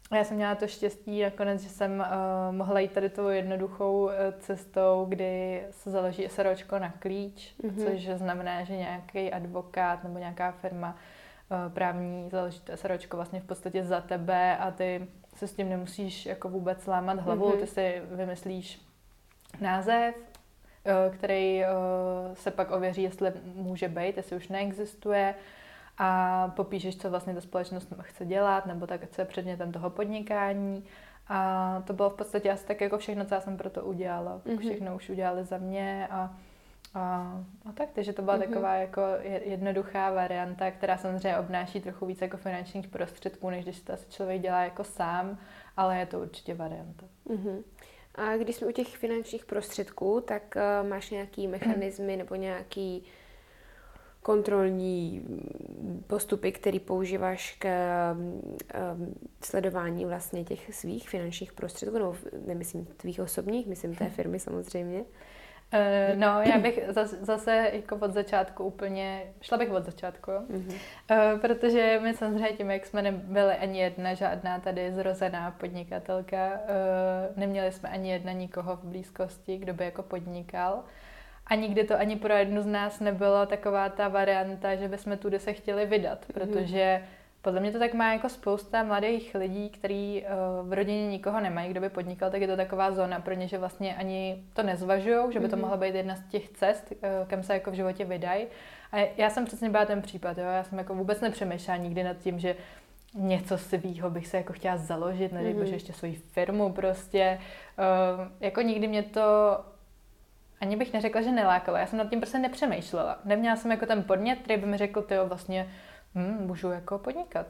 Já jsem měla to štěstí nakonec, že jsem mohla jít tady tou jednoduchou cestou, kdy se založí SROčko na klíč, což znamená, že nějaký advokát nebo nějaká firma právní založí to SROčko vlastně v podstatě za tebe a ty se s tím nemusíš jako vůbec lámat hlavu, ty si vymyslíš název, který se pak ověří, jestli může být, jestli už neexistuje, a popíšeš, co vlastně ta společnost chce dělat, nebo tak, co je předmětem toho podnikání. A to bylo v podstatě asi tak jako všechno, co já jsem pro to udělala. Všechno už udělali za mě a tak, takže to byla taková jako jednoduchá varianta, která samozřejmě obnáší trochu víc jako finančních prostředků, než když to asi člověk dělá jako sám, ale je to určitě varianta. A když jsme u těch finančních prostředků, tak máš nějaký mechanismy nebo nějaký kontrolní postupy, který používáš k sledování vlastně těch svých finančních prostředků, nebo nemyslím tvých osobních, myslím té firmy samozřejmě. No, já bych zase jako od začátku úplně, šla bych od začátku, protože my samozřejmě tím, jak jsme nebyli ani jedna žádná tady zrozená podnikatelka, neměli jsme ani jedna nikoho v blízkosti, kdo by jako podnikal. A nikdy to ani pro jednu z nás nebyla taková ta varianta, že bychom tudy se chtěli vydat, protože podle mě to tak má jako spousta mladých lidí, kteří v rodině nikoho nemají, kdo by podnikal, tak je to taková zóna pro ně, že vlastně ani to nezvažujou, že by to mohla být jedna z těch cest, kam se jako v životě vydají. A já jsem přesně byla ten případ, jo? Já jsem jako vůbec nepřemýšlela nikdy nad tím, že něco svýho bych se jako chtěla založit, nedej bože ještě svoji firmu prostě. Jako nikdy mě to ani bych neřekla, že nelákalo. Já jsem nad tím prostě nepřemýšlela. Neměla jsem jako ten podnět, který by mi řekl, tyjo, vlastně můžu jako podnikat.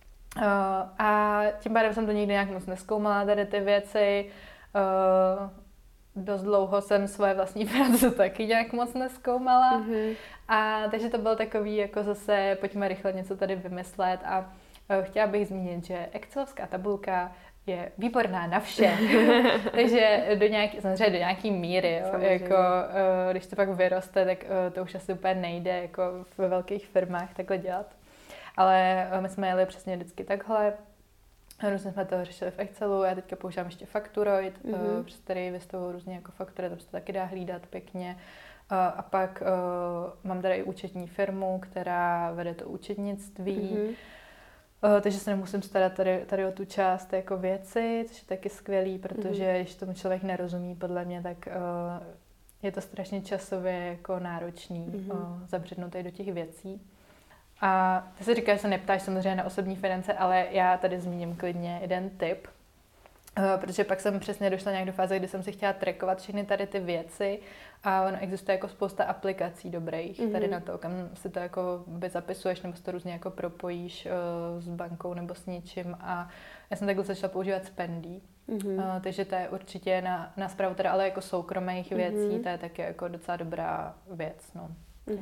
A tím pádem jsem to nikdy nějak moc nezkoumala, tady ty věci. Dost dlouho jsem svoje vlastní práce taky nějak moc nezkoumala. A takže to byl takový, jako zase pojďme rychle něco tady vymyslet. A chtěla bych zmínit, že excelovská tabulka je výborná na vše. Takže samozřejmě do nějaký míry, jo. Jako, když to pak vyroste, tak to už asi úplně nejde jako ve velkých firmách takhle dělat. Ale my jsme jeli přesně vždycky takhle. Různě jsme to řešili v Excelu, já teďka používám ještě Fakturoid, přes který vystavuju různě jako faktury, tam se to taky dá hlídat pěkně. A pak mám tady i účetní firmu, která vede to účetnictví. Takže se nemusím starat tady o tu část jako věci, což je taky skvělý, protože když tomu člověk nerozumí, podle mě, tak je to strašně časově jako náročný zabřednout tady do těch věcí. A ty si říkáš, že se neptáš samozřejmě na osobní finance, ale já tady zmíním klidně jeden tip, protože pak jsem přesně došla nějak do fáze, kdy jsem si chtěla trackovat všechny tady ty věci a ono existuje jako spousta aplikací dobrých tady na to, kam si to jako by zapisuješ nebo si to různě jako propojíš s bankou nebo s něčím a já jsem takhle začala používat Spendy, takže to je určitě na správu teda, ale jako soukromých věcí, to je taky jako docela dobrá věc, no.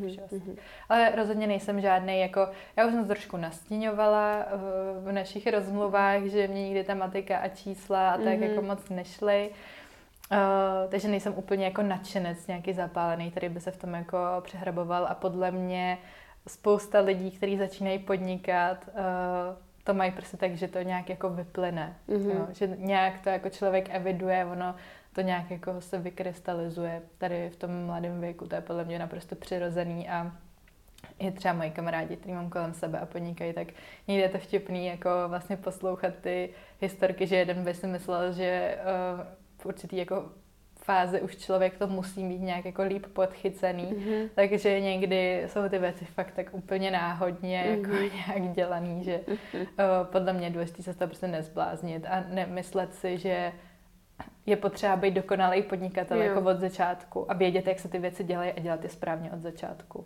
Ale rozhodně nejsem žádnej, jako, já už jsem to trošku nastíňovala v našich rozmluvách, že mě nikdy ta matika a čísla a tak jako moc nešly. Takže nejsem úplně jako nadšenec nějaký zapálený, který by se v tom jako přehraboval a podle mě spousta lidí, kteří začínají podnikat, to mají prostě tak, že to nějak jako vyplyne. Jo? Že nějak to jako člověk eviduje, ono to nějak jako se vykrystalizuje. Tady v tom mladém věku to je podle mě naprosto přirozený a i třeba moji kamarádi, který mám kolem sebe a podnikají, tak někdy je to vtipný jako vlastně poslouchat ty historky, že jeden by si myslel, že v určitý jako fázi už člověk to musí mít nějak jako líp podchycený, takže někdy jsou ty věci fakt tak úplně náhodně jako nějak dělaný, že podle mě je důležité se z toho prostě nezbláznit a nemyslet si, že je potřeba být dokonalý podnikatel jako od začátku a vědět, jak se ty věci dělají a dělat je správně od začátku.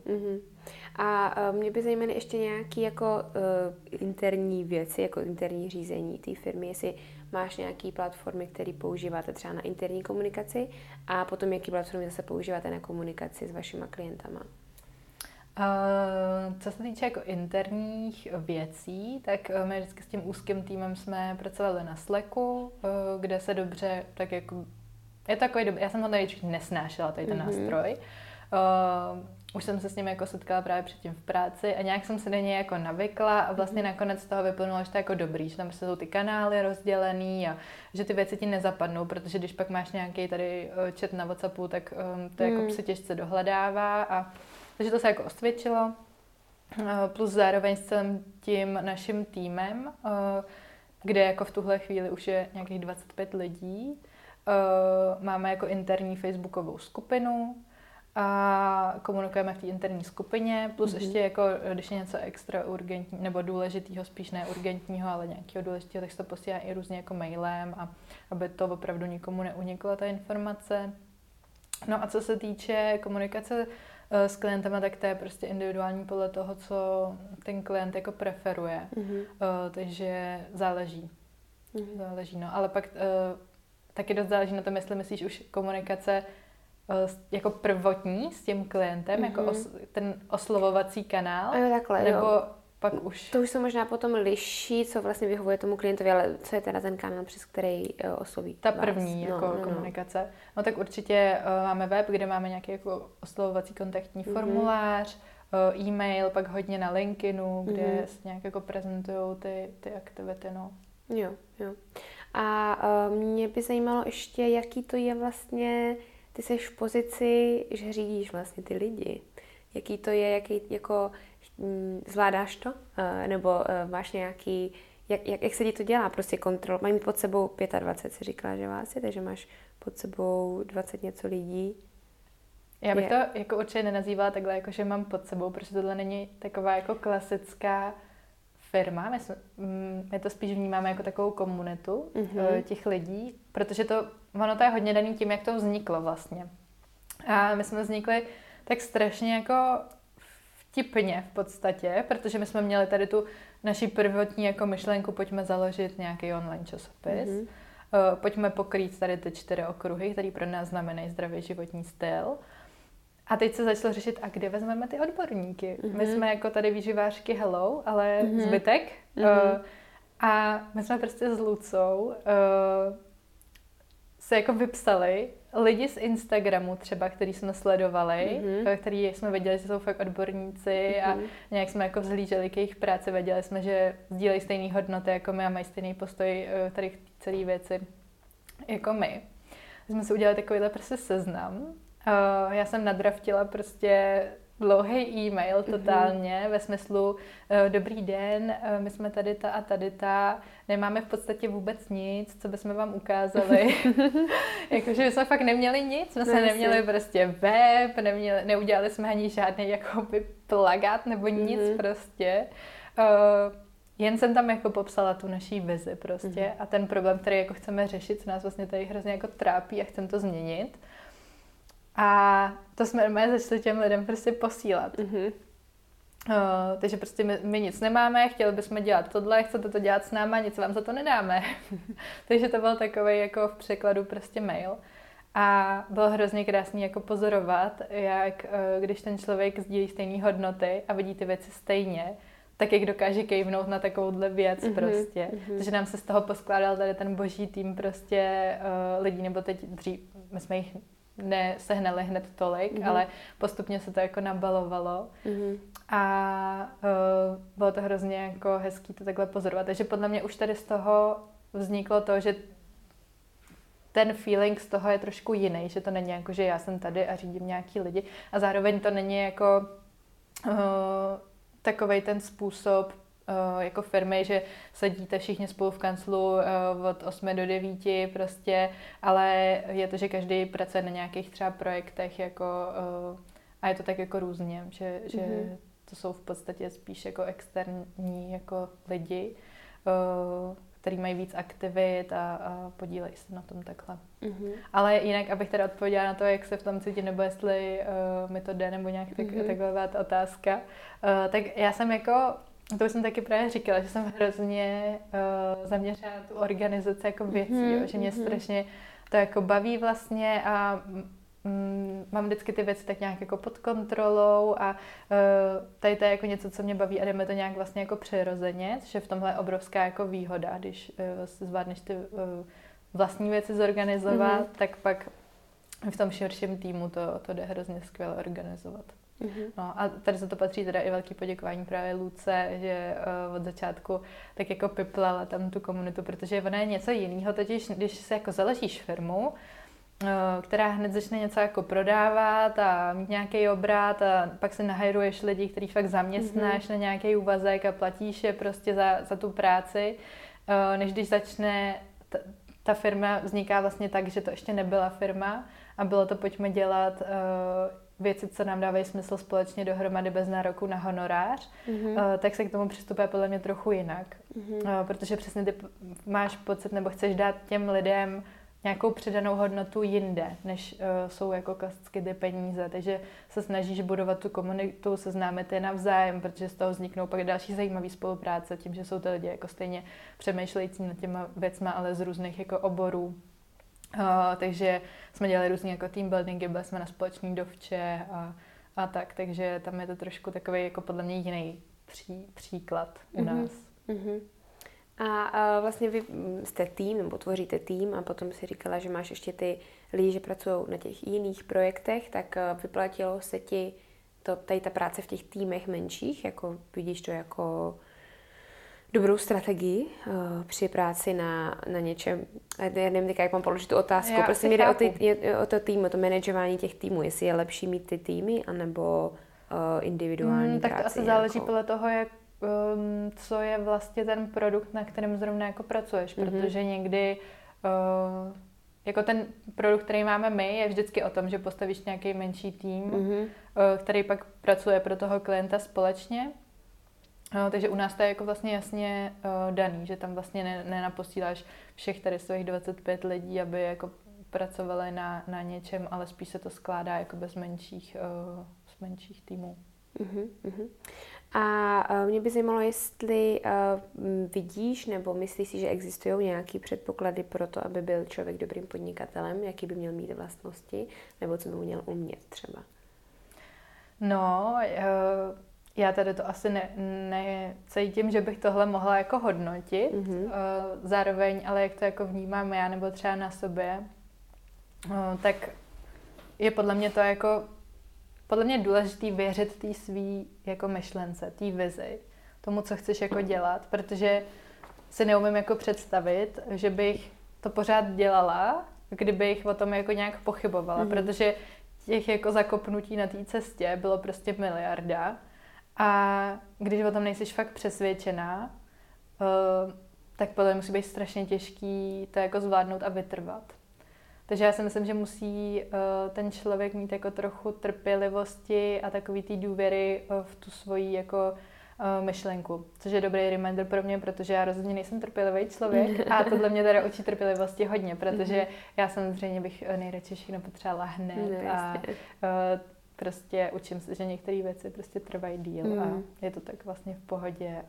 A mě by zajímaly ještě nějaké jako interní věci, jako interní řízení té firmy, jestli máš nějaké platformy, které používáte třeba na interní komunikaci a potom jaký platformy zase používáte na komunikaci s vašima klientama. Co se týče jako interních věcí, tak my vždycky s tím úzkým týmem jsme pracovali na Slacku, kde se dobře, tak jako, je to takový dobrý, já jsem ho tady nesnášela, tady ten nástroj. už jsem se s nimi jako setkala právě předtím v práci a nějak jsem se na ně jako navykla a vlastně nakonec z toho vyplynulo, že to je jako dobrý, že tam prostě jsou ty kanály rozdělený a že ty věci ti nezapadnou, protože když pak máš nějaký tady chat na WhatsAppu, tak to jako se těžce dohledává a takže to se jako osvědčilo. Plus zároveň s celým tím naším týmem, kde jako v tuhle chvíli už je nějakých 25 lidí. Máme jako interní facebookovou skupinu a komunikujeme v té interní skupině, plus ještě jako, když je něco extra urgentní, nebo důležitýho, spíš ne urgentního, ale nějakého důležitého, tak se to posílá i různě jako mailem, a aby to opravdu nikomu neunikla ta informace. No a co se týče komunikace s klientama, tak to je prostě individuální podle toho, co ten klient jako preferuje. Takže záleží. Záleží, no. Ale pak taky dost záleží na tom, jestli myslíš už komunikace jako prvotní s tím klientem, jako ten oslovovací kanál, jo, takhle, nebo jo. pak už... To už se možná potom liší, co vlastně vyhovuje tomu klientovi, ale co je teda ten kanál, přes který osloví Ta vás? první jako komunikace. No tak určitě máme web, kde máme nějaký jako oslovovací kontaktní formulář, e-mail, pak hodně na LinkedInu, kde nějak jako prezentujou ty aktivity, no. Jo. A mě by zajímalo ještě, jaký to je vlastně, ty jsi v pozici, že řídíš vlastně ty lidi. Jaký to je, jaký jako zvládáš to? Nebo máš nějaký, jak se ti to dělá? Prostě kontrol. Mají pod sebou 25, si říkala, že vás je, takže máš pod sebou 20 něco lidí. Já bych to jako určitě nenazývala takhle, jako že mám pod sebou, protože tohle není taková jako klasická firma. My to spíš vnímáme jako takovou komunitu těch lidí, protože ono to je hodně daný tím, jak to vzniklo vlastně. A my jsme vznikli tak strašně jako vtipně v podstatě, protože my jsme měli tady tu naši prvotní jako myšlenku, pojďme založit nějaký online časopis, pojďme pokrýt tady ty 4 okruhy, které pro nás znamenají zdravý životní styl. A teď se začalo řešit, a kde vezmeme ty odborníky? My jsme jako tady výživářky hello, ale zbytek. A my jsme prostě s Lucou se jako vypsali lidi z Instagramu třeba, který jsme sledovali, který jsme věděli, že jsou fakt odborníci a nějak jsme jako vzhlíželi k jejich práci, věděli jsme, že sdílejí stejné hodnoty jako my a mají stejný postoj tady k celé věci jako my. Jsme si udělali takovýhle prostě seznam. Já jsem nadraftila prostě dlouhý e-mail totálně ve smyslu dobrý den, my jsme tady ta a tady ta, nemáme v podstatě vůbec nic, co bychom vám ukázali. Jakože jsme fakt neměli nic, jsme se neměli prostě web, neudělali jsme ani žádný jakoby plagát nebo nic prostě. Jen jsem tam jako popsala tu naší vizi prostě a ten problém, který jako chceme řešit, co nás vlastně tady hrozně jako trápí a chcem to změnit. A to jsme začali těm lidem prostě posílat. Takže prostě my nic nemáme, chtěli bychom dělat tohle, chcete to dělat s náma, nic vám za to nedáme. Takže to byl takový jako v překladu prostě mail. A bylo hrozně krásný jako pozorovat, jak když ten člověk sdílí stejné hodnoty a vidí ty věci stejně, tak jak dokáže kejvnout na takovouhle věc prostě. Takže nám se z toho poskládal tady ten boží tým prostě lidí, nebo teď dřív, my jsme jich nesehnali hned tolik, ale postupně se to jako nabalovalo. A bylo to hrozně jako hezký to takhle pozorovat. Takže podle mě už tady z toho vzniklo to, že ten feeling z toho je trošku jiný, že to není jako, že já jsem tady a řídím nějaký lidi a zároveň to není jako takovej ten způsob jako firmy, že sedíte všichni spolu v kanclu od 8 do 9 prostě, ale je to, že každý pracuje na nějakých třeba projektech jako, a je to tak jako různě, že to jsou v podstatě spíš jako externí jako lidi, který mají víc aktivit a podílejí se na tom takhle. Ale jinak, abych teda odpověděla na to, jak se v tom cítím, nebo jestli mi to jde, nebo nějak takhle byla ta otázka, tak já jsem jako, to už jsem taky právě říkala, že jsem hrozně zaměřila na tu organizaci jako věcí, že mě strašně to jako baví vlastně a mám vždycky ty věci tak nějak jako pod kontrolou a tady to je jako něco, co mě baví a jdeme to nějak vlastně jako přirozeně, což je v tomhle obrovská jako výhoda, když zvládneš ty vlastní věci zorganizovat, tak pak v tom širším týmu to jde hrozně skvěle organizovat. No a tady za to patří teda i velký poděkování právě Luce, že od začátku tak jako piplala tam tu komunitu, protože ona je něco jiného, totiž když se jako založíš firmu, která hned začne něco jako prodávat a mít nějaký obrat a pak si nahajruješ lidi, který fakt zaměstnáš na nějaký úvazek a platíš je prostě za tu práci, než když začne ta firma vzniká vlastně tak, že to ještě nebyla firma a bylo to pojďme dělat věci, co nám dávají smysl společně dohromady bez nároku na honorář, tak se k tomu přistupuje podle mě trochu jinak. Protože přesně ty máš pocit nebo chceš dát těm lidem nějakou přidanou hodnotu jinde, než jsou jako klasicky ty peníze. Takže se snažíš budovat tu komunitu, seznámit je navzájem, protože z toho vzniknou pak další zajímavé spolupráce, tím, že jsou ty lidi jako stejně přemýšlející nad těma věcma, ale z různých jako oborů. Takže jsme dělali různý jako team buildingy, byli jsme na společný dovče a tak, takže tam je to trošku takový jako podle mě jiný příklad u nás. A vlastně vy jste tým, nebo tvoříte tým a potom si říkala, že máš ještě ty lidi, že pracují na těch jiných projektech, tak vyplatilo se ti tady ta práce v těch týmech menších, jako vidíš to jako dobrou strategii při práci na něčem. Já nevím, jak mám položit tu otázku. Já prostě mi jde o to tým, o to manažování těch týmů. Jestli je lepší mít ty týmy, anebo individuální práci. Tak to asi záleží podle toho, co je vlastně ten produkt, na kterém zrovna jako pracuješ. Protože někdy jako ten produkt, který máme my, je vždycky o tom, že postavíš nějaký menší tým, který pak pracuje pro toho klienta společně. Takže u nás to je jako vlastně jasně daný, že tam vlastně nenaposíláš všech tady svých 25 lidí, aby jako pracovali na něčem, ale spíš se to skládá jako z menších týmů. A mě by zajímalo, jestli vidíš nebo myslíš si, že existují nějaké předpoklady pro to, aby byl člověk dobrým podnikatelem, jaký by měl mít vlastnosti, nebo co by měl umět třeba? No, já tady to asi necítím, že bych tohle mohla jako hodnotit. Zároveň, ale jak to jako vnímám já nebo třeba na sobě, tak je podle mě to jako důležitý věřit té svý jako myšlence, té vizi, tomu, co chceš jako dělat, protože si neumím jako představit, že bych to pořád dělala, kdybych o tom jako nějak pochybovala, protože těch jako zakopnutí na té cestě bylo prostě miliarda. A když o tom nejsiš fakt přesvědčená, tak podle mě musí být strašně těžký to jako zvládnout a vytrvat. Takže já si myslím, že musí ten člověk mít jako trochu trpělivosti a takový té důvěry v tu svoji jako myšlenku. Což je dobrý reminder pro mě, protože já rozhodně nejsem trpělivý člověk a tohle mě teda učí trpělivosti hodně, protože já samozřejmě bych nejradši všechno potřebovala hned a prostě učím se, že některé věci prostě trvají díl a je to tak vlastně v pohodě.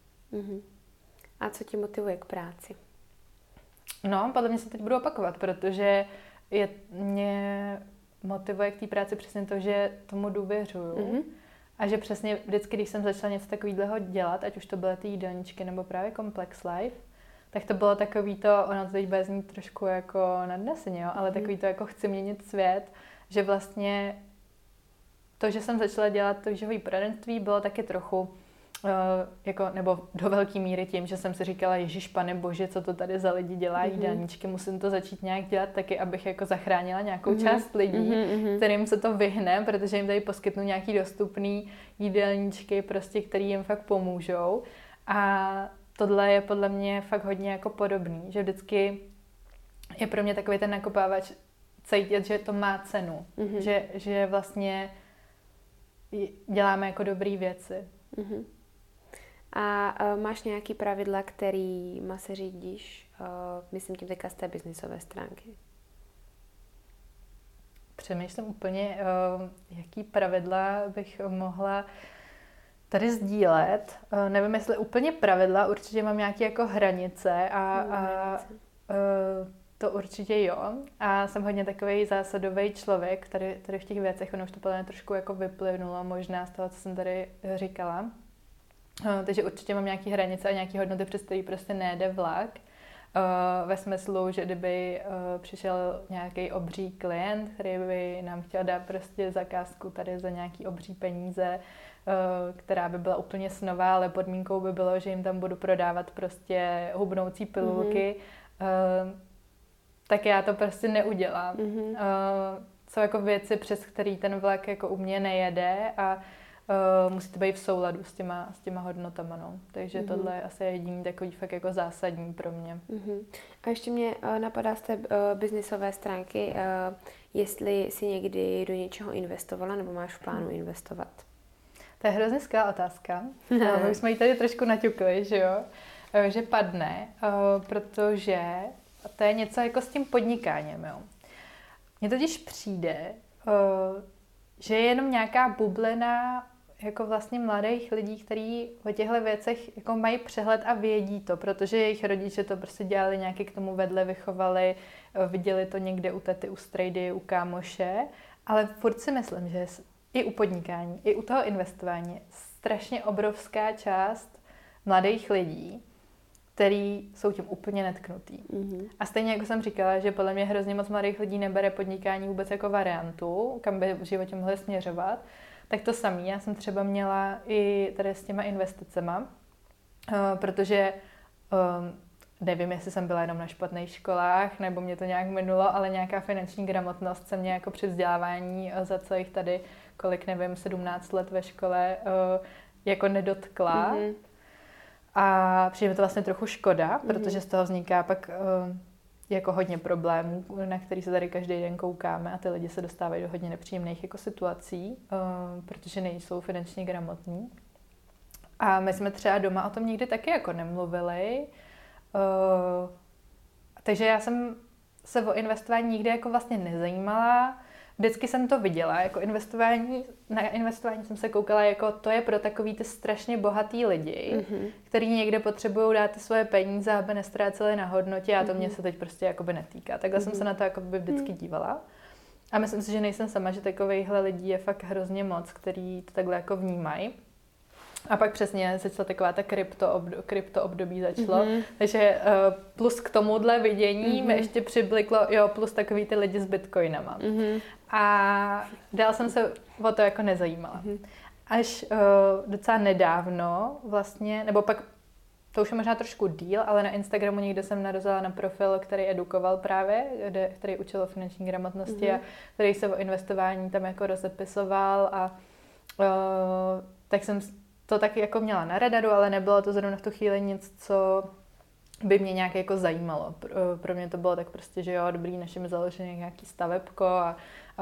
A co tě motivuje k práci? No, podle mě se teď budu opakovat, protože mě motivuje k té práci přesně to, že tomu důvěřuju. A že přesně vždycky, když jsem začala něco takového dělat, ať už to byly ty jídelníčky nebo právě Complex Life, tak to bylo takový to, ono to teď bude znít trošku jako nadneseně, jo, ale takový to jako chci měnit svět, že vlastně to, že jsem začala dělat to výživové poradenství, bylo taky trochu jako, nebo do velké míry tím, že jsem si říkala, Ježíš, Pane Bože, co to tady za lidi dělá jídelníčky, musím to začít nějak dělat taky, abych jako zachránila nějakou část lidí, kterým se to vyhne, protože jim tady poskytnu nějaký dostupný jídelníčky, prostě, který jim fakt pomůžou. A tohle je podle mě fakt hodně jako podobný, že vždycky je pro mě takový ten nakopávač cítit, že to má cenu, že vlastně děláme jako dobrý věci. A máš nějaký pravidla, kterýma se řídíš, myslím tím teďka z té biznisové stránky? Přemýšlím úplně, jaký pravidla bych mohla tady sdílet. Nevím, jestli úplně pravidla, určitě mám nějaké jako hranice a to určitě jo. A jsem hodně takový zásadový člověk tady v těch věcech, ono už to podle mě trošku jako vyplynulo možná z toho, co jsem tady říkala. Takže určitě mám nějaké hranice a nějaké hodnoty, přes které prostě nejde vlak. ve smyslu, že kdyby přišel nějaký obří klient, který by nám chtěl dát prostě zakázku tady za nějaký obří peníze, která by byla úplně snová, ale podmínkou by bylo, že jim tam budu prodávat prostě hubnoucí pilulky, tak já to prostě neudělám. Jsou jako věci, přes který ten vlak jako u mě nejede a musí to být v souladu s těma hodnotama, no. Takže tohle je asi jediný takový fakt jako zásadní pro mě. A ještě mě napadá z té biznisové stránky, jestli jsi někdy do něčeho investovala nebo máš v plánu investovat? To je hrozně skvělá otázka. My jsme ji tady trošku naťukli, že jo? Že padne, protože to je něco jako s tím podnikáním, jo. Mně totiž přijde, že je jenom nějaká bublina jako vlastně mladých lidí, kteří o těchto věcech jako mají přehled a vědí to, protože jejich rodiče to prostě dělali nějaký k tomu vedle, vychovali, viděli to někde u tety, u strejdy, u kámoše, ale furt si myslím, že i u podnikání, i u toho investování je strašně obrovská část mladých lidí, který jsou tím úplně netknutý. A stejně jako jsem říkala, že podle mě hrozně moc mladých lidí nebere podnikání vůbec jako variantu, kam by v životě mohli směřovat, tak to samé. Já jsem třeba měla i tady s těma investicema, protože nevím, jestli jsem byla jenom na špatných školách, nebo mě to nějak minulo, ale nějaká finanční gramotnost se mě jako při vzdělávání za celých tady, kolik nevím, 17 let ve škole, jako nedotkla. A přijde mi to vlastně trochu škoda, protože z toho vzniká pak jako hodně problémů, na který se tady každý den koukáme a ty lidi se dostávají do hodně nepříjemných jako situací, protože nejsou finančně gramotní. A my jsme třeba doma o tom nikdy taky jako nemluvili, takže já jsem se o investování nikdy jako vlastně nezajímala. Vždycky jsem to viděla, jako na investování jsem se koukala, jako to je pro takový ty strašně bohatý lidi, kteří někde potřebují dát ty svoje peníze, aby nestráceli na hodnotě a to mě se teď prostě jakoby netýká. Takhle jsem se na to jakoby vždycky dívala. A myslím si, že nejsem sama, že takovýchhle lidí je fakt hrozně moc, který to takhle jako vnímají. A pak přesně začala taková ta krypto období začalo. Takže plus k tomuhle vidění mi ještě přibliklo, plus takový ty lidi s bitcoinama. A dál jsem se o to jako nezajímala. Až docela nedávno vlastně, nebo pak to už je možná trošku díl, ale na Instagramu někde jsem narazila na profil, který edukoval právě, který učil o finanční gramotnosti a který se o investování tam jako rozepisoval a tak jsem to taky jako měla na radaru, ale nebylo to zrovna v tu chvíli nic, co by mě nějak jako zajímalo. Pro mě to bylo tak prostě, že jo, dobrý, našim založený nějaký stavebko a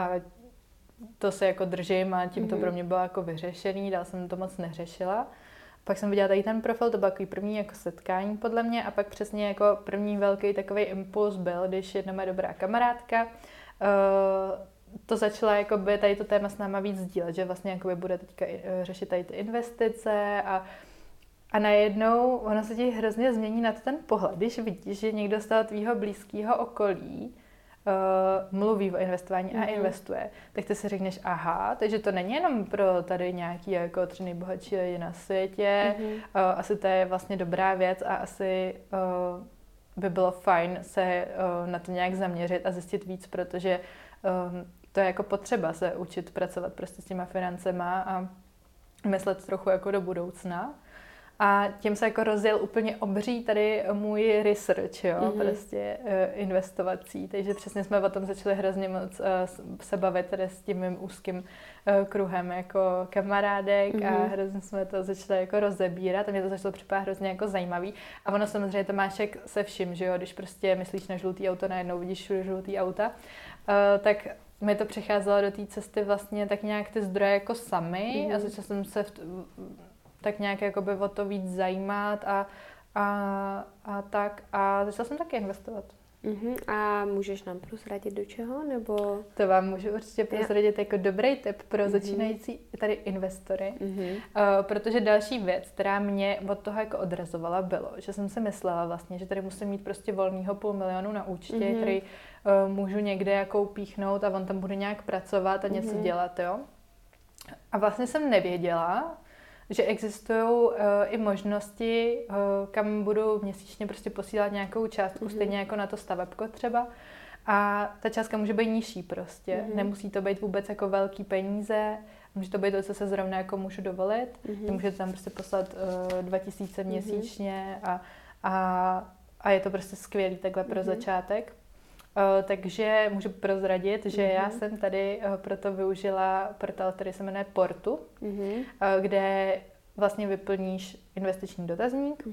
to se jako držím a tím to pro mě bylo jako vyřešený, dál jsem to moc neřešila. Pak jsem viděla tady ten profil, to bylo takový první jako setkání podle mě a pak přesně jako první velký takový impuls byl, když jedna moje dobrá kamarádka to začala jakoby tady to téma s náma víc sdílet, že vlastně jakoby bude teďka řešit tady ty investice a najednou ono se ti hrozně změní na to ten pohled, když vidíš, že někdo z toho tvýho blízkého okolí mluví o investování a investuje, tak ty si řekneš, aha, takže to není jenom pro tady nějaký jako 3 nejbohatší lidi na světě, asi to je vlastně dobrá věc a asi by bylo fajn se na to nějak zaměřit a zjistit víc, protože to je jako potřeba se učit pracovat prostě s těma financema a myslet trochu jako do budoucna. A tím se jako rozjel úplně obří tady můj research, jo, prostě investovací. Takže přesně jsme o tom začali hrozně moc se bavit tady s tím mým úzkým kruhem jako kamarádek a hrozně jsme to začali jako rozebírat a mě to začalo připadat hrozně jako zajímavý. A ono samozřejmě to máš jak se vším, že jo, když prostě myslíš na žlutý auto, najednou vidíš všude žlutý auta, tak mi to přecházelo do té cesty vlastně tak nějak ty zdroje jako sami a začala jsem se tak nějak jakoby o to víc zajímat a začala jsem taky investovat. A můžeš nám prozradit do čeho, nebo? To vám můžu určitě prozradit jako dobrý tip pro začínající tady investory, protože další věc, která mě od toho jako odrazovala, bylo, že jsem si myslela vlastně, že tady musím mít prostě volného 500 000 na účtě, který můžu někde jako upíchnout a on tam bude nějak pracovat a něco dělat, jo. A vlastně jsem nevěděla, že existují i možnosti, kam budu měsíčně prostě posílat nějakou částku, stejně jako na to stavebko třeba. A ta částka může být nižší prostě. Nemusí to být vůbec jako velký peníze, může to být to, co se zrovna jako můžu dovolit. Můžete tam prostě poslat 2000 měsíčně a je to prostě skvělý takhle pro začátek. Takže můžu prozradit, že já jsem tady proto využila portál, který se jmenuje Portu, kde vlastně vyplníš investiční dotazník,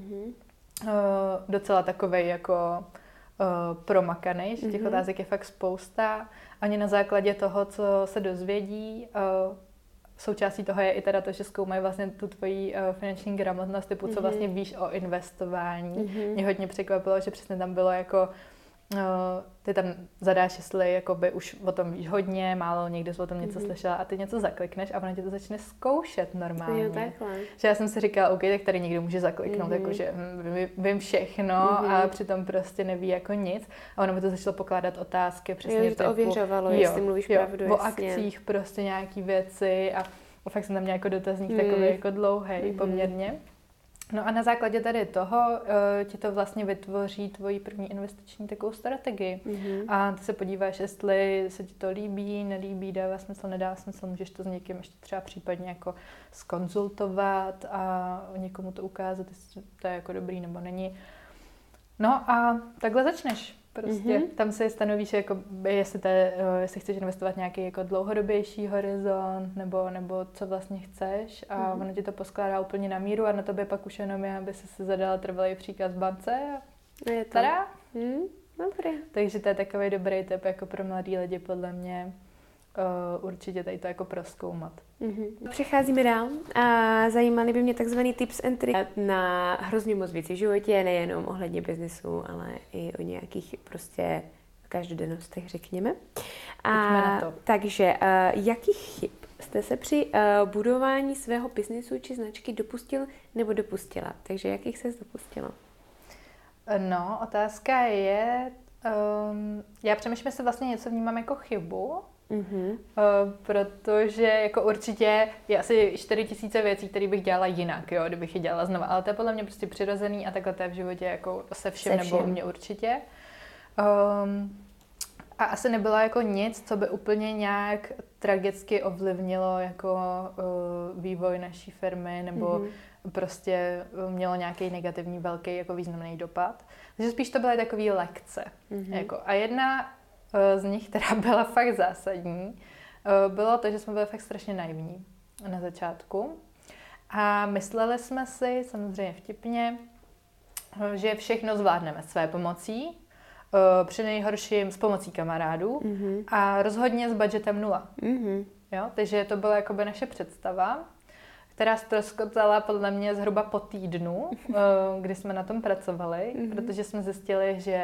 docela takovej jako promakanej, že těch otázek je fakt spousta. Ani na základě toho, co se dozvědí, součástí toho je i teda to, že zkoumají vlastně tu tvoji finanční gramotnost, typu co vlastně víš o investování. Mě hodně překvapilo, že přesně tam bylo jako ty tam zadáš, jestli jakoby už o tom víš hodně, málo někdy jsi o tom něco slyšela a ty něco zaklikneš a ona tě to začne zkoušet normálně. Jo, takhle. Že já jsem si říkala, OK, tak tady někdo může zakliknout, jakože vím všechno a přitom prostě neví jako nic. A ono mi to začalo pokládat otázky přesně jo, že to ověřovalo, jestli mluvíš pravdu. O akcích prostě nějaký věci a fakt jsem tam měla jako dotazník takový jako dlouhej poměrně. No a na základě tady toho ti to vlastně vytvoří tvoji první investiční takovou strategii. A ty se podíváš, jestli se ti to líbí, nelíbí, dává smysl, nedává smysl, můžeš to s někým ještě třeba případně jako zkonzultovat a někomu to ukázat, jestli to je jako dobrý nebo není. No a takhle začneš. Prostě tam si stanovíš, jako, jestli chceš investovat nějaký jako dlouhodobější horizont, nebo co vlastně chceš a ono ti to poskládá úplně na míru a na tobě pak už jenom je, aby si zadala trvalý příkaz bance a je to. Tada! Dobrý. Takže to je takový dobrý tip jako pro mladý lidi podle mě. Určitě tady to jako prozkoumat. Přecházíme dál a zajímaly by mě takzvaný tips and tricks na hrozně moc věcí v životě, nejenom ohledně biznesu, ale i o nějakých prostě každodennostech, řekněme. Takže jakých chyb jste se při budování svého biznesu či značky dopustil nebo dopustila? Takže jakých ses dopustila? No, otázka je, já přemýšlím, jestli vlastně něco vnímám jako chybu, protože jako určitě je asi 4000 věcí, které bych dělala jinak, jo, kdybych je dělala znova, ale to je podle mě prostě přirozený a takhle to je v životě jako se vším. Nebo u mě určitě. A asi nebylo jako nic, co by úplně nějak tragicky ovlivnilo jako vývoj naší firmy nebo prostě mělo nějaký negativní, velký, jako významný dopad. Takže spíš to byly takové lekce. Jako, a jedna z nich, která byla fakt zásadní, bylo to, že jsme byli fakt strašně naivní na začátku. A mysleli jsme si, samozřejmě vtipně, že všechno zvládneme své pomocí, při nejhorším s pomocí kamarádů a rozhodně s budgetem 0. Jo? Takže to byla jakoby naše představa, která ztroskotala podle mě zhruba po týdnu, kdy jsme na tom pracovali, protože jsme zjistili, že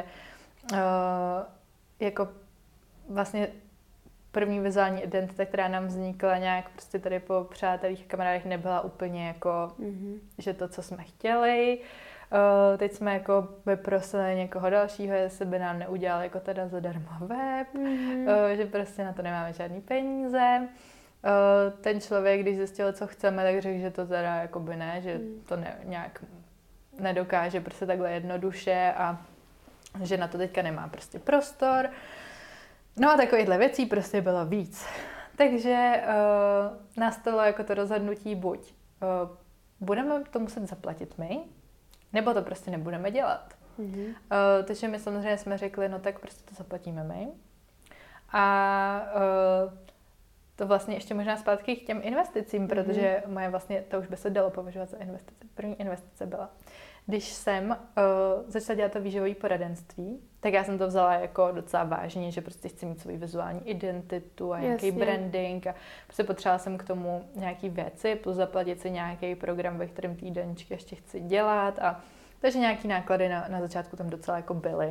jako vlastně první vizuální identita, která nám vznikla nějak prostě tady po přátelích a kamarádech, nebyla úplně jako, že to, co jsme chtěli. Teď jsme jako vyprosili někoho dalšího, jestli by nám neudělal jako teda zadarmo web, že prostě na to nemáme žádný peníze. Ten člověk, když zjistil, co chceme, tak řekl, že to teda jakoby ne, že to nějak nedokáže prostě takhle jednoduše a že na to teďka nemá prostě prostor. No a takovýchhle věcí prostě bylo víc. Takže nastalo jako to rozhodnutí buď budeme to muset zaplatit my, nebo to prostě nebudeme dělat. Takže my samozřejmě jsme řekli, no tak prostě to zaplatíme my. A to vlastně ještě možná zpátky k těm investicím, protože moje vlastně, to už by se dalo považovat za investice. První investice byla, když jsem začala dělat to výživové poradenství, tak já jsem to vzala jako docela vážně, že prostě chci mít svou vizuální identitu a nějaký branding a prostě potřebovala jsem k tomu nějaký věci, plus zaplatit si nějaký program, ve kterém týdenčky ještě chci dělat a takže nějaký náklady na začátku tam docela jako byly.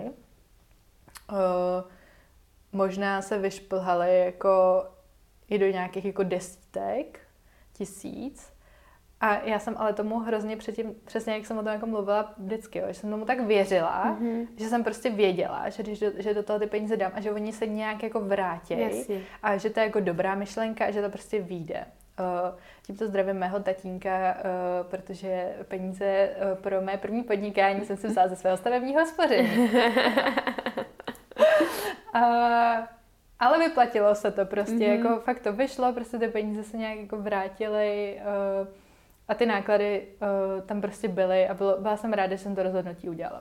Možná se vyšplhaly jako i do nějakých jako desítek, 1000. A já jsem ale tomu hrozně předtím, přesně jak jsem o tom jako mluvila vždycky, jo, že jsem tomu tak věřila, že jsem prostě věděla, že do toho ty peníze dám a že oni se nějak jako vrátí a že to je jako dobrá myšlenka a že to prostě vyjde. Tímto zdravím mého tatínka, protože peníze pro mé první podnikání jsem si vzala ze svého stavebního spoření. Ale vyplatilo se to prostě, jako fakt to vyšlo, prostě ty peníze se nějak jako vrátily a ty náklady tam prostě byly a byla jsem ráda, že jsem to rozhodnutí udělala.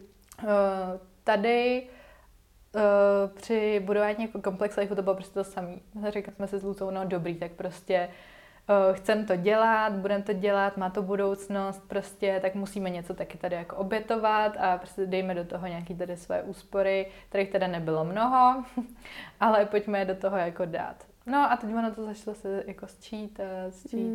Tady při budování jako Complex Life to bylo prostě to samé. Řekli jsme si s Lucou, no dobrý, tak prostě chcem to dělat, budeme to dělat, má to budoucnost, prostě, tak musíme něco taky tady jako obětovat a prostě dejme do toho nějaký tady své úspory, kterých teda nebylo mnoho, ale pojďme je do toho jako dát. No a teď ono to začalo se jako sčítat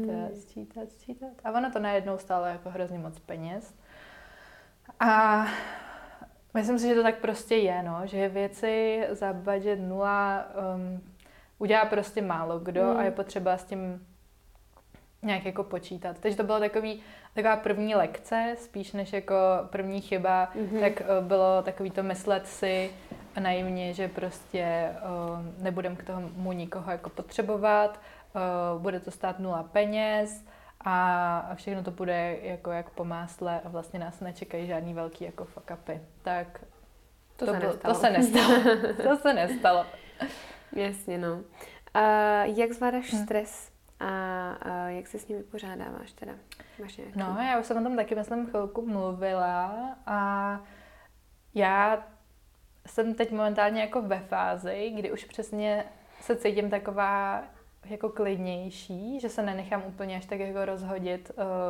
a ono to najednou stálo jako hrozně moc peněz. A myslím si, že to tak prostě je, no, že věci za budget 0 udělá prostě málo kdo a je potřeba s tím nějak jako počítat. Takže to bylo taková první lekce, spíš než jako první chyba, tak bylo takový to myslet si naivně, že prostě nebudem k tomu nikoho jako potřebovat, bude to stát 0 peněz a všechno to bude jako jak po másle a vlastně nás nečekají žádný velký jako fuck upy. Tak to se nestalo. To se nestalo. Jasně, no. Jak zvládáš stres? A jak se s ním vypořádáváš teda? Máš nějaký? No, já už jsem o tom taky, myslím, chvilku mluvila a já jsem teď momentálně jako ve fázi, kdy už přesně se cítím taková jako klidnější, že se nenechám úplně až tak jako rozhodit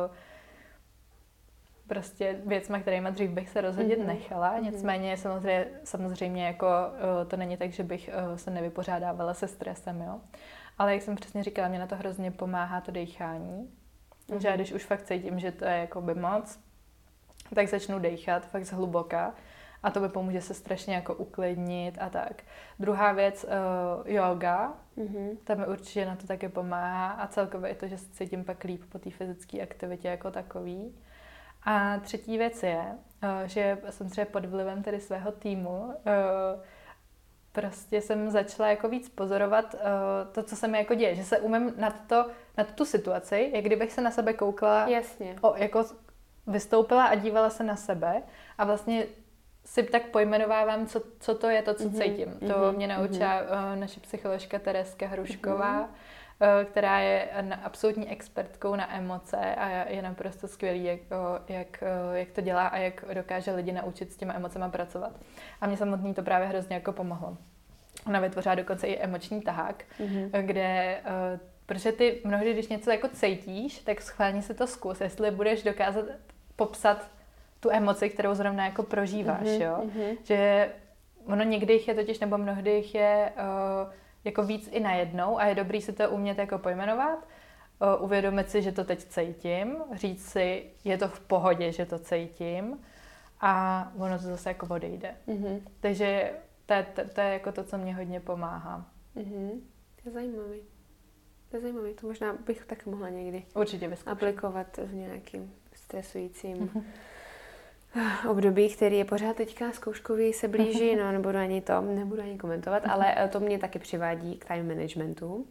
prostě věcma, kterýma dřív bych se rozhodit nechala. Nicméně samozřejmě jako to není tak, že bych se nevypořádávala se stresem, jo. Ale jak jsem přesně říkala, mě na to hrozně pomáhá to dýchání. Že když už fakt cítím, že to je jakoby moc, tak začnu dýchat fakt zhluboka a to mi pomůže se strašně jako uklidnit a tak. Druhá věc, yoga, ta mi určitě na to taky pomáhá a celkově i to, že se cítím pak líp po té fyzické aktivitě jako takový. A třetí věc je, že jsem třeba pod vlivem tedy svého týmu prostě jsem začala jako víc pozorovat to, co se mi jako děje, že se umím nad tu situaci, jak kdybych se na sebe koukala, jako vystoupila a dívala se na sebe a vlastně si tak pojmenovávám, co to je to, co cítím. To mě naučila naše psycholožka Tereska Hrušková, která je absolutní expertkou na emoce a je naprosto skvělý, jak to dělá a jak dokáže lidi naučit s těma emocema pracovat. A mě samotný to právě hrozně jako pomohlo. Ona vytvořila dokonce i emoční tahák, kde, protože ty mnohdy, když něco jako cítíš, tak schválně si to zkus, jestli budeš dokázat popsat tu emoci, kterou zrovna jako prožíváš, jo? Že ono někdy jich je totiž, nebo mnohdy jich je jako víc i najednou a je dobrý si to umět jako pojmenovat, uvědomit si, že to teď cítím, říct si, je to v pohodě, že to cítím a ono to zase jako odejde. Takže to je jako to, co mě hodně pomáhá. To je zajímavý. To možná bych tak mohla někdy určitě aplikovat v nějakým stresujícím období, který je pořád teďka zkouškový, se blíží, no nebudu ani komentovat, ale to mě taky přivádí k time managementu.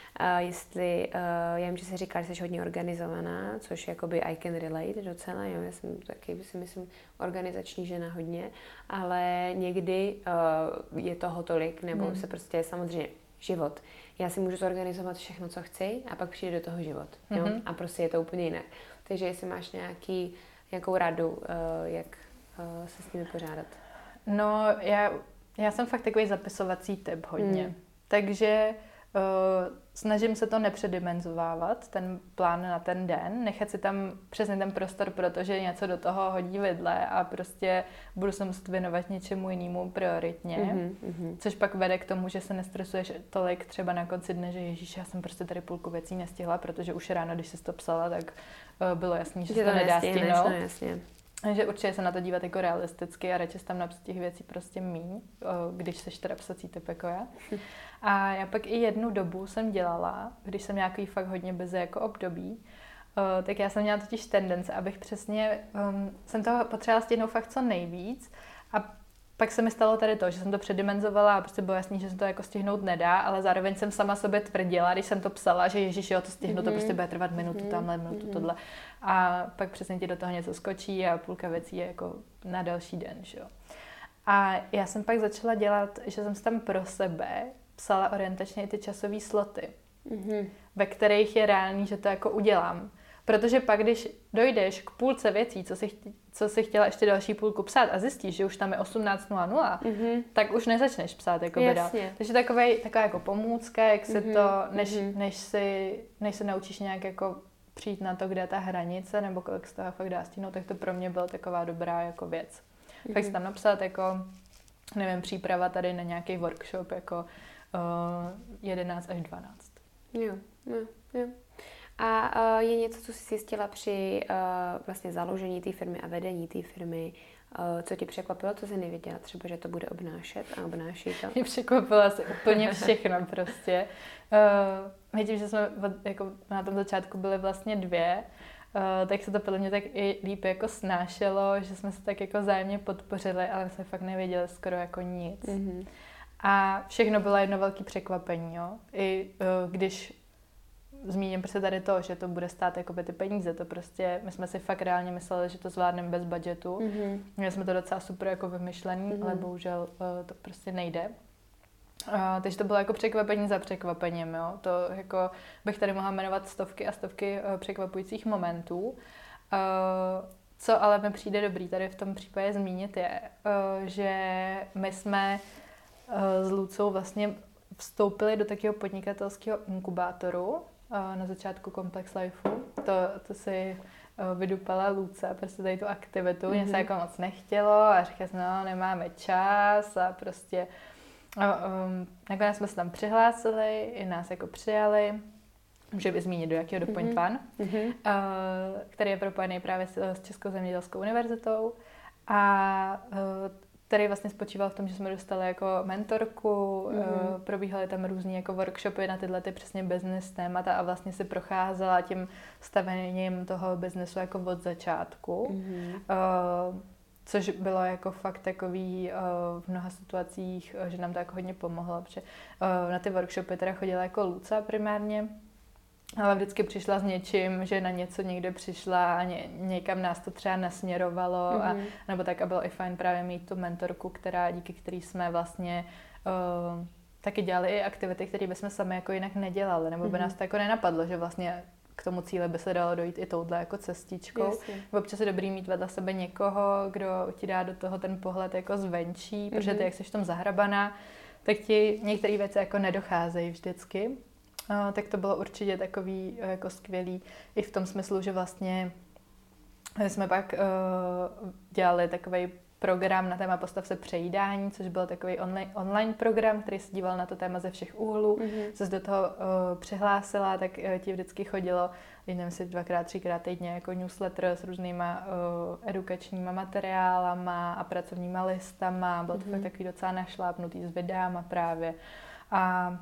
Já vím, že jsi říkala, že jsi hodně organizovaná, což jakoby I can relate docela, jo, já jsem taky si myslím organizační žena hodně, ale někdy je toho tolik, nebo se prostě samozřejmě život. Já si můžu zorganizovat všechno, co chci a pak přijde do toho život, jo, a prostě je to úplně jinak. Takže jestli máš nějakou radu, jak se s tím vypořádat? No, já jsem fakt takový zapisovací typ hodně. Takže snažím se to nepředimenzovávat, ten plán na ten den, nechat si tam přesně ten prostor, protože něco do toho hodí vidle a prostě budu se muset věnovat něčemu jinému prioritně, což pak vede k tomu, že se nestresuješ tolik třeba na konci dne, že ježíš, já jsem prostě tady půlku věcí nestihla, protože už ráno, když jsi to psala, tak bylo jasný, že se to nedá stihnout. No, jasně. Takže určitě se na to dívat jako realisticky a radši tam napsat těch věcí prostě míň, když seš teda psací typ jako já. A já pak i jednu dobu jsem dělala, když jsem nějaký fakt hodně busy jako období, tak já jsem měla totiž tendence, abych přesně, jsem toho potřebovala stihnout fakt co nejvíc a pak se mi stalo tady to, že jsem to předimenzovala a prostě bylo jasný, že se to jako stihnout nedá, ale zároveň jsem sama sobě tvrdila, když jsem to psala, že ježiš, jo, to stihnu, to prostě bude trvat minutu tamhle, minutu tohle. A pak přesně ti do toho něco skočí a půlka věcí je jako na další den, že jo. A já jsem pak začala dělat, že jsem si tam pro sebe psala orientačně i ty časové sloty, ve kterých je reálný, že to jako udělám. Protože pak, když dojdeš k půlce věcí, co si chtěla ještě další půlku psát a zjistíš, že už tam je 18:00, tak už nezačneš psát jako dál. Takže taková jako pomůcka, jak se to, než se naučíš nějak jako přijít na to, kde je ta hranice, nebo kolik se toho fakt dá stihnout, tak to pro mě byla taková dobrá jako věc. Fakt si tam napsat jako, nevím, příprava tady na nějaký workshop jako 11 až 12. Jo. A je něco, co jsi zjistila při vlastně založení té firmy a vedení té firmy, co tě překvapilo, co jsi nevěděla, třeba, že to bude obnášet a obnáší to? Mě překvapilo asi úplně všechno prostě. My tím, že jsme jako na tom začátku byli vlastně 2, tak se to podle mě tak i líp jako snášelo, že jsme se tak jako vzájemně podpořili, ale jsme fakt nevěděli skoro jako nic. A všechno bylo jedno velké překvapení, jo. I když zmíním prostě tady to, že to bude stát jako ty peníze, to prostě, my jsme si fakt reálně mysleli, že to zvládneme bez budgetu. Měli jsme to docela super jako vymyšlený, ale bohužel to prostě nejde. Takže to bylo jako překvapení za překvapením, jo. To jako bych tady mohla jmenovat stovky a stovky překvapujících momentů. Co ale mi přijde dobrý tady v tom případě zmínit je, že my jsme s Lucou vlastně vstoupili do takového podnikatelského inkubátoru na začátku Complex Lifeu. To si vydupala Luca, prostě tady tu aktivitu. Mně se jako moc nechtělo a říkala jsem, no, nemáme čas a prostě nakonec jsme se tam přihlásili, i nás jako přijali. Může by zmínit do jakého, do Point One, který je propojený právě s Českou zemědělskou univerzitou a který vlastně spočíval v tom, že jsme dostali jako mentorku, probíhaly tam různý jako workshopy na tyhle ty přesně business témata a vlastně si procházela tím stavením toho biznesu jako od začátku. Což bylo jako fakt takový v mnoha situacích, že nám to jako hodně pomohlo, protože na ty workshopy teda chodila jako Luca primárně, ale vždycky přišla s něčím, že na něco někde přišla a někam nás to třeba nasměrovalo, nebo tak a bylo i fajn právě mít tu mentorku, díky který jsme vlastně taky dělali i aktivity, které bychom sami jako jinak nedělali, nebo by nás to jako nenapadlo, že vlastně k tomu cíli by se dalo dojít i touhle jako cestičkou. Občas je dobrý mít vedle sebe někoho, kdo ti dá do toho ten pohled jako zvenčí, protože ty, jak jsi v tom zahrabaná, tak ti některé věci jako nedocházejí vždycky. Tak to bylo určitě takový jako skvělý i v tom smyslu, že vlastně jsme pak dělali takový program na téma Postav se přejídání, což byl takový online program, který se díval na to téma ze všech úhlů. Co jsi do toho přihlásila, tak ti vždycky chodilo, nevím si 2x, 3x týdně jako newsletter s různýma edukačníma materiálama a pracovníma listama. Bylo to fakt takový docela našlápnutý s videama právě. A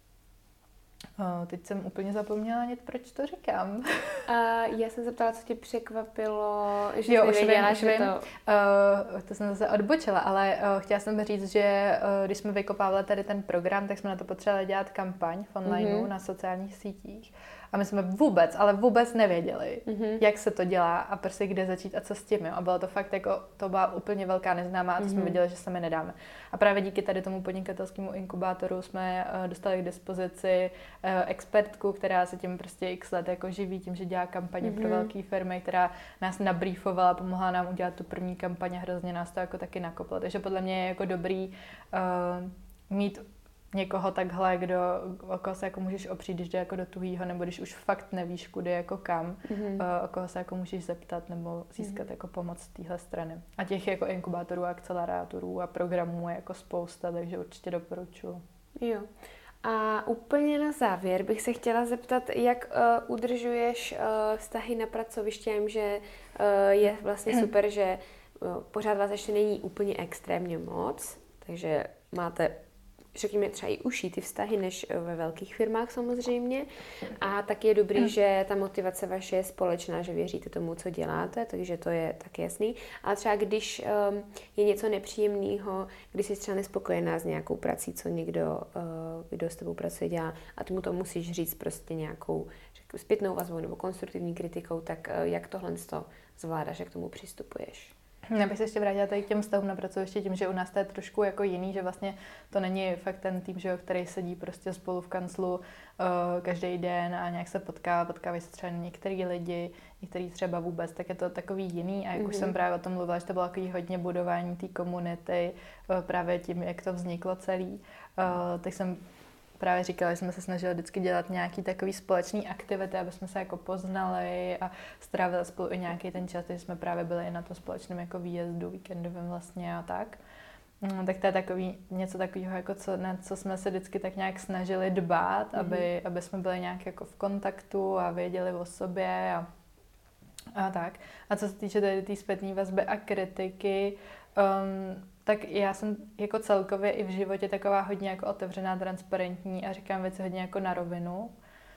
teď jsem úplně zapomněla něco, proč to říkám. Já jsem se ptala, co tě překvapilo, že jsi nevěděla, že to... To jsem zase odbočila, ale chtěla jsem říct, že když jsme vykopávali tady ten program, tak jsme na to potřebovali dělat kampaň v onlineu na sociálních sítích. A my jsme vůbec nevěděli, jak se to dělá a prostě kde začít a co s tím. Jo. A bylo to fakt jako, to byla úplně velká neznámá a to jsme věděli, že sami nedáme. A právě díky tady tomu podnikatelskému inkubátoru jsme dostali k dispozici expertku, která se tím prostě x let jako živí, tím, že dělá kampaně pro velké firmy, která nás nabriefovala, pomohla nám udělat tu první kampaň a hrozně nás to jako taky nakoplo. Takže podle mě je jako dobrý mít někoho takhle, o koho se jako můžeš opřít, když jde jako do tuhýho, nebo když už fakt nevíš, kudy jako kam, o koho se jako můžeš zeptat nebo získat jako pomoc z téhle strany. A těch jako inkubátorů, akcelerátorů a programů je jako spousta, takže určitě doporučuji. Jo. A úplně na závěr bych se chtěla zeptat, jak udržuješ vztahy na pracovištěm, že je vlastně super, že pořád vás ještě není úplně extrémně moc, takže máte řekněme, třeba i užší ty vztahy, než ve velkých firmách samozřejmě. A tak je dobrý, že ta motivace vaše je společná, že věříte tomu, co děláte, takže to je tak jasný. Ale třeba když je něco nepříjemného, když jsi třeba nespokojená s nějakou prací, co někdo, kdo s tebou pracuje, dělá, a ty mu to musíš říct prostě nějakou zpětnou vazbou nebo konstruktivní kritikou, tak jak tohle zvládáš, jak k tomu přistupuješ? Já bych se ještě vrátila tady k těm vztahům na pracovišti tím, že u nás to je trošku jako jiný, že vlastně to není fakt ten tým, že jo, který sedí prostě spolu v kanclu každý den a nějak se potkávají se třeba některý lidi, některý třeba vůbec, tak je to takový jiný a jak už jsem právě o tom mluvila, že to bylo takový hodně budování té komunity, právě tím, jak to vzniklo celý, tak jsem právě říkala, že jsme se snažili vždycky dělat nějaký takový společný aktivity, aby jsme se jako poznali a strávili spolu i nějaký ten čas, když jsme právě byli i na to společném jako výjezdu víkendovém vlastně a tak. Tak to je takový, něco takového, jako na co jsme se vždycky tak nějak snažili dbát, aby jsme byli nějak jako v kontaktu a věděli o sobě a tak. A co se týče tady té zpětné vazby a kritiky, tak já jsem jako celkově i v životě taková hodně jako otevřená, transparentní a říkám věci hodně jako na rovinu.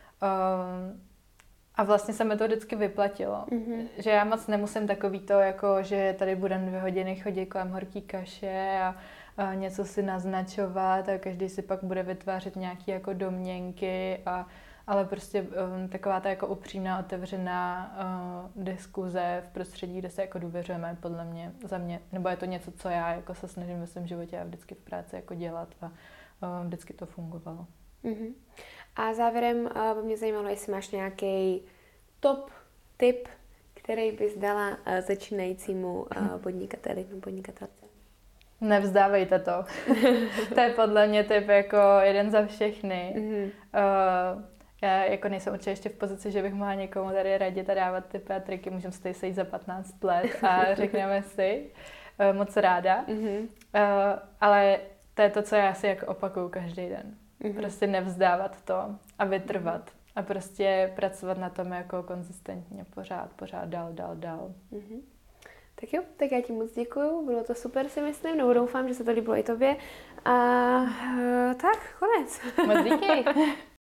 A vlastně se mi to vždycky vyplatilo. Že já moc nemusím takový to, jako, že tady budeme 2 hodiny chodit kolem horký kaše a něco si naznačovat a každý si pak bude vytvářet nějaké jako domněnky ale prostě taková ta jako upřímná, otevřená diskuze v prostředí, kde se jako důvěřujeme, podle mě, za mě, nebo je to něco, co já jako se snažím ve svém životě a vždycky v práci jako dělat a vždycky to fungovalo. A závěrem by mě zajímalo, jestli máš nějaký top tip, který bys dala začínajícímu podnikateli nebo podnikatelce. Nevzdávejte to. To je podle mě tip jako jeden za všechny. Já jako nejsem určitě ještě v pozici, že bych mohla někomu tady radit a dávat tipy a triky. Můžeme se tady sejít za 15 let a řekneme si. Moc ráda. Ale to je to, co já si jako opakuju každý den. Prostě nevzdávat to a vytrvat. A prostě pracovat na tom jako konzistentně. Pořád dál. Tak jo, tak já ti moc děkuju. Bylo to super, si myslím. Nebo doufám, že se to líbilo i tobě. A tak, konec. Moc díky.